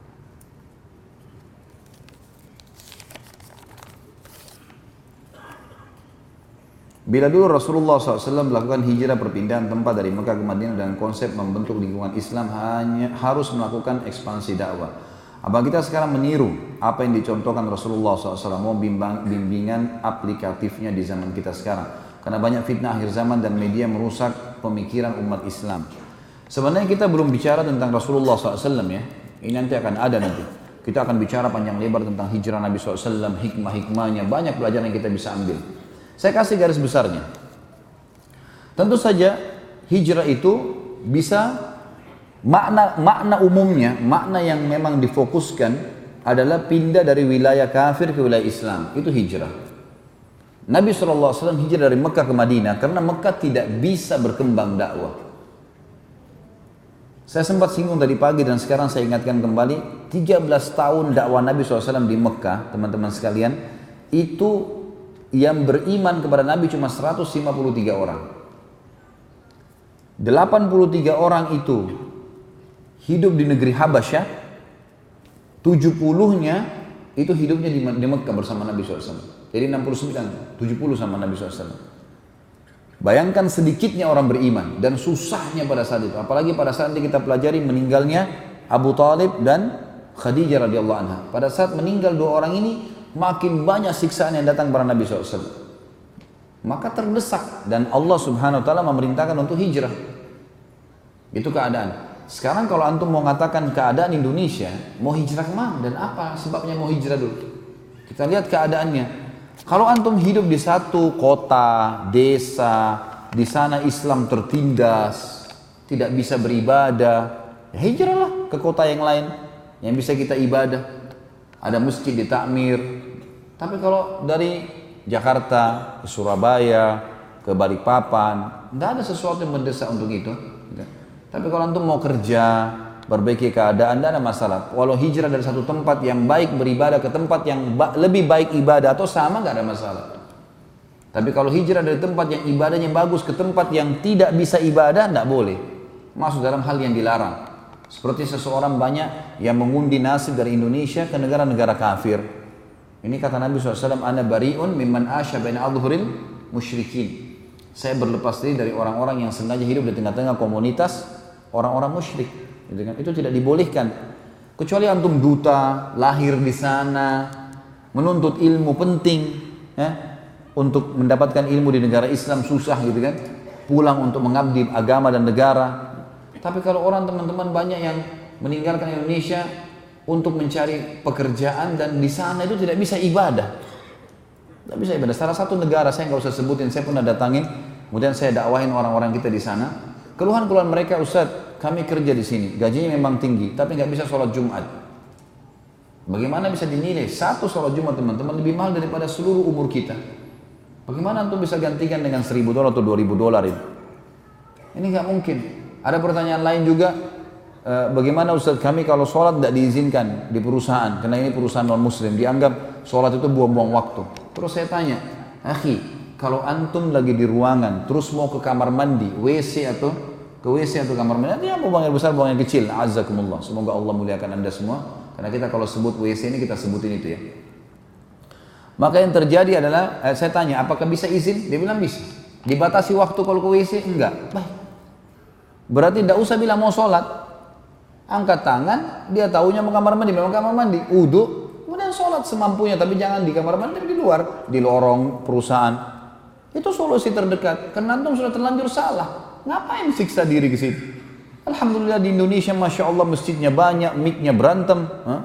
Bila dulu Rasulullah SAW melakukan hijrah perpindahan tempat dari Mekah ke Madinah dengan konsep membentuk lingkungan Islam hanya harus melakukan ekspansi dakwah. Apa kita sekarang meniru apa yang dicontohkan Rasulullah SAW, mau bimbingan aplikatifnya di zaman kita sekarang? Karena banyak fitnah akhir zaman dan media merusak pemikiran umat Islam. Sebenarnya kita belum bicara tentang Rasulullah SAW ya, ini nanti akan ada nanti. Kita akan bicara panjang lebar tentang hijrah Nabi SAW, hikmah-hikmahnya, banyak pelajaran yang kita bisa ambil. Saya kasih garis besarnya. Tentu saja hijrah itu bisa makna umumnya, makna yang memang difokuskan adalah pindah dari wilayah kafir ke wilayah Islam. Itu hijrah. Nabi SAW hijrah dari Mekah ke Madinah karena Mekah tidak bisa berkembang dakwah. Saya sempat singgung tadi pagi dan sekarang saya ingatkan kembali, 13 tahun dakwah Nabi SAW di Mekah, teman-teman sekalian, itu yang beriman kepada Nabi cuma 153 orang. 83 orang itu hidup di negeri Habasyah, 70-nya itu hidupnya di Mekah bersama Nabi SAW. Jadi 69, 70 sama Nabi SAW. Bayangkan sedikitnya orang beriman dan susahnya pada saat itu. Apalagi pada saat ini kita pelajari meninggalnya Abu Talib dan Khadijah radhiyallahu anha. Pada saat meninggal dua orang ini, makin banyak siksaan yang datang kepada Nabi SAW. Maka terdesak dan Allah Subhanahu Wa Taala memerintahkan untuk hijrah. Itu keadaan. Sekarang kalau antum mau mengatakan keadaan Indonesia, mau hijrah kemana dan apa sebabnya mau hijrah dulu? Kita lihat keadaannya. Kalau antum hidup di satu kota, desa, di sana Islam tertindas, tidak bisa beribadah, ya hijrahlah ke kota yang lain yang bisa kita ibadah. Ada masjid ditakmir. Tapi kalau dari Jakarta ke Surabaya, ke Balikpapan, tidak ada sesuatu yang mendesak untuk itu. Tapi kalau antum mau kerja, perbaiki keadaan, tidak ada masalah. Walau hijrah dari satu tempat yang baik beribadah ke tempat yang lebih baik ibadah atau sama, tidak ada masalah. Tapi kalau hijrah dari tempat yang ibadahnya bagus ke tempat yang tidak bisa ibadah, tidak boleh. Masuk dalam hal yang dilarang. Seperti seseorang banyak yang mengundi nasib dari Indonesia ke negara-negara kafir. Ini kata Nabi SAW, Ana bari'un mimman asya baina adhuril musyrikin. Saya berlepas diri dari orang-orang yang sengaja hidup di tengah-tengah komunitas orang-orang musyrik. Itu tidak dibolehkan. Kecuali antum duta, lahir di sana, menuntut ilmu penting, ya, untuk mendapatkan ilmu di negara Islam susah gitu kan. Pulang untuk mengabdi agama dan negara. Tapi kalau orang teman-teman banyak yang meninggalkan Indonesia untuk mencari pekerjaan dan di sana itu tidak bisa ibadah. Tidak bisa ibadah. Salah satu negara saya nggak usah sebutin, saya pernah datangin, kemudian saya dakwahin orang-orang kita di sana. Keluhan-keluhan mereka, Ustaz, kami kerja di sini, gajinya memang tinggi, tapi nggak bisa sholat Jumat. Bagaimana bisa dinilai satu sholat Jumat teman-teman lebih mahal daripada seluruh umur kita? Bagaimana antum bisa gantikan dengan $1.000 atau $2.000 ini? Ini nggak mungkin. Ada pertanyaan lain juga, bagaimana Ustaz kami kalau sholat tidak diizinkan di perusahaan, karena ini perusahaan non muslim, dianggap sholat itu buang-buang waktu. Terus saya tanya, akhi, kalau antum lagi di ruangan, terus mau ke kamar mandi, WC atau kamar mandi, nanti apa buang yang besar, buang yang kecil, azakumullah. Semoga Allah muliakan anda semua, karena kita kalau sebut WC ini kita sebutin itu ya. Maka yang terjadi adalah, saya tanya, apakah bisa izin? Dia bilang bisa. Dibatasi waktu kalau ke WC? Enggak. Baik. Berarti tidak usah bilang mau sholat. Angkat tangan, dia tahunya mau kamar mandi, memang kamar mandi. Udhu, kemudian sholat semampunya, tapi jangan di kamar mandi, tapi di luar. Di lorong perusahaan. Itu solusi terdekat. Karena antum sudah terlanjur salah. Ngapain siksa diri ke situ? Alhamdulillah di Indonesia, Masya Allah masjidnya banyak, mic-nya berantem.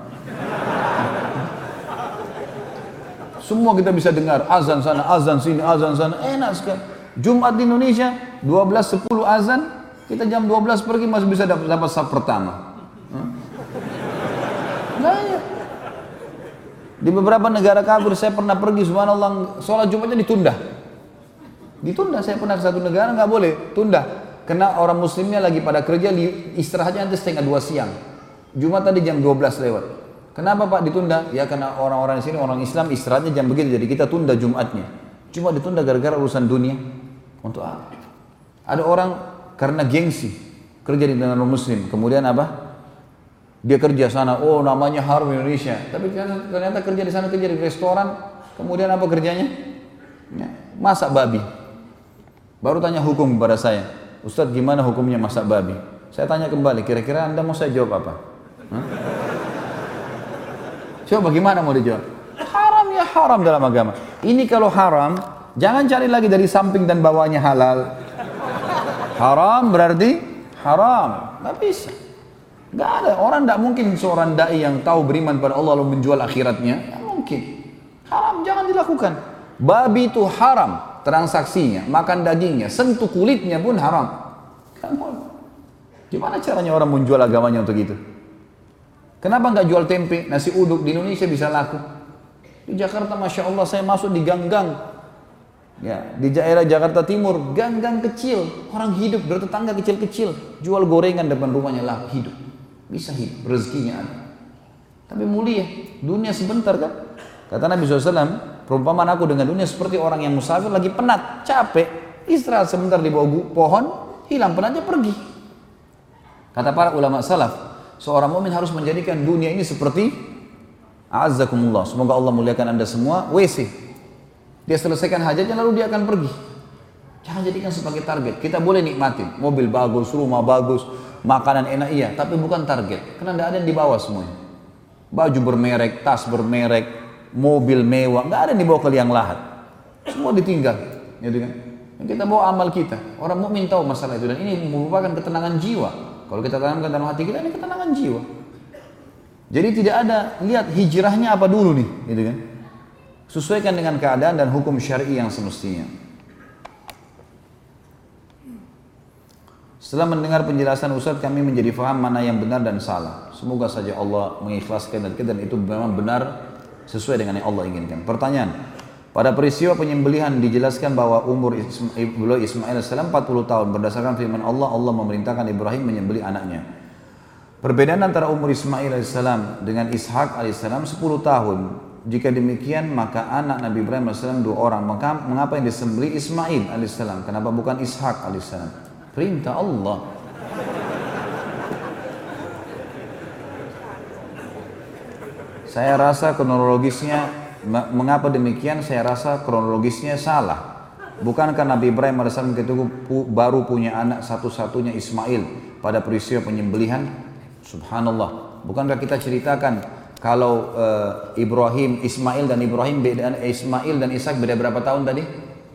Semua kita bisa dengar, azan sana, azan sini, azan sana, enak sekali. Jumat di Indonesia, 12.10 azan, kita jam 12 pergi masih bisa dapat saf pertama. Nah, ya. Di beberapa negara kafir saya pernah pergi, subhanallah, sholat Jumatnya ditunda. Ditunda, saya pernah ke satu negara nggak boleh, tunda. Karena orang muslimnya lagi pada kerja, istirahatnya nanti 1:30 siang. Jumat tadi jam 12 lewat. Kenapa Pak ditunda? Ya karena orang-orang di sini orang Islam istirahatnya jam begitu, jadi kita tunda Jumatnya. Cuma ditunda gara-gara urusan dunia. Untuk apa? Ada orang karena gengsi kerja di negara Muslim, kemudian apa? Dia kerja sana, oh namanya harum Indonesia. Tapi ternyata kerja di sana, kerja di restoran, kemudian apa kerjanya? Ya, masak babi. Baru tanya hukum kepada saya, Ustadz gimana hukumnya masak babi? Saya tanya kembali, kira-kira anda mau saya jawab apa? Coba bagaimana mau dijawab? Haram ya haram dalam agama. Ini kalau haram, jangan cari lagi dari samping dan bawahnya halal. Haram berarti haram. Nggak bisa. Nggak ada. Orang tidak mungkin seorang da'i yang tahu beriman pada Allah lalu menjual akhiratnya. Nggak mungkin. Haram, jangan dilakukan. Babi itu haram transaksinya, makan dagingnya, sentuh kulitnya pun haram. Gimana caranya orang menjual agamanya untuk itu? Kenapa nggak jual tempe, nasi uduk di Indonesia bisa laku? Di Jakarta, Masya Allah, saya masuk di gang-gang. Ya, di daerah Jakarta Timur, gang-gang kecil, orang hidup, bertetangga kecil-kecil, jual gorengan depan rumahnya laku, hidup. Bisa hidup, rezekinya ada. Tapi mulia, dunia sebentar kan? Kata Nabi SAW, perumpamaan aku dengan dunia seperti orang yang musafir lagi penat, capek, istirahat sebentar di bawah pohon, hilang penatnya pergi. Kata para ulama salaf, seorang mukmin harus menjadikan dunia ini seperti a'azzakumullah, semoga Allah muliakan anda semua, WC. Dia selesaikan hajatnya lalu dia akan pergi. Jangan jadikan sebagai target. Kita boleh nikmatin, mobil bagus, rumah bagus, makanan enak iya, tapi bukan target. Karena tidak ada yang dibawa semuanya. Baju bermerek, tas bermerek, mobil mewah, nggak ada yang dibawa ke liang lahat. Semua ditinggal, gitu kan? Yang kita bawa amal kita. Orang mukmin tahu masalah itu dan ini merupakan ketenangan jiwa. Kalau kita tanamkan dalam hati kita, ini ketenangan jiwa. Jadi tidak ada, lihat hijrahnya apa dulu nih, gitu kan? Sesuaikan dengan keadaan dan hukum syar'i yang semestinya. Setelah mendengar penjelasan Ustadz, kami menjadi faham mana yang benar dan salah. Semoga saja Allah mengikhlaskan dan itu memang benar sesuai dengan yang Allah inginkan. Pertanyaan, pada peristiwa penyembelihan dijelaskan bahwa umur Ismail AS 40 tahun. Berdasarkan firman Allah, Allah memerintahkan Ibrahim menyembelih anaknya. Perbedaan antara umur Ismail AS dengan Ishak AS 10 tahun. Jika demikian, maka anak Nabi Ibrahim AS 2 orang. Maka mengapa yang disembelih Ismail AS? Kenapa bukan Ishak AS? Perintah Allah. Saya rasa kronologisnya, mengapa demikian? Saya rasa kronologisnya salah. Bukankah Nabi Ibrahim AS ketika baru punya anak satu-satunya Ismail pada peristiwa penyembelihan? Subhanallah. Bukankah kita ceritakan kalau Ismail dan Ishak beda berapa tahun tadi?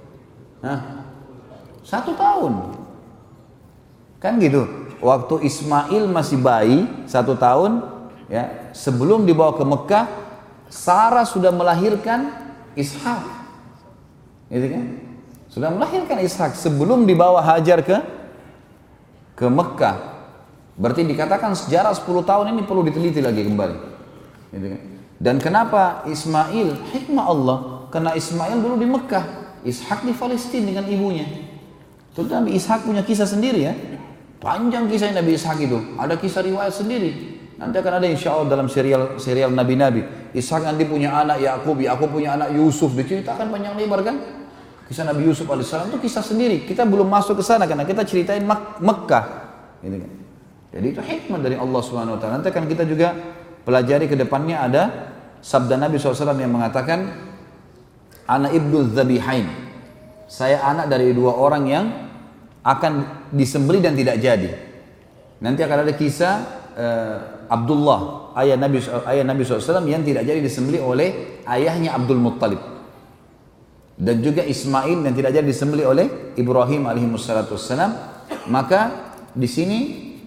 1 tahun. Kan gitu. Waktu Ismail masih bayi 1 tahun, ya, sebelum dibawa ke Mekah, Sarah sudah melahirkan Ishak. Gitu kan? Sudah melahirkan Ishak sebelum dibawa Hajar ke Mekah. Berarti dikatakan sejarah 10 tahun ini perlu diteliti lagi kembali. Gitu kan? Dan kenapa Ismail? Hikmah Allah. Karena Ismail dulu di Mekah, Ishak di Palestina dengan ibunya. Terus Nabi Ishak punya kisah sendiri ya. Panjang kisah Nabi Ishak itu. Ada kisah riwayat sendiri. Nanti akan ada insya Allah dalam serial Nabi-Nabi. Ishak nanti punya anak Yakub, Yakub punya anak Yusuf. Diceritakan panjang lebar kan? Kisah Nabi Yusuf alaihissalam itu kisah sendiri. Kita belum masuk ke sana karena kita ceritain Mekah. Gitu kan? Jadi itu hikmah dari Allah Subhanahu Wa Taala. Nanti akan kita juga pelajari ke depannya ada sabda Nabi SAW yang mengatakan, Ana ibnu Zabihain. Saya anak dari dua orang yang akan disembelih dan tidak jadi. Nanti akan ada kisah Abdullah, ayah Nabi SAW yang tidak jadi disembelih oleh ayahnya Abdul Muttalib. Dan juga Ismail yang tidak jadi disembelih oleh Ibrahim alaihissalam. Maka di sini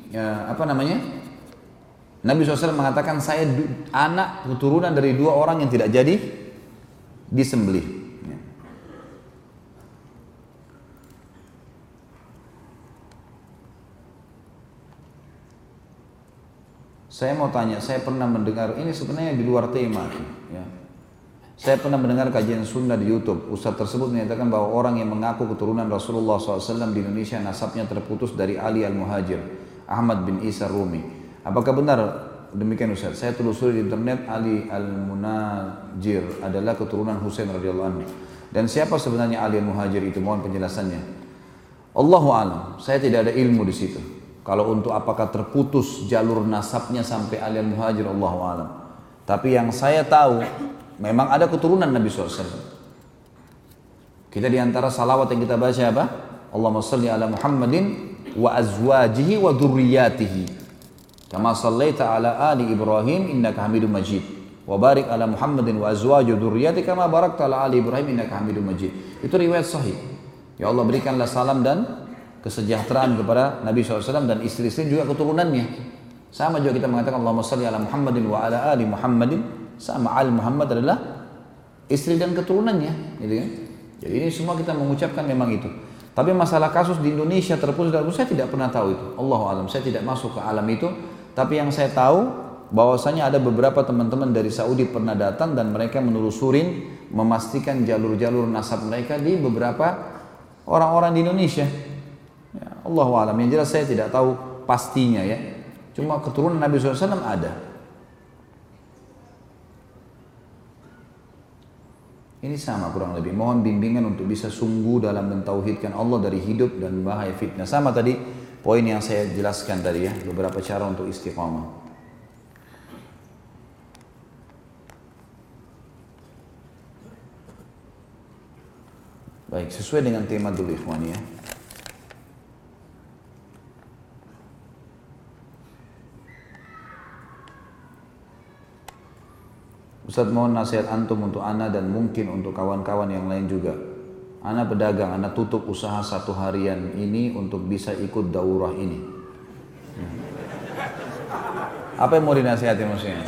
Nabi SAW mengatakan saya anak keturunan dari dua orang yang tidak jadi disembelih. Saya mau tanya, saya pernah mendengar, ini sebenarnya di luar tema ya. Saya pernah mendengar kajian sunnah di YouTube. Ustaz tersebut menyatakan bahwa orang yang mengaku keturunan Rasulullah SAW di Indonesia nasabnya terputus dari Ali Al-Muhajir, Ahmad bin Isa Rumi. Apakah benar demikian Ustaz? Saya telusuri di internet, Ali Al-Munajir adalah keturunan Husain radhiyallahu anhu. Dan siapa sebenarnya Ali Al-Muhajir itu? Mohon penjelasannya. Allahu a'lam. Saya tidak ada ilmu di situ. Kalau untuk apakah terputus jalur nasabnya sampai Ali Al-Muhajir, Allahu a'lam. Tapi yang saya tahu memang ada keturunan Nabi SAW. Kita diantara salawat yang kita baca apa? Allahumma salli ala Muhammadin wa azwajihi wa dhurriyyatihi kama sallaita ala ali Ibrahim innaka Hamidum Majid wa barik ala Muhammadin wa azwajihi wa dhurriyyatihi kama barakta ala ali Ibrahim innaka Hamidum Majid. Itu riwayat sahih. Ya Allah, berikanlah salam dan kesejahteraan kepada Nabi SAW dan istri-istri juga keturunannya. Sama juga kita mengatakan Allahumma salli ala Muhammadin wa ala ali Muhammadin. Sama al Muhammad adalah istri dan keturunannya, gitu kan? Jadi ini semua kita mengucapkan memang itu. Tapi masalah kasus di Indonesia terputus, saya tidak pernah tahu itu. Allahu a'lam, saya tidak masuk ke alam itu. Tapi yang saya tahu bahwasanya ada beberapa teman-teman dari Saudi pernah datang dan mereka menelusurin, memastikan jalur-jalur nasab mereka di beberapa orang-orang di Indonesia. Ya, Allahu a'lam. Yang jelas saya tidak tahu pastinya ya. Cuma keturunan Nabi SAW ada. Ini sama kurang lebih. Mohon bimbingan untuk bisa sungguh dalam mentauhidkan Allah dari hidup dan bahaya fitnah. Sama tadi poin yang saya jelaskan tadi ya. Beberapa cara untuk istiqamah. Baik, sesuai dengan tema dulu ikhwan ya. Ustaz, mohon nasihat antum untuk ana dan mungkin untuk kawan-kawan yang lain juga. Ana pedagang, ana tutup usaha 1 harian ini untuk bisa ikut daurah ini. Apa yang mau dinasihati maksudnya?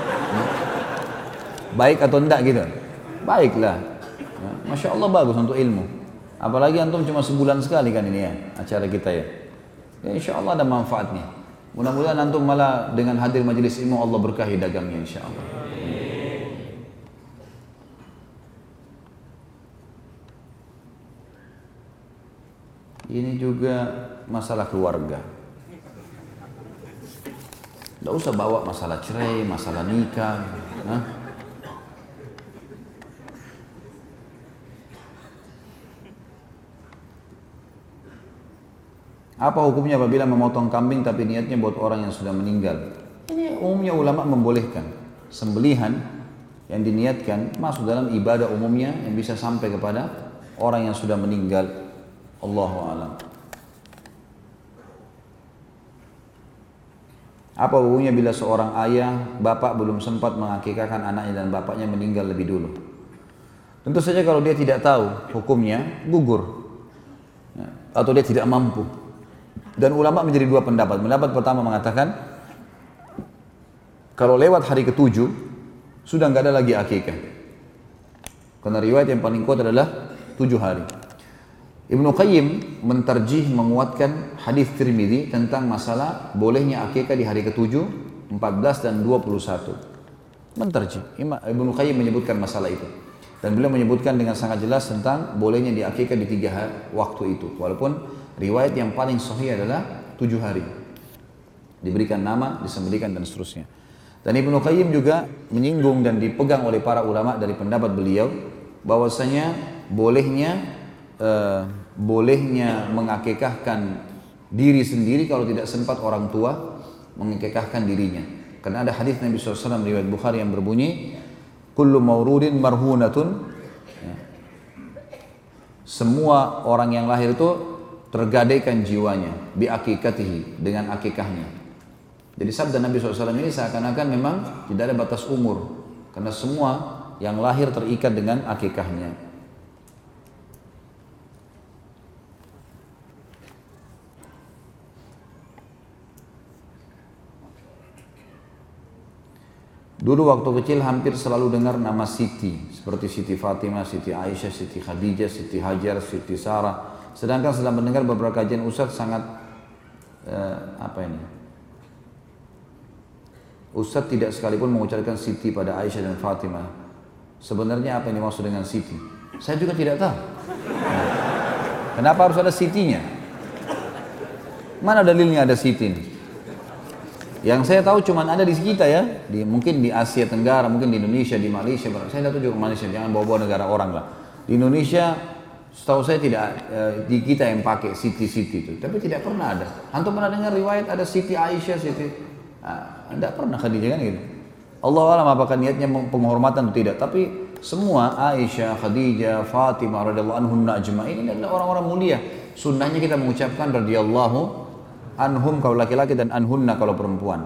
Baik atau enggak gitu? Baiklah. Masya Allah bagus untuk ilmu. Apalagi antum cuma sebulan sekali kan ini ya acara kita ya. Ya insya Allah ada manfaatnya. Mudah-mudahan antum malah dengan hadir majelis ilmu Allah berkahi dagangnya insya Allah. Ini juga masalah keluarga. Tidak usah bawa masalah cerai, masalah nikah. Apa hukumnya apabila memotong kambing tapi niatnya buat orang yang sudah meninggal? Ini umumnya ulama membolehkan. Sembelihan yang diniatkan masuk dalam ibadah umumnya yang bisa sampai kepada orang yang sudah meninggal. Allahu a'lam. Apa hukumnya bila seorang ayah, bapak belum sempat mengakikahkan anaknya dan bapaknya meninggal lebih dulu? Tentu saja kalau dia tidak tahu hukumnya, gugur. Atau dia tidak mampu. Dan ulama menjadi 2 pendapat. Pendapat pertama mengatakan, kalau lewat hari ke-7, sudah nggak ada lagi akikah. Karena riwayat yang paling kuat adalah 7 hari. Ibnu Qayyim mentarjih menguatkan hadis Tirmidzi tentang masalah bolehnya akikah di hari ke-7, 14 dan 21. Menterji. Ibnu Qayyim menyebutkan masalah itu. Dan beliau menyebutkan dengan sangat jelas tentang bolehnya diakikah di 3 waktu itu. Walaupun riwayat yang paling sahih adalah 7 hari. Diberikan nama, disembelihkan dan seterusnya. Dan Ibnu Qayyim juga menyinggung dan dipegang oleh para ulama dari pendapat beliau bahwasanya bolehnya mengakikahkan diri sendiri kalau tidak sempat orang tua mengakikahkan dirinya. Karena ada hadis Nabi SAW riwayat Bukhari yang berbunyi, kullu maurudin marhunatun. Ya. Semua orang yang lahir itu tergadaikan jiwanya bi akikatihi, dengan akikahnya. Jadi sabda Nabi SAW ini seakan-akan memang tidak ada batas umur, karena semua yang lahir terikat dengan akikahnya. Dulu waktu kecil hampir selalu dengar nama Siti, seperti Siti Fatimah, Siti Aisyah, Siti Khadijah, Siti Hajar, Siti Sarah. Sedangkan setelah mendengar beberapa kajian Ustadz sangat Ustadz tidak sekalipun mengucapkan Siti pada Aisyah dan Fatimah. Sebenarnya apa yang dimaksud dengan Siti? Saya juga tidak tahu. Kenapa harus ada Sitinya? Mana dalilnya ada Siti ini? Yang saya tahu cuma ada di kita ya, mungkin di Asia Tenggara, mungkin di Indonesia, di Malaysia. Saya tahu juga Malaysia, jangan bawa-bawa negara orang lah. Di Indonesia, setahu saya tidak di kita yang pakai Siti-Siti itu, tapi tidak pernah ada. Antum pernah dengar riwayat ada Siti Aisyah, Siti? Tidak pernah Khadijah kan gitu. Allah alam apakah niatnya penghormatan atau tidak, tapi semua Aisyah, Khadijah, Fatimah radhiyallahu anhunna ajma'in ini adalah orang-orang mulia. Sunnahnya kita mengucapkan radhiyallahu anhum kalau laki-laki dan anhunna kalau perempuan.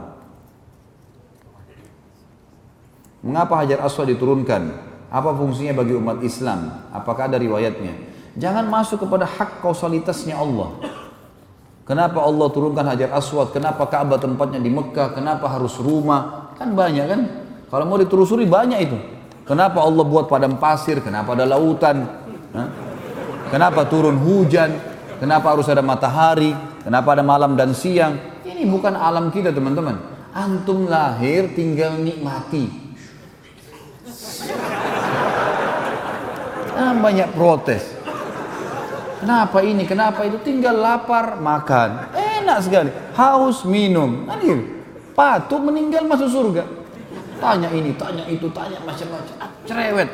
Mengapa Hajar Aswad diturunkan? Apa fungsinya bagi umat Islam? Apakah ada riwayatnya? Jangan masuk kepada hak kausalitasnya Allah. Kenapa Allah turunkan Hajar Aswad? Kenapa Ka'bah tempatnya di Mekah? Kenapa harus rumah? Kan banyak kan? Kalau mau ditelusuri banyak itu. Kenapa Allah buat padang pasir? Kenapa ada lautan? Kenapa turun hujan? Kenapa harus ada matahari? Kenapa ada malam dan siang? Ini bukan alam kita teman-teman. Antum lahir tinggal nikmati. Banyak protes. Kenapa ini, kenapa itu? Tinggal lapar, makan. Enak sekali. Haus, minum. Patut meninggal masuk surga. Tanya ini, tanya itu, tanya macam-macam. Cerewet.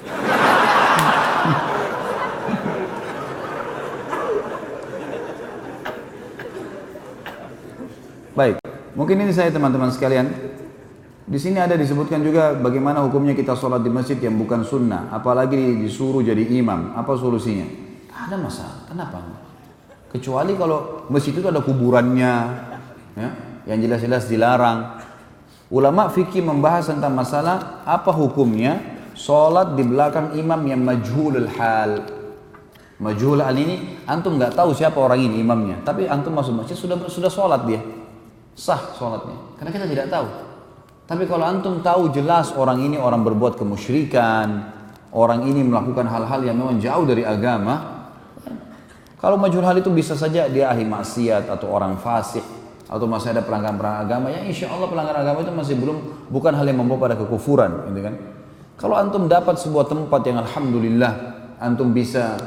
Baik, mungkin ini saya teman-teman sekalian. Di sini ada disebutkan juga bagaimana hukumnya kita sholat di masjid yang bukan sunnah, apalagi disuruh jadi imam. Apa solusinya? Ada masalah. Kenapa? Kecuali kalau masjid itu ada kuburannya, ya, yang jelas-jelas dilarang. Ulama fikih membahas tentang masalah apa hukumnya sholat di belakang imam yang majhulul hal. Majhulul hal ini antum nggak tahu siapa orang ini imamnya, tapi antum masuk masjid sudah sholat dia. Sah sholatnya, karena kita tidak tahu. Tapi kalau antum tahu jelas orang ini orang berbuat kemusyrikan, orang ini melakukan hal-hal yang memang jauh dari agama, kalau majhul hal itu bisa saja dia ahli maksiat atau orang fasik atau masih ada pelanggaran agama yang insya Allah pelanggaran agama itu masih bukan hal yang membawa pada kekufuran, gitu kan? Kalau antum dapat sebuah tempat yang alhamdulillah antum bisa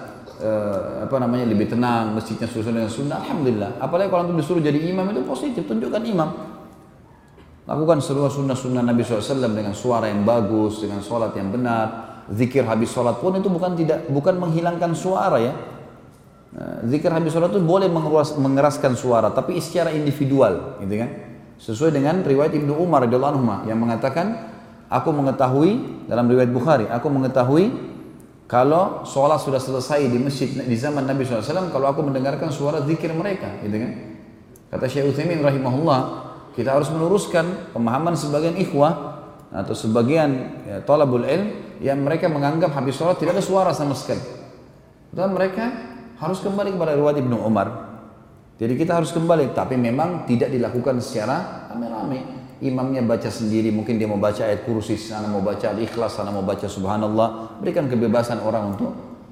lebih tenang, masjidnya sesuai dengan sunnah, alhamdulillah. Apalagi kalau antum disuruh jadi imam itu positif, tunjukkan imam. Lakukan seluruh sunnah Nabi SAW dengan suara yang bagus, dengan sholat yang benar. Zikir habis sholat pun itu bukan menghilangkan suara ya. Zikir habis sholat itu boleh mengeraskan suara, tapi secara individual, gitu kan? Sesuai dengan riwayat Ibnu Umar radhiyallahu anhu yang mengatakan, aku mengetahui dalam riwayat Bukhari, aku mengetahui kalau sholat sudah selesai di masjid di zaman Nabi SAW, kalau aku mendengarkan suara zikir mereka, gitu kan? Kata Syekh Utsaimin rahimahullah, kita harus meluruskan pemahaman sebagian ikhwah atau sebagian thalabul ilm yang mereka menganggap habis sholat tidak ada suara sama sekali. Dan mereka harus kembali kepada riwayat Ibnu Umar. Jadi kita harus kembali, tapi memang tidak dilakukan secara rame-rame. Imamnya baca sendiri, mungkin dia mau baca ayat kursi, sana mau baca al-ikhlas, sana mau baca subhanallah. Berikan kebebasan orang untuk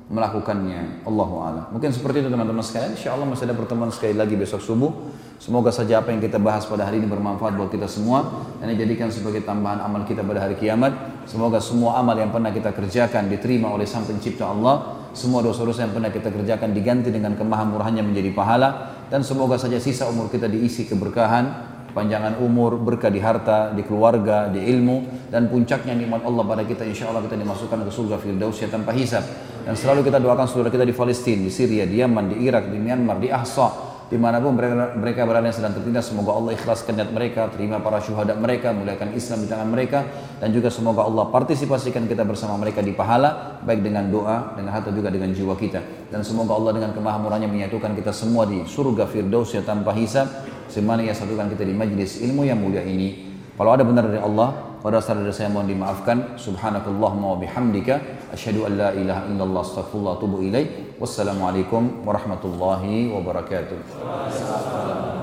melakukannya. Allahu a'lam. Mungkin seperti itu teman-teman sekalian. Insyaallah masih ada pertemuan sekali lagi besok subuh. Semoga saja apa yang kita bahas pada hari ini bermanfaat buat kita semua dan dijadikan sebagai tambahan amal kita pada hari kiamat. Semoga semua amal yang pernah kita kerjakan diterima oleh Sang Pencipta Allah. Semua dosa-dosa yang pernah kita kerjakan diganti dengan kemahamurahannya menjadi pahala, dan semoga saja sisa umur kita diisi keberkahan, panjangan umur, berkah di harta, di keluarga, di ilmu, dan puncaknya nikmat Allah pada kita. Insya Allah kita dimasukkan ke surga Firdaus tanpa hisab. Dan selalu kita doakan saudara kita di Palestina, di Syria, di Yaman, di Irak, di Myanmar, di Ahsa, dimanapun mereka berada yang sedang tertindas. Semoga Allah ikhlaskan niat mereka, terima para syuhada mereka, muliakan Islam di tangan mereka, dan juga semoga Allah partisipasikan kita bersama mereka di pahala, baik dengan doa, dengan harta, juga dengan jiwa kita. Dan semoga Allah dengan kemahamurahnya menyatukan kita semua di surga Firdaus tanpa hisab, semana ia satukan kita di majlis ilmu yang mulia ini. Kalau ada benar dari Allah, pada saat dari saya mohon dimaafkan. Subhanakallahumma wa bihamdika, asyhadu an la ilaha illallah, astaghfirullah wa atubu ilaik. Wassalamualaikum warahmatullahi wabarakatuh.